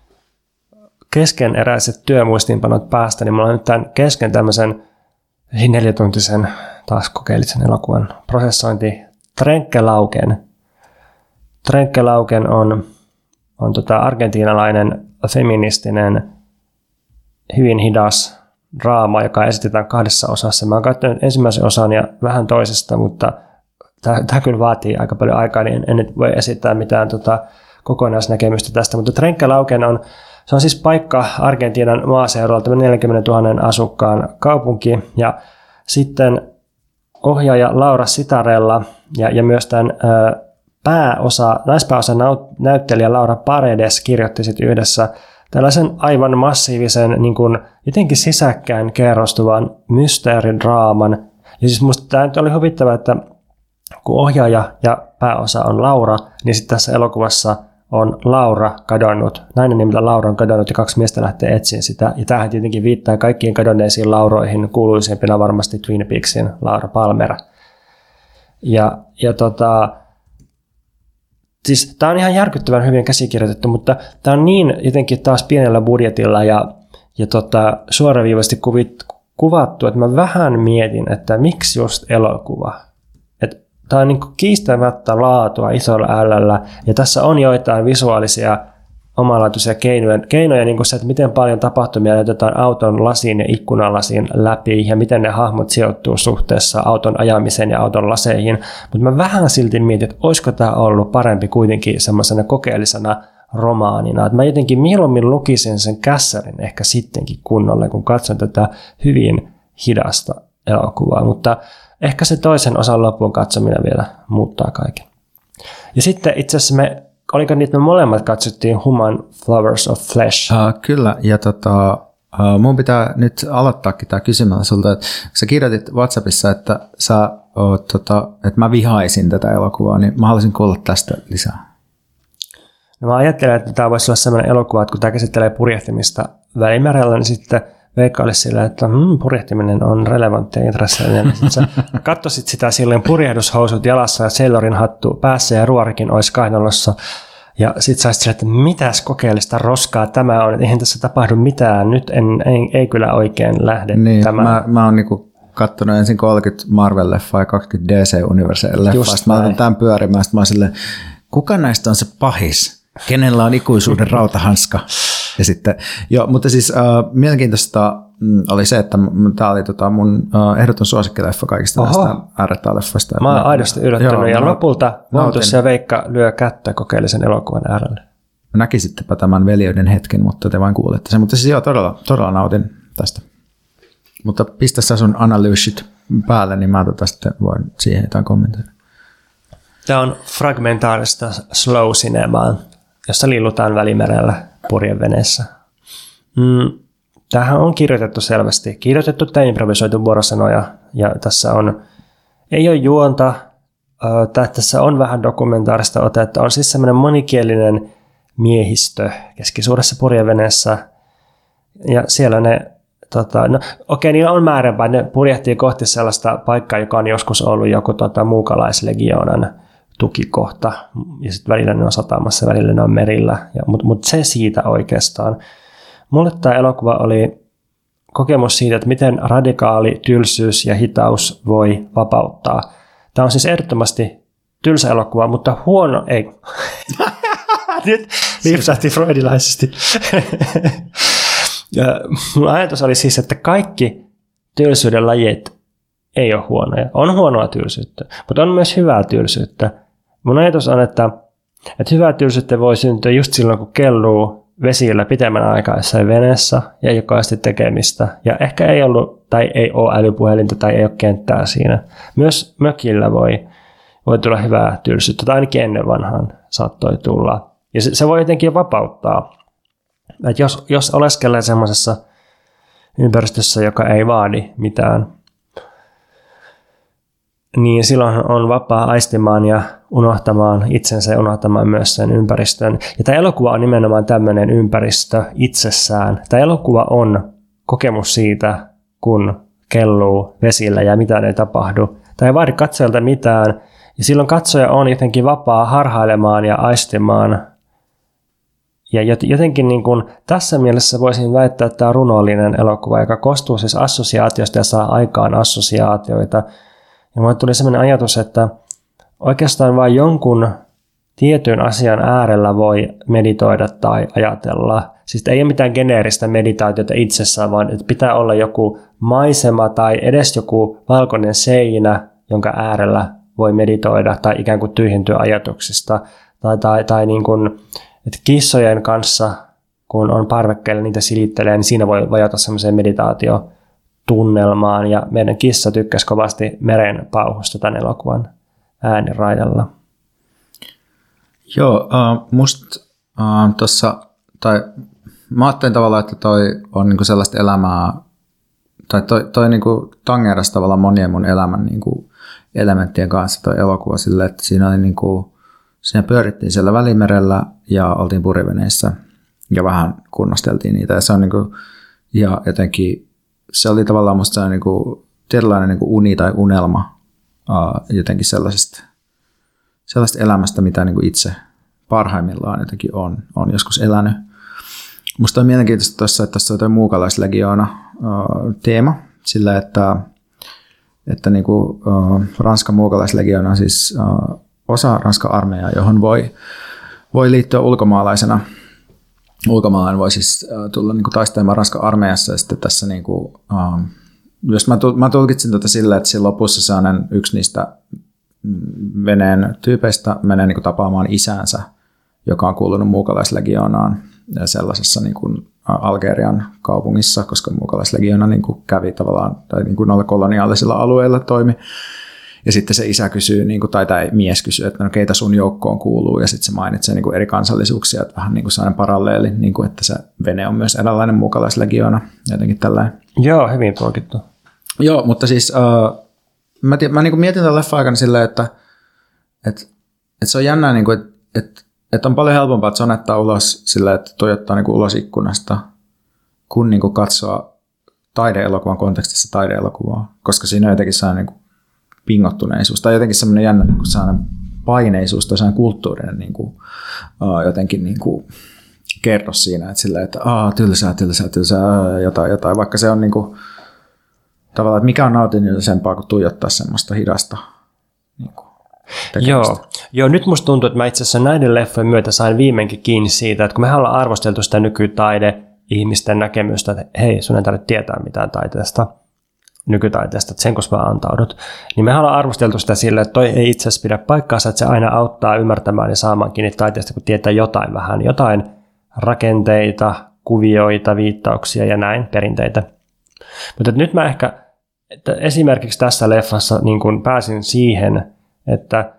S2: keskeneräiset työmuistiinpanot päästä, niin mä laitan tämän kesken tämmöisen 4-tuntisen, taas kokeellisen elokuvan prosessointi Trenkelauken. Trenkelauken on argentiinalainen feministinen, hyvin hidas draama, joka esitetään 2 osassa. Mä oon käyttänyt ensimmäisen osan ja vähän toisesta, mutta tämä kyllä vaatii aika paljon aikaa, niin en nyt voi esittää mitään kokonaisnäkemystä tästä. Mutta Trenkelauken on siis paikka Argentiinan maaseudulla, 40 000 asukkaan kaupunki, ja sitten ohjaaja Laura Sitarella ja myös tämän naispääosa näyttelijä Laura Paredes kirjoitti sitten yhdessä tällaisen aivan massiivisen, niin kuin jotenkin sisäkkään kerrostuvan mysteeridraaman. Ja siis musta tämä nyt oli huvittava, että kun ohjaaja ja pääosa on Laura, niin sitten tässä elokuvassa on Laura kadonnut. Nainen nimeltä Laura on kadonnut ja 2 miestä lähtee etsiä sitä. Ja tämähän tietenkin viittaa kaikkiin kadonneisiin Lauroihin, kuuluisimpina varmasti Twin Peaksin Laura Palmer. Siis tämä on ihan järkyttävän hyvin käsikirjoitettu, mutta tämä on niin jotenkin taas pienellä budjetilla ja suoraviivasti kuvattu, että mä vähän mietin, että miksi just elokuva. Tämä on niin kiistämättä laatua isolla L:llä, ja tässä on joitain visuaalisia omalaatuisia keinoja niin kuin se, että miten paljon tapahtumia näytetään auton lasiin ja ikkunalasin läpi, ja miten ne hahmot sijoittuu suhteessa auton ajamiseen ja auton laseihin. Mutta mä vähän silti mietin, että olisiko tämä ollut parempi kuitenkin semmoisena kokeellisena romaanina. Että mä jotenkin mieluummin lukisin sen kässärin ehkä sittenkin kunnolla, kun katson tätä hyvin hidasta elokuvaa, mutta ehkä se toisen osan loppuun katsominen vielä muuttaa kaiken. Ja sitten itse asiassa oliko niitä me molemmat katsottiin Human Flowers of Flesh?
S1: Kyllä, ja mun pitää nyt aloittaakin tämä kysymällä sulta, että sä kirjoitit WhatsAppissa, että että mä vihaisin tätä elokuvaa, niin mä haluaisin kuulla tästä lisää.
S2: No mä ajattelen, että tämä voisi olla sellainen elokuva, että kun tämä käsittelee purjehtimista Välimerellä, niin sitten Veikka olisi sillä, että purjehtiminen on relevanttia ja intressallinen. Sitten sä katsoisit sitä silleen purjehdushousut jalassa ja sailorin hattu päässä ja ruorikin olisi kainalossa. Ja sitten saisit sillä, että mitäs kokeellista roskaa tämä on. Eihän tässä tapahdu mitään. Nyt ei kyllä oikein lähde
S1: niin,
S2: tämä.
S1: Mä oon niinku katsonut ensin 30 Marvel-leffaa ja 20 DC-universeen-leffaa. Sitten mä otan tämän pyörimään. Sitten mä oon silleen, kuka näistä on se pahis? Kenellä on ikuisuuden rautahanska? Ja sitten, mutta siis mielenkiintoista oli se, että tämä oli mun ehdoton suosikkileffa kaikista näistä R-leffoista.
S2: Mä oon aidosti yllättynyt ja lopulta Montus ja Veikka lyö kättä kokeellisen elokuvan äärelle.
S1: Näkisittepä tämän veljeyden hetken, mutta te vain kuulette sen. Mutta siis todella nautin tästä. Mutta pistä sä sun analyysit päälle, niin mä sitten voin siihen jotain kommentoida.
S2: Tämä on fragmentaarista slow cinemaa, jossa liillutaan Välimerellä purjeveneessä. Tämähän on kirjoitettu selvästi. Kirjoitettu tai improvisoitu vuorosanoja. Ja tässä ei ole juonta. Tässä on vähän dokumentaarista otetta. On siis semmoinen monikielinen miehistö keskisuuressa purjeveneessä. Ja siellä niillä on määränpää. Ne purjehtii kohti sellaista paikkaa, joka on joskus ollut joku muukalaislegioonan tukikohta, ja sitten välillä ne on satamassa, välillä ne on merillä, mutta se siitä oikeastaan. Mulle tämä elokuva oli kokemus siitä, että miten radikaali tylsyys ja hitaus voi vapauttaa. Tämä on siis ehdottomasti tylsä elokuva, mutta huono, ei. Nyt lipsahti freudilaisesti. Mun ajatus oli siis, että kaikki tylsyyden lajit ei ole huonoja. On huonoa tylsyyttä, mutta on myös hyvää tylsyyttä. Mun ajatus on, että hyvää tylsyyttä voi syntyä just silloin, kun kelluu vesillä pitemmän aikaa jossain veneessä ja ei ole tekemistä. Ja ehkä ei ollut tai ei ole älypuhelinta tai ei ole kenttää siinä. Myös mökillä voi tulla hyvää tylsyyttä, tai ainakin ennen vanhaan saattoi tulla. Ja se voi jotenkin vapauttaa. Että jos oleskelee semmoisessa ympäristössä, joka ei vaadi mitään, niin silloin on vapaa aistimaan ja unohtamaan itsensä ja unohtamaan myös sen ympäristön. Ja tämä elokuva on nimenomaan tämmöinen ympäristö itsessään. Tämä elokuva on kokemus siitä, kun kelluu vesillä ja mitään ei tapahdu. Tämä ei vaadi katsojalta mitään. Ja silloin katsoja on jotenkin vapaa harhailemaan ja aistimaan. Ja jotenkin niin kuin tässä mielessä voisin väittää, että tämä on runollinen elokuva, joka koostuu siis assosiaatiosta ja saa aikaan assosiaatioita. Ja mulle tuli sellainen ajatus, että oikeastaan vain jonkun tietyn asian äärellä voi meditoida tai ajatella. Siis ei ole mitään geneeristä meditaatiota itsessään, vaan että pitää olla joku maisema tai edes joku valkoinen seinä, jonka äärellä voi meditoida tai ikään kuin tyhjentyä ajatuksista. Tai niin kuin, että kissojen kanssa, kun on parvekkeella niitä silittelee, niin siinä voi vajata semmoiseen meditaatiotunnelmaan. Ja meidän kissa tykkäsi kovasti meren pauhusta tämän elokuvan ääniraidalla.
S1: Joo, musta tuossa, tai mä ajattelin tavallaan, että toi on niinku sellaista elämää, tai toi niinku tangerasi tavallaan monien mun elämän niinku elementtien kanssa tuo elokuva sille, että siinä oli niinku, siinä pyörittiin siellä Välimerellä ja oltiin puriveneissä ja vähän kunnosteltiin niitä. Ja se on niinku, ja jotenkin se oli tavallaan musta niinku tietynlainen niinku uni tai unelma jotenkin sellaisesta elämästä, mitä niinku itse parhaimmillaan jotenkin on joskus elänyt. Musta on mielenkiintoista tuossa, että tässä on toi muukalaislegioona teema sillä, että niinku, Ranskan muukalaislegioona on siis osa Ranskan armeijaa, johon voi liittyä ulkomaalaisena. Ulkomaalainen voi siis tulla niinku taistelemaan Ranskan armeijassa ja sitten tässä niinku, jos mä tulkitsin tätä sillä, että siinä lopussa sellainen yksi niistä veneen tyypeistä menee niinku tapaamaan isäänsä, joka on kuulunut muukalaislegioonaan sellaisessa niinku Algerian kaupungissa, koska muukalaislegioona niinku kävi tavallaan tai niinku noilla koloniaalisilla alueilla toimi. Ja sitten se isä kysyy, tai mies kysyy, että no keitä sun joukkoon kuuluu, ja sitten se mainitsee niin kuin eri kansallisuuksia, että vähän niin kuin sellainen paralleeli, niin kuin, että se vene on myös eräänlainen muukalaislegioona, jotenkin tällainen.
S2: Joo, hyvin tulkittu.
S1: Joo, mutta siis mä niin kuin mietin tämän leffan aikana silleen, että se on jännää, niin kuin, että on paljon helpompaa, että sonettaa ulos silleen, että tuijottaa niin kuin ulos ikkunasta, kun niin kuin katsoa taide-elokuvan kontekstissa taide-elokuvaa, koska siinä on jotenkin sellainen niin kuin pingottuneisuus tai jotenkin semmoinen jännä niin kuin sellainen paineisuus tai sellainen kulttuurinen niin kuin, jotenkin niin kuin kerros siinä, että sillä, että tylsää, jotain, vaikka se on niin kuin, tavallaan, että mikä on nautinnollisempaa kuin tuijottaa semmoista hidasta niin kuin
S2: Joo, nyt musta tuntuu, että mä itse asiassa näiden leffojen myötä sain viimeinkin kiinni siitä, että kun mehän ollaan arvosteltu sitä nykytaide-ihmisten näkemystä, että hei, sun ei tarvitse tietää mitään taiteesta, nykytaiteesta, että sen kun mä antaudut, niin mehän ollaan arvosteltu sitä sillä, että toi ei itse asiassa pidä paikkaansa, että se aina auttaa ymmärtämään ja saamaan kiinni taiteesta, kun tietää jotain vähän, jotain rakenteita, kuvioita, viittauksia ja näin, perinteitä. Mutta nyt mä ehkä että esimerkiksi tässä leffassa niin kun pääsin siihen, että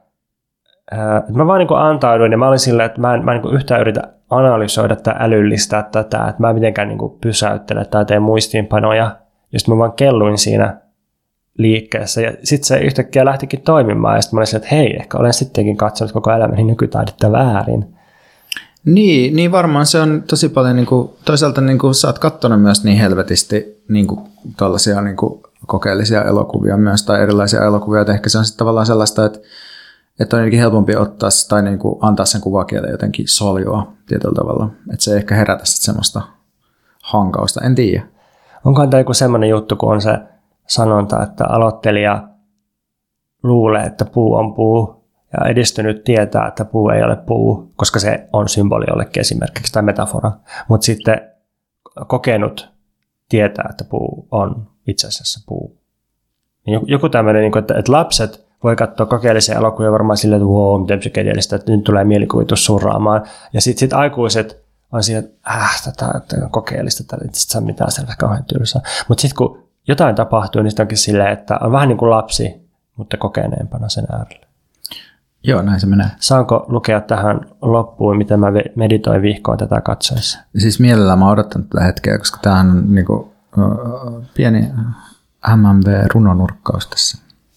S2: mä vaan niin antauduin ja mä olin silleen, että mä en niin yhtään yritä analysoida tai älyllistää tätä, että mä en mitenkään niin pysäyttele tai teen muistiinpanoja. Ja sitten mä vaan kelluin siinä liikkeessä ja sitten se yhtäkkiä lähtikin toimimaan ja sitten mä olin silleen, että hei, ehkä olen sittenkin katsonut koko elämäni nykytaidetta väärin.
S1: Niin varmaan se on tosi paljon, niin kuin, toisaalta niin kuin, sä oot katsonut myös niin helvetisti niin kuin, tällaisia niin kuin, kokeellisia elokuvia myös tai erilaisia elokuvia, että ehkä se on sitten tavallaan sellaista, että on jotenkin helpompi ottaa tai niin kuin, antaa sen kuvakielen jotenkin soljua tietyllä tavalla, että se ei ehkä herätä sitten semmoista hankausta, en tiedä.
S2: Onkohan tämä joku semmoinen juttu, kun on se sanonta, että aloittelija luulee, että puu on puu ja edistynyt tietää, että puu ei ole puu, koska se on symboli jollekin esimerkiksi tai metafora. Mutta sitten kokenut tietää, että puu on itse asiassa puu. Joku tämmöinen, että lapset voi katsoa kokeellisia elokuvia varmaan silleen, että wow, miten psykedeellistä, että nyt tulee mielikuvitus surraamaan. Ja sitten aikuiset on siinä, että tätä on kokeellista, että itse asiassa mitään selvä kauhean tylsää. Mutta sitten kun jotain tapahtuu, niin sitten onkin silleen, että on vähän niin kuin lapsi, mutta kokeneempana sen äärellä.
S1: Joo, näin se menee.
S2: Saanko lukea tähän loppuun, miten mä meditoin vihkoon tätä katsoessa?
S1: Siis mielellään mä oon odottanut tätä hetkeä, koska tämähän on niinku, pieni MMV-runonurkkaus tässä.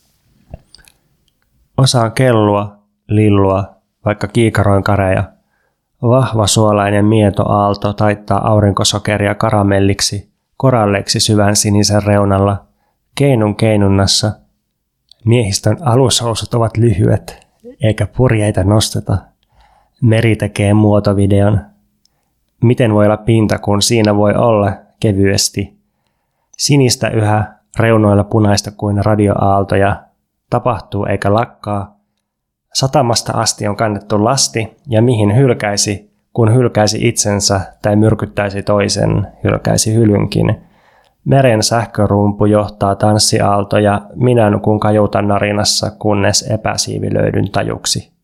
S2: Osaan kellua, lillua, vaikka kiikaroin kareja. Vahva suolainen mietoaalto taittaa aurinkosokeria karamelliksi, koralleiksi syvän sinisen reunalla, keinunnassa. Miehistön alushousut ovat lyhyet, eikä purjeita nosteta. Meri tekee muotovideon. Miten voi olla pinta, kun siinä voi olla kevyesti? Sinistä yhä, reunoilla punaista kuin radioaaltoja. Tapahtuu eikä lakkaa. Satamasta asti on kannettu lasti, ja mihin hylkäisi, kun hylkäisi itsensä tai myrkyttäisi toisen, hylkäisi hylynkin. Meren sähkörumpu johtaa tanssiaaltoja, minä nukun kajutan narinassa, kunnes epäsiivilöidyn tajuksi.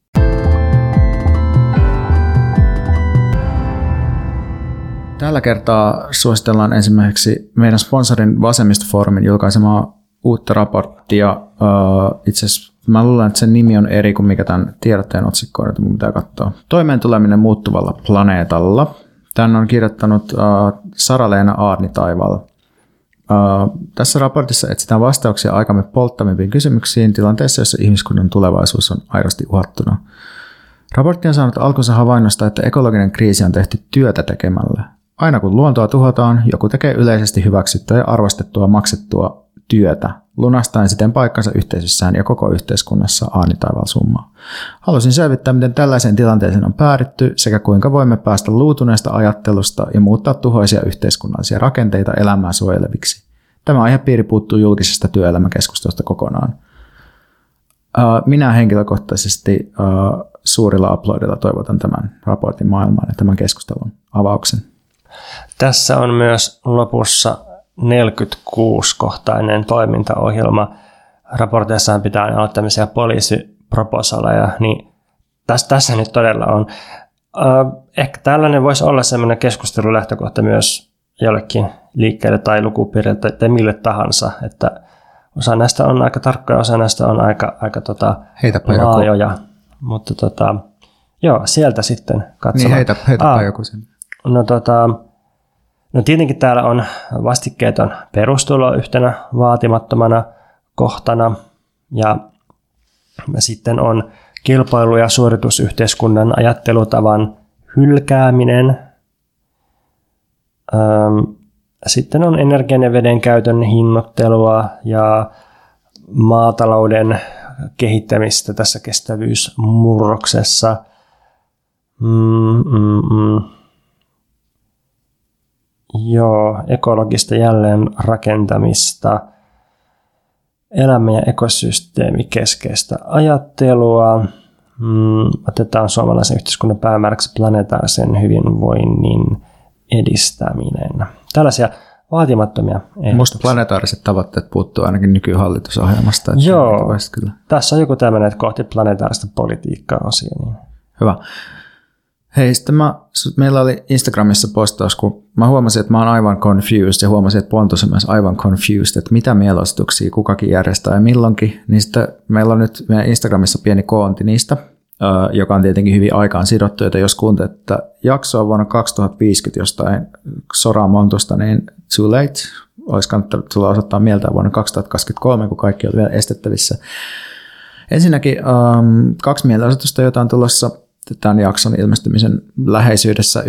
S1: Tällä kertaa suositellaan ensimmäiseksi meidän sponsorin Vasemmistofoorumin julkaisemaa uutta raporttia. Itse asiassa mä luulen, että sen nimi on eri kuin mikä tämän tiedotteen otsikko on, että mun pitää katsoa. Toimeentuleminen muuttuvalla planeetalla. Tän on kirjoittanut Sara-Leena Aarnitaival. Tässä raportissa etsitään vastauksia aikamme polttavimpiin kysymyksiin tilanteessa, jossa ihmiskunnan tulevaisuus on aidosti uhattuna. Raportti on saanut alkunsa havainnosta, että ekologinen kriisi on tehty työtä tekemällä. Aina kun luontoa tuhotaan, joku tekee yleisesti hyväksyttyä ja arvostettua maksettua työtä, lunastaen siten paikkansa yhteisössään ja koko yhteiskunnassa aanitaivalsummaa. Halusin selvittää, miten tällaiseen tilanteeseen on päädytty sekä kuinka voimme päästä luutuneesta ajattelusta ja muuttaa tuhoisia yhteiskunnallisia rakenteita elämää suojeleviksi. Tämä aihepiiri puuttuu julkisesta työelämäkeskustelusta kokonaan. Minä henkilökohtaisesti suurilla uploadilla toivotan tämän raportin maailmaan ja tämän keskustelun avauksen.
S2: Tässä on myös lopussa 46-kohtainen toimintaohjelma. Raporteissaan pitää olla tämmöisiä poliisiproposaleja, niin tässä nyt todella on. Ehkä tällainen voisi olla semmoinen keskustelulähtökohta myös jollekin liikkeelle tai lukupiirille tai mille tahansa, että osa näistä on aika tarkkoja, osa näistä on aika laajoja. Mutta joo, sieltä sitten katsomaan.
S1: Niin heitäpä joku sen.
S2: No tietenkin täällä on vastikkeeton perustulo yhtenä vaatimattomana kohtana ja sitten on kilpailu- ja suoritusyhteiskunnan ajattelutavan hylkääminen. Sitten on energian ja veden käytön hinnoittelua ja maatalouden kehittämistä tässä kestävyysmurroksessa. Joo, ekologista jälleenrakentamista, elämä- ja ekosysteemikeskeistä ajattelua. Otetaan suomalaisen yhteiskunnan päämääräksi planetaarisen hyvinvoinnin edistäminen. Tällaisia vaatimattomia ehdotuksia.
S1: Minusta planetaariset tavoitteet puuttuu ainakin nykyhallitusohjelmasta.
S2: Joo, kyllä. Tässä on joku tämmöinen, että kohti planetaarista politiikkaa osio. Niin.
S1: Hyvä. Hei, sitten meillä oli Instagramissa postaus, kun mä huomasin, että mä oon aivan confused ja huomasin, että Pontus on myös aivan confused, että mitä mielenosoituksia kukakin järjestää ja milloinkin. Niin sitten meillä on nyt meidän Instagramissa pieni koonti niistä, joka on tietenkin hyvin aikaan sidottu, joten jos kuuntelet, että jaksoa vuonna 2050 jostain Soraa Montusta, niin too late. Olisi kannattanut tulla osoittaa mieltä vuonna 2023, kun kaikki on vielä estettävissä. Ensinnäkin 2 mielenosoitusta, joita on tulossa tämän jakson ilmestymisen läheisyydessä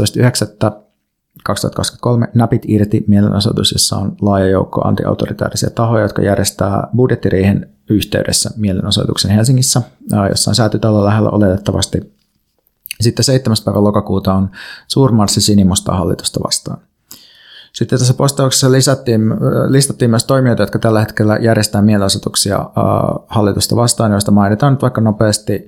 S1: 19.9.2023 Näpit irti mielenosoitus, jossa on laaja joukko antiautoritäärisiä tahoja, jotka järjestää budjettiriihen yhteydessä mielenosoituksen Helsingissä, jossa on Säätytalon lähellä oletettavasti. Sitten 7. päivä lokakuuta on suurmarssi sinimustaa hallitusta vastaan. Sitten tässä postauksessa listattiin myös toimijoita, jotka tällä hetkellä järjestää mielenosoituksia hallitusta vastaan, joista mainitaan nyt vaikka nopeasti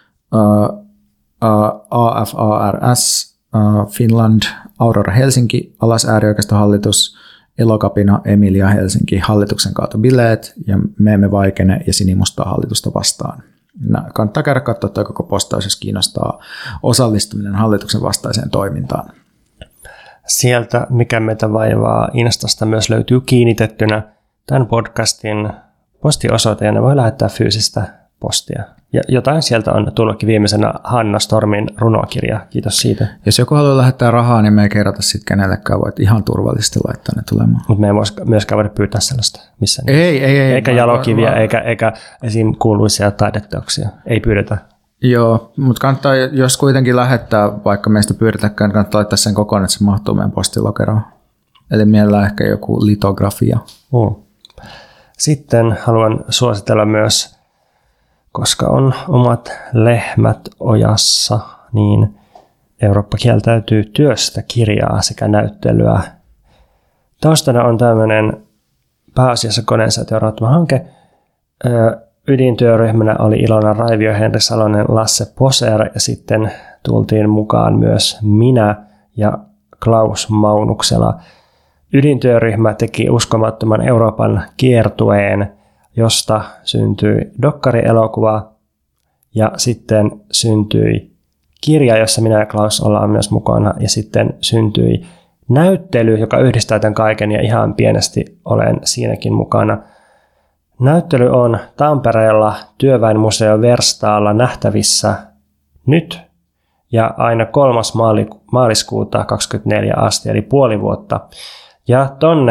S1: AFARS, Finland, Aurora Helsinki, Alas äärioikeistohallitus, Elokapina, Emilia Helsinki, hallituksen kaatobileet ja Me emme vaikene ja sinimustaa hallitusta vastaan. Kannattaa käydä katsoa tuo koko postaus, jos kiinnostaa osallistuminen hallituksen vastaiseen toimintaan.
S2: Sieltä, mikä meitä vaivaa, Instasta myös löytyy kiinnitettynä tämän podcastin postiosoite, ja ne voi lähettää fyysistä postia. Ja jotain sieltä on tullutkin viimeisenä Hanna Stormin runokirja. Kiitos siitä.
S1: Jos joku haluaa lähettää rahaa, niin me ei kerrota sitten kenellekään. Voit ihan turvallisesti laittaa ne tulemaan.
S2: Mutta me ei myöskään voida pyytää sellaista missään.
S1: Ei.
S2: Eikä jalokiviä, eikä esim. Kuuluisia taideteoksia. Ei pyydetä.
S1: Joo, mutta kannattaa, jos kuitenkin lähettää, vaikka meistä pyydetäkään, niin kannattaa laittaa sen kokonaan, että se mahtuu meidän postilokeroon. Eli mielellään ehkä joku litografia.
S2: Sitten haluan suositella myös, koska on omat lehmät ojassa, niin Eurooppa kieltäytyy työstä kirjaa sekä näyttelyä. Taustana on tämmöinen pääasiassa koneensäätiön rahoittama hanke. Ydintyöryhmänä oli Ilona Raivio, Henri Salonen, Lasse Poser ja sitten tultiin mukaan myös minä ja Klaus Maunuksela. Ydintyöryhmä teki uskomattoman Euroopan kiertueen, josta syntyi dokkarielokuva ja sitten syntyi kirja, jossa minä ja Klaus ollaan myös mukana, ja sitten syntyi näyttely, joka yhdistää tämän kaiken, ja ihan pienesti olen siinäkin mukana. Näyttely on Tampereella Työväenmuseo Verstaalla nähtävissä nyt ja aina 3. maaliskuuta 2024 asti, eli puoli vuotta. Ja tonne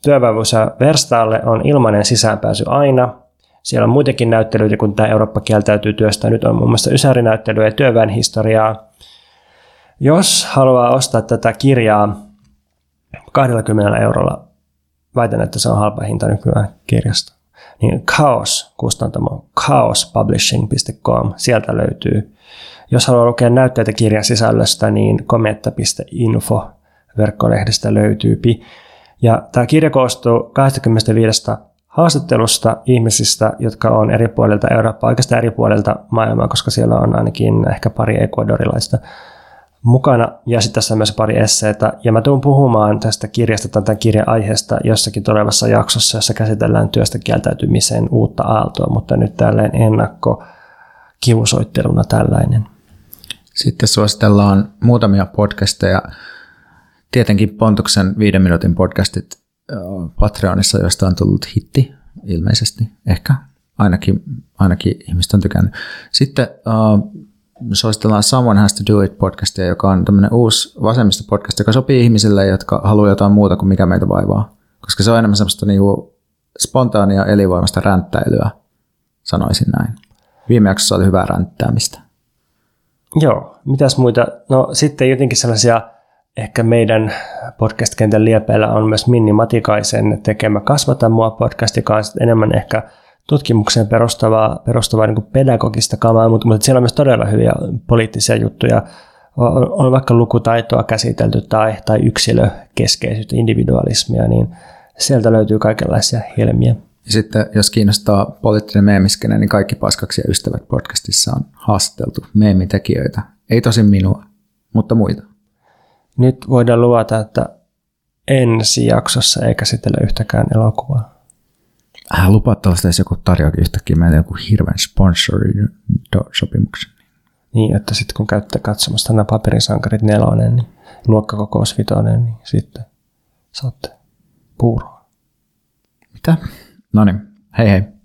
S2: Työväenvuosia Verstaalle on ilmainen sisäänpääsy aina. Siellä on muitakin näyttelyitä, kun tämä Eurooppa kieltäytyy työstä. Nyt on muun muassa Ysäri-näyttelyä ja työväen historiaa. Jos haluaa ostaa tätä kirjaa 20 €, väitän, että se on halpa hinta nykyään kirjasta, niin Chaos-kustantamo, chaospublishing.com, sieltä löytyy. Jos haluaa lukea näytteitä kirjan sisällöstä, niin kometta.info verkkolehdestä löytyy. Ja tämä kirja koostuu 25 haastattelusta ihmisistä, jotka on eri puolilta Eurooppaa, oikeastaan eri puolilta maailmaa, koska siellä on ainakin ehkä pari ecuadorilaista mukana, ja sitten tässä on myös pari esseitä. Ja mä tuun puhumaan tästä kirjasta tai tämän kirjan aiheesta jossakin tulevassa jaksossa, jossa käsitellään työstä kieltäytymisen uutta aaltoa, mutta nyt tälleen ennakkokiusoitteluna tällainen.
S1: Sitten suositellaan muutamia podcasteja. Tietenkin Pontuksen 5 minuutin podcastit Patreonissa, joista on tullut hitti ilmeisesti, ehkä. Ainakin ihmiset on tykännyt. Sitten suositellaan Someone Has to Do It -podcastia, joka on tämmöinen uusi vasemmista podcast, joka sopii ihmisille, jotka haluaa jotain muuta kuin mikä meitä vaivaa. Koska se on enemmän semmoista niinku spontaania elinvoimasta ränttäilyä, sanoisin näin. Viime jaksossa oli hyvää ränttäämistä.
S2: Joo, mitäs muita? No sitten jotenkin sellaisia, ehkä meidän podcast-kentän liepeillä on myös Minni Matikaisen tekemä Kasvata mua -podcast, joka on enemmän ehkä tutkimukseen perustuvaa niin kuin pedagogista kamaa, mutta siellä on myös todella hyviä poliittisia juttuja. On vaikka lukutaitoa käsitelty tai yksilökeskeisyyttä, individualismia, niin sieltä löytyy kaikenlaisia helmiä.
S1: Ja sitten jos kiinnostaa poliittinen meemiskene, niin Kaikki paskaksi ja ystävät -podcastissa on haastateltu meemitekijöitä. Ei tosin minua, mutta muita.
S2: Nyt voidaan luvata, että ensi jaksossa ei käsitellä yhtäkään elokuvaa.
S1: Lupaa tuollaista, jos joku tarjoakin yhtäkkiä meille joku hirveän sponsorin-sopimuksen.
S2: Niin, että sitten kun käytte katsomassa tänä Paperisankarit 4, niin Luokkakokous 5, niin sitten saatte puuroa.
S1: Mitä? Noniin, hei hei.